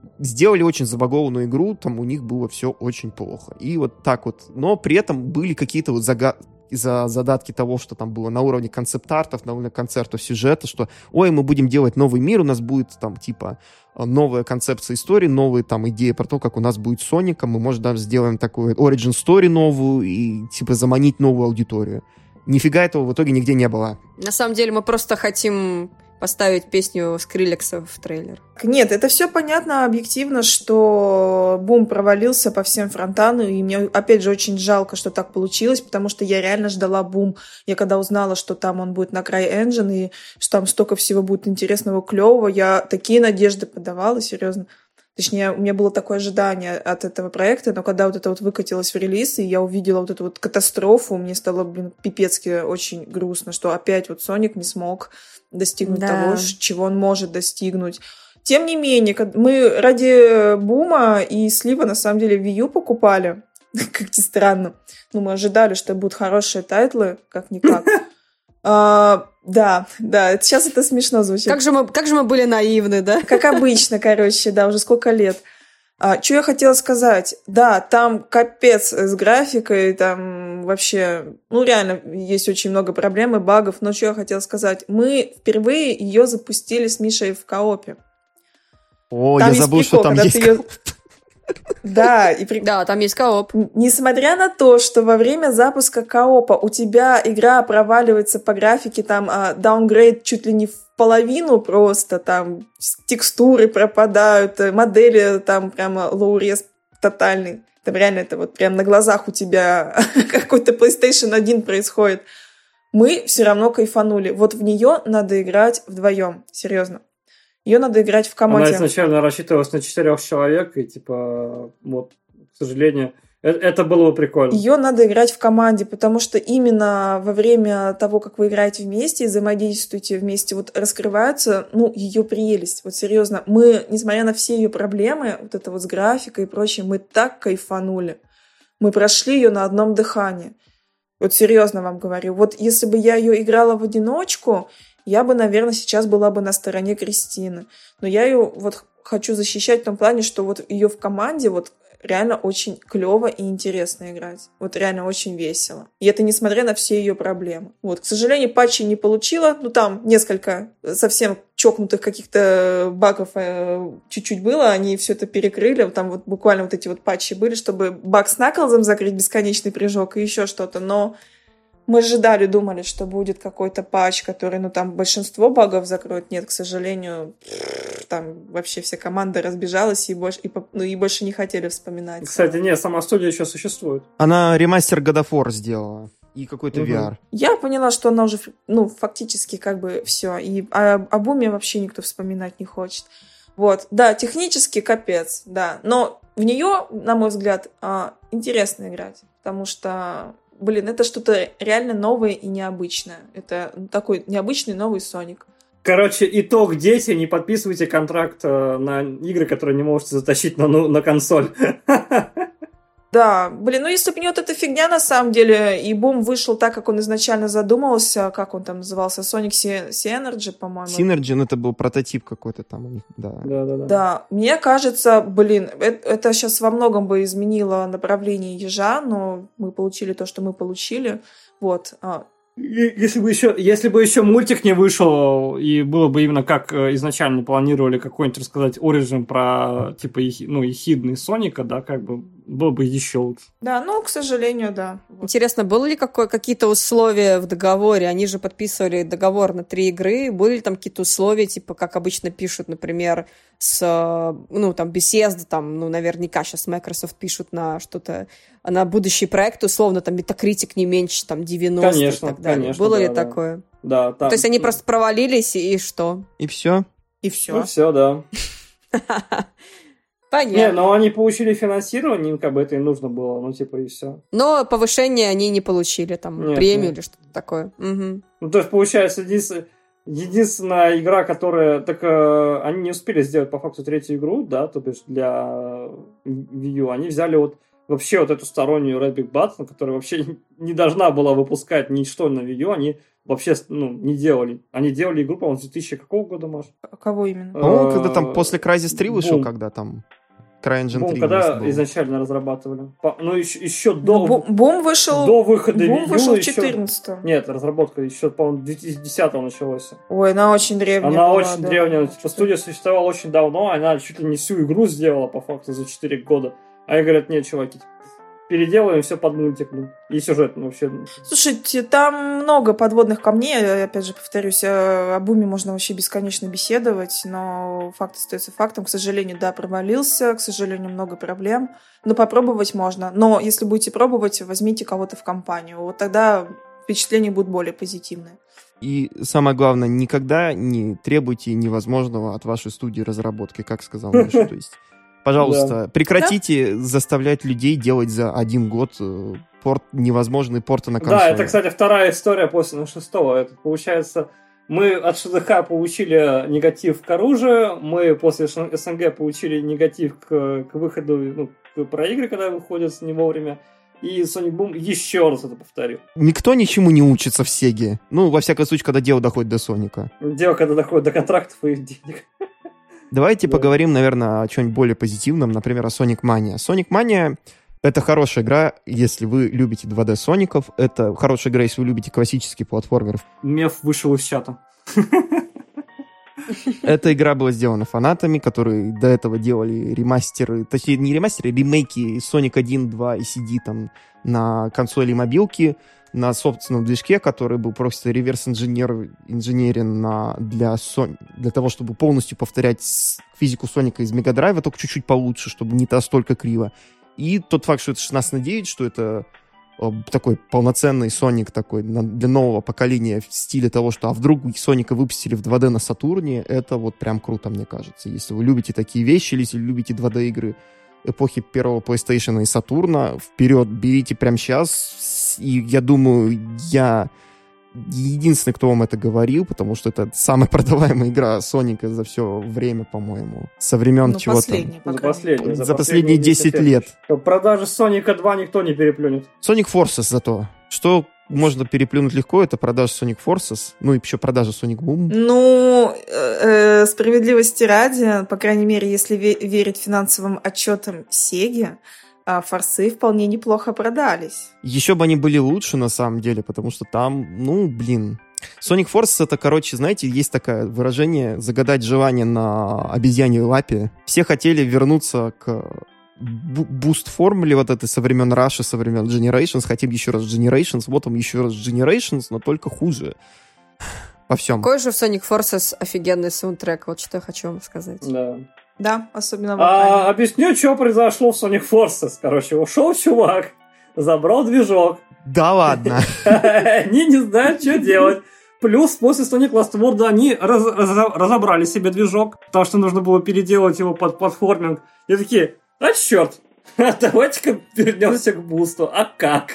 сделали очень забагованную игру, там у них было все очень плохо. И вот так вот. Но при этом были какие-то вот задатки того, что там было на уровне концепт-артов, на уровне концертов сюжета, что, ой, мы будем делать новый мир, у нас будет там, типа, новая концепция истории, новые там идеи про то, как у нас будет Соника, мы, может, даже сделаем такую origin story новую и, типа, заманить новую аудиторию. Нифига этого в итоге нигде не было. На самом деле мы просто хотим поставить песню Скриллекса в трейлер. Нет, это все понятно объективно, что Бум провалился по всем фронтам, и мне, опять же, очень жалко, что так получилось, потому что я реально ждала Бум. Я когда узнала, что там он будет на CryEngine, и что там столько всего будет интересного, клевого, я такие надежды подавала, серьезно. Точнее, у меня было такое ожидание от этого проекта, но когда вот это вот выкатилось в релиз, и я увидела вот эту вот катастрофу, мне стало, пипецки очень грустно, что опять вот Соник не смог достигнуть того, чего он может достигнуть. Тем не менее, мы ради Бума и слива, на самом деле, Wii U покупали, как ни странно. Ну, мы ожидали, что будут хорошие тайтлы, как-никак. Да, сейчас это смешно звучит. Как же мы были наивны, да? Как обычно, короче, да, уже сколько лет. Что я хотела сказать? Да, там капец с графикой, там вообще, ну, реально, есть очень много проблем и багов, но что я хотела сказать? Мы впервые ее запустили с Мишей в коопе. О, там я забыл, прикол, что там есть кооп. Да, да, там есть кооп. Несмотря на то, что во время запуска коопа у тебя игра проваливается по графике, там даунгрейд чуть ли не в половину просто, там текстуры пропадают, модели там прямо low-res тотальный. Там реально это вот прям на глазах у тебя какой-то PlayStation 1 происходит. Мы все равно кайфанули. Вот в нее надо играть вдвоем, серьезно. Ее надо играть в команде. Она изначально рассчитывалась на 4 человек, и, типа, вот, к сожалению, это было бы прикольно. Ее надо играть в команде, потому что именно во время того, как вы играете вместе и взаимодействуете вместе, вот раскрывается, ну, ее прелесть. Вот серьезно, мы, несмотря на все ее проблемы, вот это вот с графикой и прочее, мы так кайфанули. Мы прошли ее на одном дыхании. Вот серьезно вам говорю. Вот если бы я ее играла в одиночку, я бы, наверное, сейчас была бы на стороне Кристины. Но я ее вот хочу защищать в том плане, что вот ее в команде вот реально очень клево и интересно играть. Вот реально очень весело. И это несмотря на все ее проблемы. Вот, к сожалению, патчи не получила. Ну, там несколько совсем чокнутых каких-то багов чуть-чуть было. Они все это перекрыли. Там вот буквально вот эти вот патчи были, чтобы баг с Наклзом закрыть, бесконечный прыжок и еще что-то. Но мы ожидали, думали, что будет какой-то патч, который, ну, там большинство багов закроет. Нет, к сожалению, там вообще вся команда разбежалась и больше не хотели вспоминать. Кстати, нет, сама студия еще существует. Она ремастер God of War сделала. И какой-то VR. Я поняла, что она уже, ну, фактически как бы все. И о Буме вообще никто вспоминать не хочет. Вот, да, технически капец, да. Но в нее, на мой взгляд, интересно играть. Потому что, блин, это что-то реально новое и необычное. Это такой необычный новый Соник. Короче, итог, дети, не подписывайте контракт на игры, которые не можете затащить на консоль. Да, блин, ну если бы не вот эта фигня на самом деле, и Бум вышел так, как он изначально задумывался, как он там назывался, Sonic Synergy, по-моему. Synergy, ну это был прототип какой-то там у них, да. Да, мне кажется, блин, это сейчас во многом бы изменило направление ежа, но мы получили то, что мы получили, вот. Если бы еще мультик не вышел, и было бы именно как изначально планировали какой-нибудь рассказать оригин про, типа, ехидный Соника, да, как бы было бы еще лучше. Да, ну, к сожалению, да. Интересно, было ли какие-то условия в договоре? Они же подписывали договор на 3 игры. Были ли там какие-то условия, типа, как обычно пишут, например, там, Bethesda, там, ну, наверняка сейчас Microsoft пишут на что-то, на будущий проект, условно, там, Metacritic не меньше, там, 90 конечно, и так далее. Конечно, было да, ли да. такое? Да. Там... То есть они просто провалились, и что? И все? И все. Ну, все, да. Понятно. Не, но они получили финансирование, им как бы это и нужно было, ну, типа, и все. Но повышение они не получили, там, премию или что-то такое. Угу. Ну, то есть, получается, единственная игра, которая... Так они не успели сделать, по факту, 3-ю игру, да, то бишь для Wii U. Они взяли вообще эту стороннюю Red Big Button, которая вообще не должна была выпускать ничто на Wii U. Они вообще, не делали. Они делали игру, по-моему, с 2000 какого года, Маш? Кого именно? По-моему, когда там после Crysis 3 вышел, Boom. когда там CryEngine 3 когда был. изначально разрабатывали. еще до... Бум вышел... До выхода Бум вышел в еще... 14-м. Нет, разработка еще, по-моему, в 2010-м началась. Ой, она очень древняя Она была, очень да. древняя. Типа, студия существовала очень давно, она чуть ли не всю игру сделала, по факту, за 4 года. А они говорят, нет, чуваки, переделаем все под мультик. И сюжет вообще... Слушайте, там много подводных камней. Я, опять же, повторюсь, о Буме можно вообще бесконечно беседовать, но факт остается фактом. К сожалению, да, провалился, к сожалению, много проблем. Но попробовать можно. Но если будете пробовать, возьмите кого-то в компанию. Вот тогда впечатления будут более позитивные. И самое главное, никогда не требуйте невозможного от вашей студии разработки, как сказал Миша. То есть, пожалуйста, прекратите заставлять людей делать за 1 год невозможные порты на консоли. Да, это, кстати, вторая история после 6-го. Это, получается, мы от ШДХ получили негатив к оружию, мы после СНГ получили негатив к выходу, к проигры, когда выходят не вовремя. И Sonic Boom еще раз это повторил. Никто ничему не учится в Сеге. Во всяком случае, когда дело доходит до Соника. Дело, когда доходит до контрактов и денег. Давайте поговорим, наверное, о чем-нибудь более позитивном, например, о Sonic Mania. Sonic Mania — это хорошая игра, если вы любите 2D Соников. Это хорошая игра, если вы любите классические платформеры. Меф вышел из чата. Эта игра была сделана фанатами, которые до этого делали ремастеры, точнее, не ремастеры, ремейки Sonic 1, 2 и CD там на консоли и мобилки, на собственном движке, который был просто реверс-инженерен для того, чтобы полностью повторять физику Соника из Мегадрайва, только чуть-чуть получше, чтобы не настолько криво. И тот факт, что это 16:9, что это такой полноценный Соник такой для нового поколения в стиле того, что а вдруг Соника выпустили в 2D на Сатурне, это вот прям круто, мне кажется. Если вы любите такие вещи, или если любите 2D-игры эпохи первого PlayStation и Сатурна, вперед, берите прямо сейчас. И я думаю, я единственный, кто вам это говорил, потому что это самая продаваемая игра Соника за все время, по-моему. Со времен чего-то. За последние 10 лет. Продажи Соника 2 никто не переплюнет. Sonic Forces зато. Что можно переплюнуть легко, это продажа Sonic Forces, и еще продажа Sonic Boom. Справедливости ради, по крайней мере, если верить финансовым отчетам Сеги, форсы вполне неплохо продались. Еще бы они были лучше, на самом деле, потому что там, Sonic Forces это, знаете, есть такое выражение «загадать желание на обезьяньей лапе». Все хотели вернуться к буст-формуле вот этой со времен Rush, со времен Generations. Хотим еще раз Generations, вот он еще раз Generations, но только хуже. Во всем. Какой же в Sonic Forces офигенный саундтрек, вот что я хочу вам сказать. Да, особенно вокально. Объясню, что произошло в Sonic Forces. Ушел чувак, забрал движок. Да ладно. Они не знают, что делать. Плюс после Sonic Last World они разобрали себе движок, потому что нужно было переделать его под платформинг. И такие, черт, давайте-ка вернемся к бусту. А как?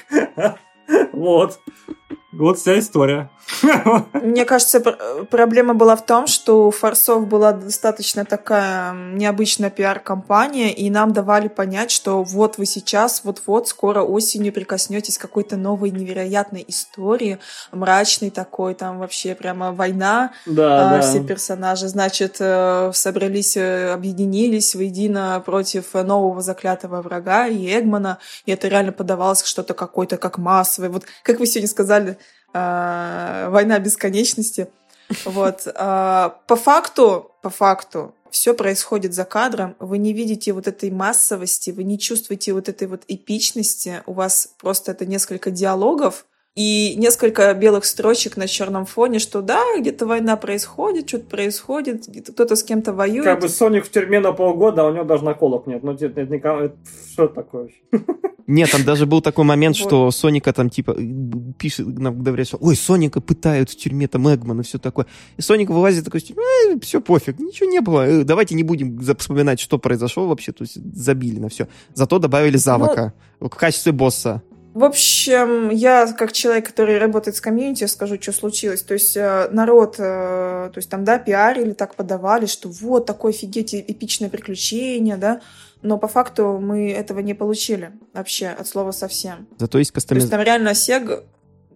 Вот вся история. Мне кажется, проблема была в том, что у форсов была достаточно такая необычная пиар-компания, и нам давали понять, что вот вы сейчас, вот-вот, скоро осенью прикоснетесь к какой-то новой невероятной истории, мрачной такой, там вообще прямо война. Да. Все персонажи, значит, собрались, объединились воедино против нового заклятого врага и Эгмана, и это реально подавалось что-то какое-то как массовое. Вот как вы сегодня сказали, война бесконечности. По факту все происходит за кадром, вы не видите вот этой массовости, вы не чувствуете вот этой вот эпичности, у вас просто это несколько диалогов и несколько белых строчек на черном фоне, что да, где-то война происходит, что-то происходит, кто-то с кем-то воюет. Как бы Соник в тюрьме на полгода, а у него даже наколок нет. Что это такое вообще? Нет, там даже был такой момент, что Соника там пишет, говорят, что ой, Соника пытают в тюрьме, там Эгман и все такое. И Соник вылазит такой, все пофиг, ничего не было. Давайте не будем вспоминать, что произошло вообще, то есть забили на все. Зато добавили Завока в качестве босса. В общем, я как человек, который работает с комьюнити, скажу, что случилось. То есть народ, то есть там, да, пиарили, так подавали, что вот такое офигеть эпичное приключение, да, но по факту мы этого не получили вообще от слова совсем. Зато есть То есть там реально Сега...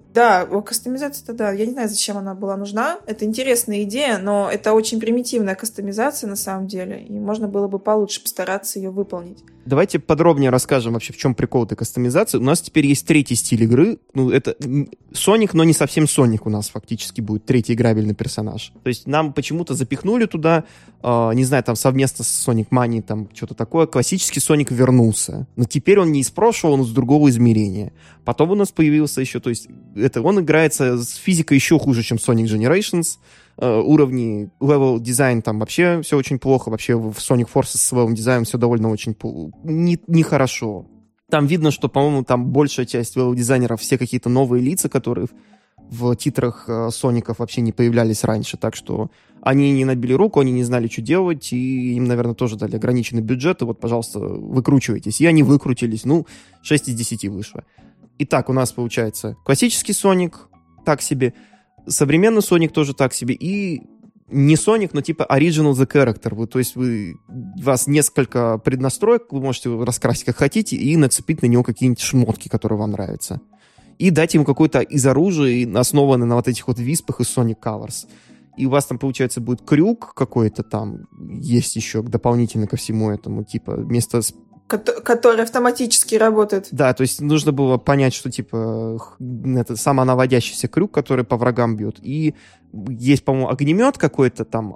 Да, кастомизация-то да. Я не знаю, зачем она была нужна. Это интересная идея, но это очень примитивная кастомизация на самом деле, и можно было бы получше постараться ее выполнить. Давайте подробнее расскажем вообще, в чем прикол этой кастомизации. У нас теперь есть третий стиль игры. Ну, это Соник, но не совсем Соник у нас фактически будет, третий играбельный персонаж. То есть нам почему-то запихнули туда, не знаю, там совместно с Sonic Mania, там что-то такое, классический Соник вернулся. Но теперь он не из прошлого, он из другого измерения. Потом у нас появился еще, то есть он играется с физикой еще хуже, чем Sonic Generations. Уровни, level дизайн там вообще все очень плохо. Вообще в Sonic Forces с level дизайном все довольно очень нехорошо. Там видно, что, по-моему, там большая часть level дизайнеров все какие-то новые лица, которые в титрах Соников вообще не появлялись раньше. Так что они не набили руку, они не знали, что делать, и им, наверное, тоже дали ограниченный бюджет, и вот, пожалуйста, выкручивайтесь. И они выкрутились. 6 из 10 вышло. Итак, у нас получается классический Соник, так себе. Современный Соник тоже так себе. И не Соник, но типа Original the Character. У вас несколько преднастроек, вы можете его раскрасить как хотите и нацепить на него какие-нибудь шмотки, которые вам нравятся. И дать ему какое-то из оружия, основанное на вот этих вот виспах из Sonic Colors. И у вас там, получается, будет крюк какой-то там, есть еще дополнительно ко всему этому, типа вместо... Который автоматически работает. Да, то есть нужно было понять, что типа это самонаводящийся крюк, который по врагам бьет. И есть, по-моему, огнемет какой-то там,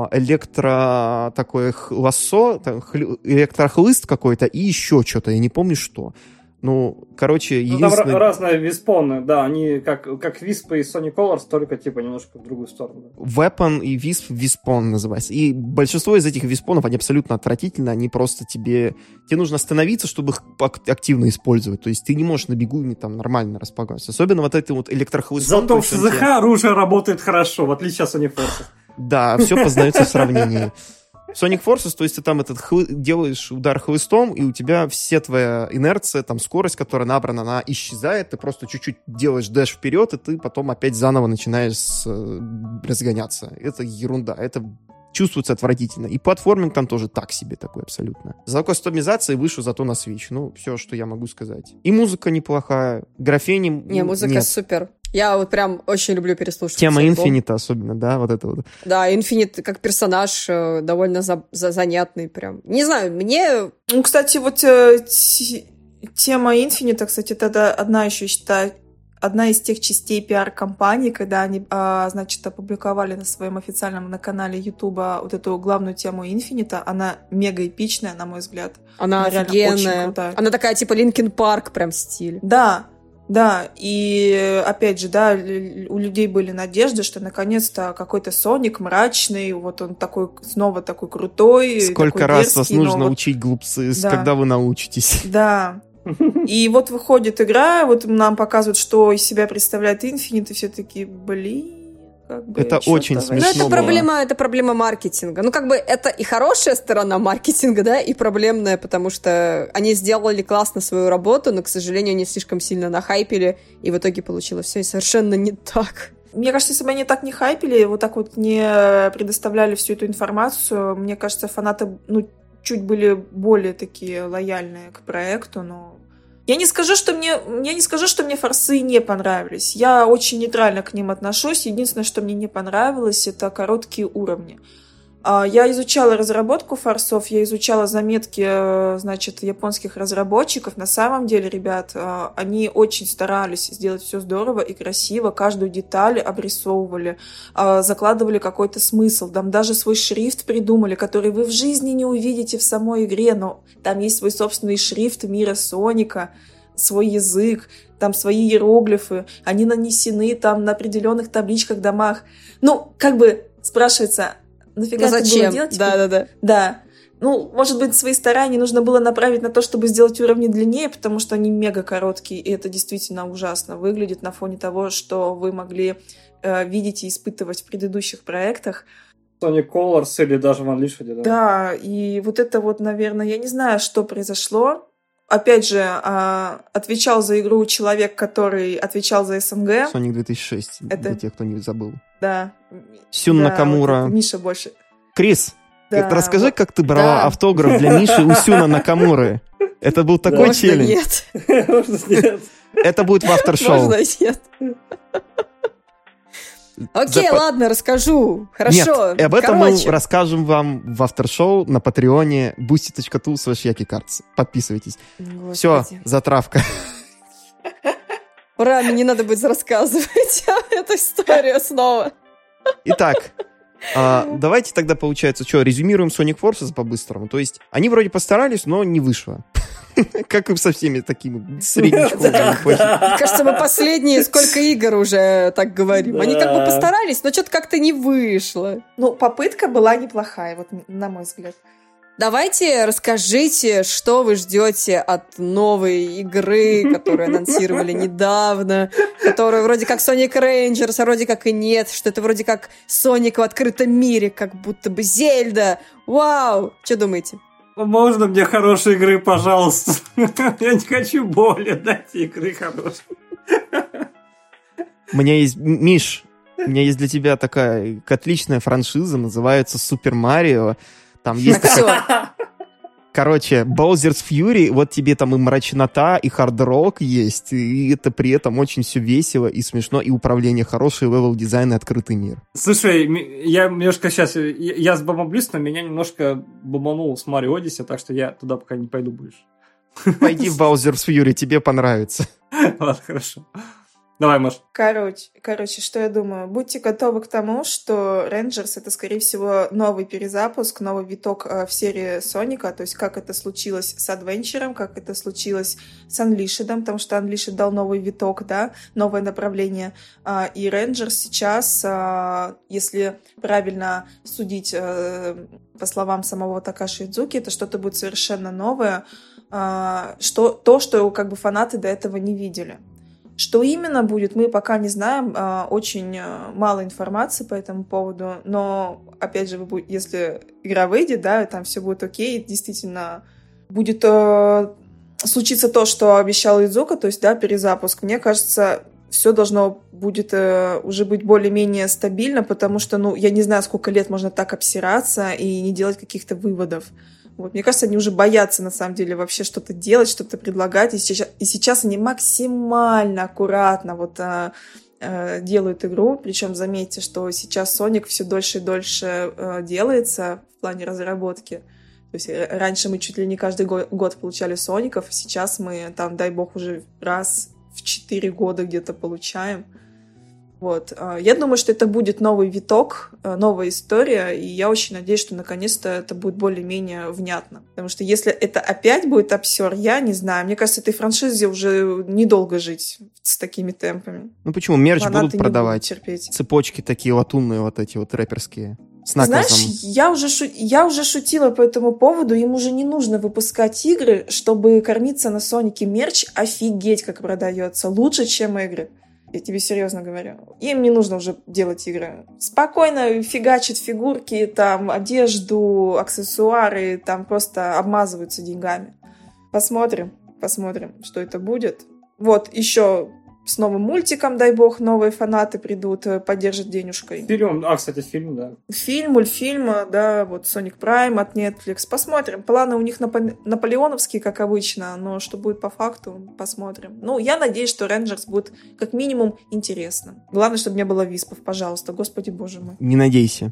такое лассо, электрохлыст какой-то и еще что-то, я не помню что. Единственное... Там разные виспоны, да, они как виспы из Sonic Colors, только типа немножко в другую сторону. Weapon и виспон называется. И большинство из этих виспонов, они абсолютно отвратительны, они просто тебе нужно остановиться, чтобы их активно использовать. То есть ты не можешь на бегу ими там нормально располагаться. Особенно вот это вот электрохлыстом. Зато в СЗХ оружие работает хорошо, в отличие от Sonic Forces. Да, все познается в сравнении. Sonic Forces, то есть ты там делаешь удар хлыстом, и у тебя все твоя инерция, там скорость, которая набрана, она исчезает, ты просто чуть-чуть делаешь дэш вперед, и ты потом опять заново начинаешь разгоняться. Это ерунда, это чувствуется отвратительно. И платформинг там тоже так себе такой абсолютно. За кастомизацией вышел зато на Switch. Все, что я могу сказать. И музыка неплохая, графени музыка нет. Супер. Я вот прям очень люблю переслушивать. Тема Infinite особенно, да, вот это вот. Да, Infinite как персонаж довольно занятный прям. Не знаю, мне... Кстати, вот тема Infinite, кстати, это одна из тех частей пиар-компании, когда они, опубликовали на своем официальном на канале Ютуба вот эту главную тему Infinite. Она мега эпичная, на мой взгляд. Она офигенная. Она такая типа Linkin Park прям стиль. Да, и опять же, да, у людей были надежды, что наконец-то какой-то Соник мрачный, вот он снова такой крутой. Сколько такой раз дерзкий, вас нужно учить, глупцы, да. Когда вы научитесь? Да. И вот выходит игра, вот нам показывают, что из себя представляет Infinite, и все такие, это очень смешно. Это проблема маркетинга. Это и хорошая сторона маркетинга, да, и проблемная, потому что они сделали классно свою работу, но, к сожалению, они слишком сильно нахайпили, и в итоге получилось все совершенно не так. Мне кажется, если бы они так не хайпили, вот так вот не предоставляли всю эту информацию, мне кажется, фанаты, чуть были более такие лояльные к проекту, но... Я не скажу, что мне форсы не понравились. Я очень нейтрально к ним отношусь. Единственное, что мне не понравилось, это короткие уровни. Я изучала разработку форсов, я изучала заметки, японских разработчиков. На самом деле, ребят, они очень старались сделать все здорово и красиво, каждую деталь обрисовывали, закладывали какой-то смысл. Там даже свой шрифт придумали, который вы в жизни не увидите в самой игре, но там есть свой собственный шрифт мира Соника, свой язык, там свои иероглифы, они нанесены там на определенных табличках, домах. Спрашивается... Нафига это было делать? Да. Может быть, свои старания нужно было направить на то, чтобы сделать уровни длиннее, потому что они мега короткие, и это действительно ужасно выглядит на фоне того, что вы могли видеть и испытывать в предыдущих проектах. Sonic Colors или даже в Unleashed, да? Да, и вот это вот, наверное, я не знаю, что произошло. Опять же, отвечал за игру человек, который отвечал за СНГ. Sonic 2006, для тех, кто не забыл. Да. Сюн Накамура. Вот Миша больше. Крис, Да, Расскажи, вот. как ты брала Да. автограф для Миши у Сюна Накамуры. Это был такой Можно челлендж. нет. Можно нет. Это будет в авторшоу. Можно нет. Окей, Запа- ладно, расскажу. Хорошо. Нет, об этом мы Короче, расскажем вам в авторшоу на Патреоне boosty.tu/yakicards. Подписывайтесь. Все, Господи. затравка. Ура, мне не надо будет рассказывать эту историю снова. Итак, давайте тогда, получается, что, резюмируем Sonic Forces по-быстрому. То есть, они вроде постарались, но не вышло. Как и со всеми такими среднечковыми. Мне кажется, мы последние сколько игр уже так говорим. Они как бы Да. постарались, но что-то как-то не вышло. Ну, попытка была неплохая, вот на мой взгляд. Давайте расскажите, что вы ждете от новой игры, которую анонсировали недавно, которая вроде как Sonic Rangers, а вроде как и нет, что это вроде как Sonic в открытом мире, как будто бы Зельда. Вау! Что думаете? Можно мне хорошей игры, пожалуйста? Я не хочу боли, дайте игры хорошей. У меня есть... Миш, у меня есть для тебя такая отличная франшиза, называется Супер Марио. Там есть Так, такая... все. Короче, Bowser's Fury, вот тебе там и мрачнота, и хард-рок есть, и это при этом очень все весело и смешно, и управление хорошее, левел-дизайн и открытый мир. Слушай, я немножко сейчас... Я сбомблюсь, но меня немножко бомбанул с Марио Одиссе, так что я туда пока не пойду больше. Пойди в Bowser's Fury, тебе понравится. Ладно, хорошо. Давай, Маш. Короче, что я думаю? Будьте готовы к тому, что Rangers — это, скорее всего, новый перезапуск, новый виток в серии Соника, то есть как это случилось с Adventure, как это случилось с Unleashed, потому что Unleashed дал новый виток, да, новое направление. И Rangers сейчас, если правильно судить по словам самого Такаши Идзуки, это что-то будет совершенно новое, что как бы фанаты до этого не видели. Что именно будет, мы пока не знаем, очень мало информации по этому поводу, но, опять же, если игра выйдет, да, и там все будет окей, действительно будет случиться то, что обещал Идзука, то есть, да, перезапуск. Мне кажется, все должно будет уже быть более-менее стабильно, потому что, ну, я не знаю, сколько лет можно так обсираться и не делать каких-то выводов. Вот. Мне кажется, они уже боятся, на самом деле, вообще что-то делать, что-то предлагать. И сейчас они максимально аккуратно вот, делают игру. Причем заметьте, что сейчас Sonic все дольше и дольше делается в плане разработки. То есть раньше мы чуть ли не каждый год получали Соников, сейчас мы там, дай бог, уже раз в 4 года где-то получаем. Вот. Я думаю, что это будет новый виток, новая история, и я очень надеюсь, что наконец-то это будет более-менее внятно. Потому что если это опять будет обсер, я не знаю. Мне кажется, этой франшизе уже недолго жить с такими темпами. Ну почему? Мерч Фанаты будут не продавать. терпеть. Цепочки такие латунные вот эти вот рэперские. С наказом. Знаешь, я уже шутила по этому поводу, им уже не нужно выпускать игры, чтобы кормиться на Сонике. Мерч офигеть как продается, лучше, чем игры. Я тебе серьезно говорю. Им не нужно уже делать игры. Спокойно фигачат фигурки, там, одежду, аксессуары, там просто обмазываются деньгами. Посмотрим, что это будет. Вот, еще с новым мультиком, дай бог, новые фанаты придут, поддержат денежкой. Фильм, кстати, фильм, да. Фильм, мультфильм, да, вот Sonic Prime от Netflix. Посмотрим. Планы у них наполеоновские, как обычно, но что будет по факту, посмотрим. Ну, я надеюсь, что Rangers будет как минимум интересно. Главное, чтобы не было виспов, пожалуйста. Господи, боже мой. Не надейся.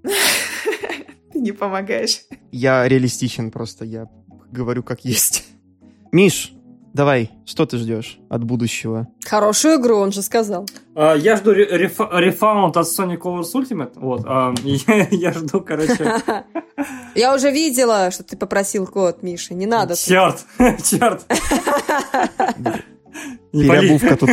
Ты не помогаешь. Я реалистичен просто, я говорю как есть. Миш, давай, что ты ждешь от будущего? Хорошую игру, он же сказал. Я жду рефаунд от Sonic Colors Ultimate. Вот. Я жду, короче... Я уже видела, что ты попросил код, Миша, не надо. Черт! Переобувка тут.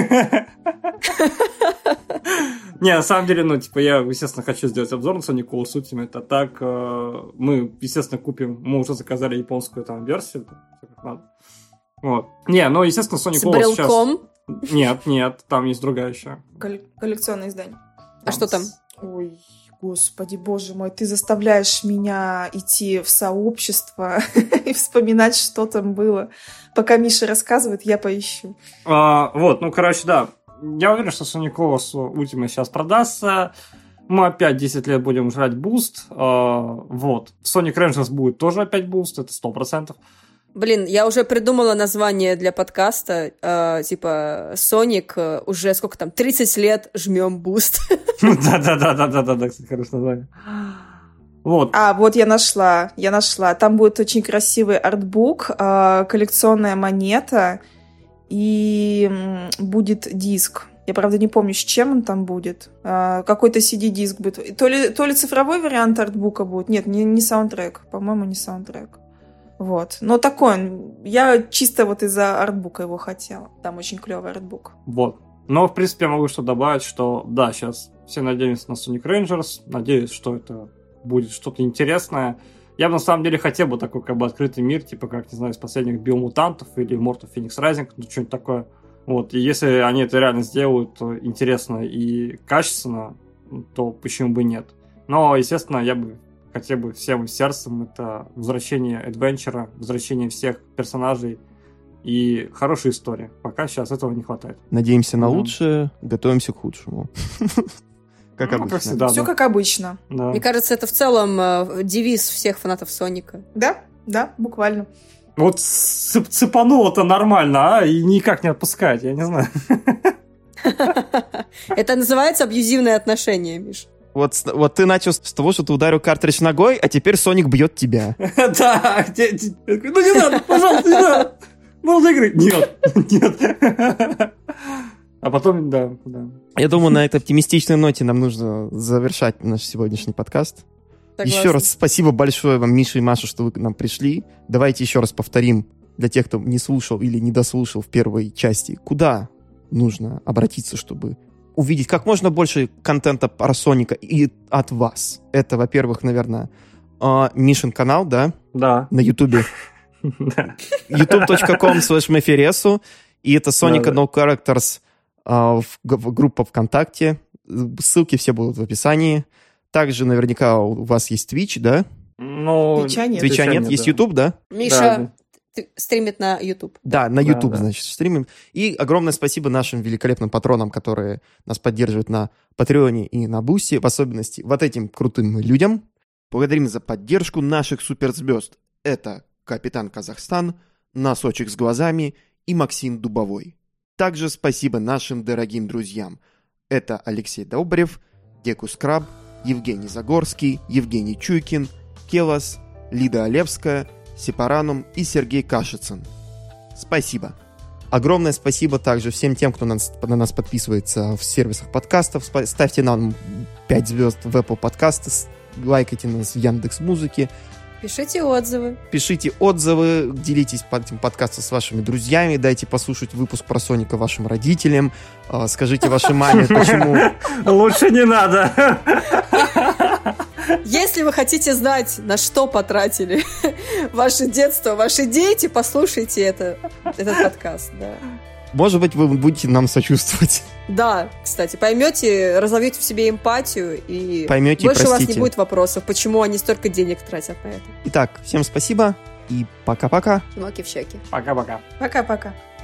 Не, на самом деле, ну, типа, я, естественно, хочу сделать обзор на Sonic Colors Ultimate, а так мы, естественно, мы уже заказали японскую там версию. Вот. Не, ну, естественно, Sonic Colors сейчас... С брелком? Нет, там есть другая еще. Коллекционное издание. А что там? Ой, господи, боже мой, ты заставляешь меня идти в сообщество и вспоминать, что там было. Пока Миша рассказывает, я поищу. Вот, ну, короче, да. Я уверен, что Sonic Colors Ultimate сейчас продастся. Мы опять 10 лет будем жрать буст. Вот. В Sonic Rangers будет тоже опять буст, это 100%. Блин, я уже придумала название для подкаста, типа Sonic уже сколько там, 30 лет жмем буст. Да, кстати, хорошее название. Вот. Вот я нашла. Там будет очень красивый артбук, коллекционная монета и будет диск. Я, правда, не помню, с чем он там будет. Какой-то CD-диск будет. То ли цифровой вариант артбука будет. Нет, не саундтрек. По-моему, не саундтрек. Вот. Но такой он. Я чисто вот из-за артбука его хотела. Там очень клевый артбук. Вот. Но, в принципе, я могу что добавить, что да, сейчас все надеются на Sonic Rangers. Надеюсь, что это будет что-то интересное. Я бы на самом деле хотел бы такой как бы открытый мир, типа как, не знаю, из последних Биомутантов или Immortal Phoenix Rising, ну что-нибудь такое. Вот. И если они это реально сделают интересно и качественно, то почему бы нет. Но, естественно, я бы хотел бы всем сердцем это возвращение адвенчера, возвращение всех персонажей и хорошая история. Пока сейчас этого не хватает. Надеемся на лучшее, готовимся к худшему. Как обычно. Как всегда, Все как обычно. Да. Мне кажется, это в целом девиз всех фанатов Соника. Да, буквально. Вот цепануло-то нормально, и никак не отпускать, я не знаю. Это называется абьюзивное отношение, Миш. Вот ты начал с того, что ты ударил картридж ногой, а теперь Соник бьет тебя. Да, ну не надо, пожалуйста, не надо. Можно игры? Нет. А потом, да. Я думаю, на этой оптимистичной ноте нам нужно завершать наш сегодняшний подкаст. Согласна. Еще раз спасибо большое вам, Миша и Маша, что вы к нам пришли. Давайте еще раз повторим для тех, кто не слушал или не дослушал в первой части, куда нужно обратиться, чтобы увидеть как можно больше контента про Соника и от вас. Это, во-первых, наверное, Мишин канал, да? Да. На Ютубе. youtube.com/meferesu. И это Sonica No Characters группа ВКонтакте. Ссылки все будут в описании. Также наверняка у вас есть Twitch, да? Ну, Твича нет. Твича нет, есть YouTube, да? Миша стримит на YouTube. Да, на YouTube, да. Значит, стримим. И огромное спасибо нашим великолепным патронам, которые нас поддерживают на Патреоне и на Бусти, в особенности вот этим крутым людям. Благодарим за поддержку наших суперзвезд. Это Капитан Казахстан, Носочек с глазами и Максим Дубовой. Также спасибо нашим дорогим друзьям. Это Алексей Долбарев, Декус Краб, Евгений Загорский, Евгений Чуйкин, Келас, Лида Олевская, Сепаранум и Сергей Кашицын. Спасибо. Огромное спасибо также всем тем, кто на нас подписывается в сервисах подкастов. Ставьте нам 5 звезд в Apple Podcasts, лайкайте нас в Яндекс.Музыке. Пишите отзывы. Пишите отзывы, делитесь этим подкастом с вашими друзьями, дайте послушать выпуск про Соника вашим родителям, скажите вашей маме, почему... Лучше не надо. Если вы хотите знать, на что потратили ваше детство, ваши дети, послушайте этот подкаст. Да. Может быть, вы будете нам сочувствовать. Да, кстати, поймете, разовьете в себе эмпатию, и поймете, больше у вас простите. не будет вопросов, почему они столько денег тратят на это. Итак, всем спасибо и пока-пока. Чмоки в щеки. Пока-пока. Пока-пока.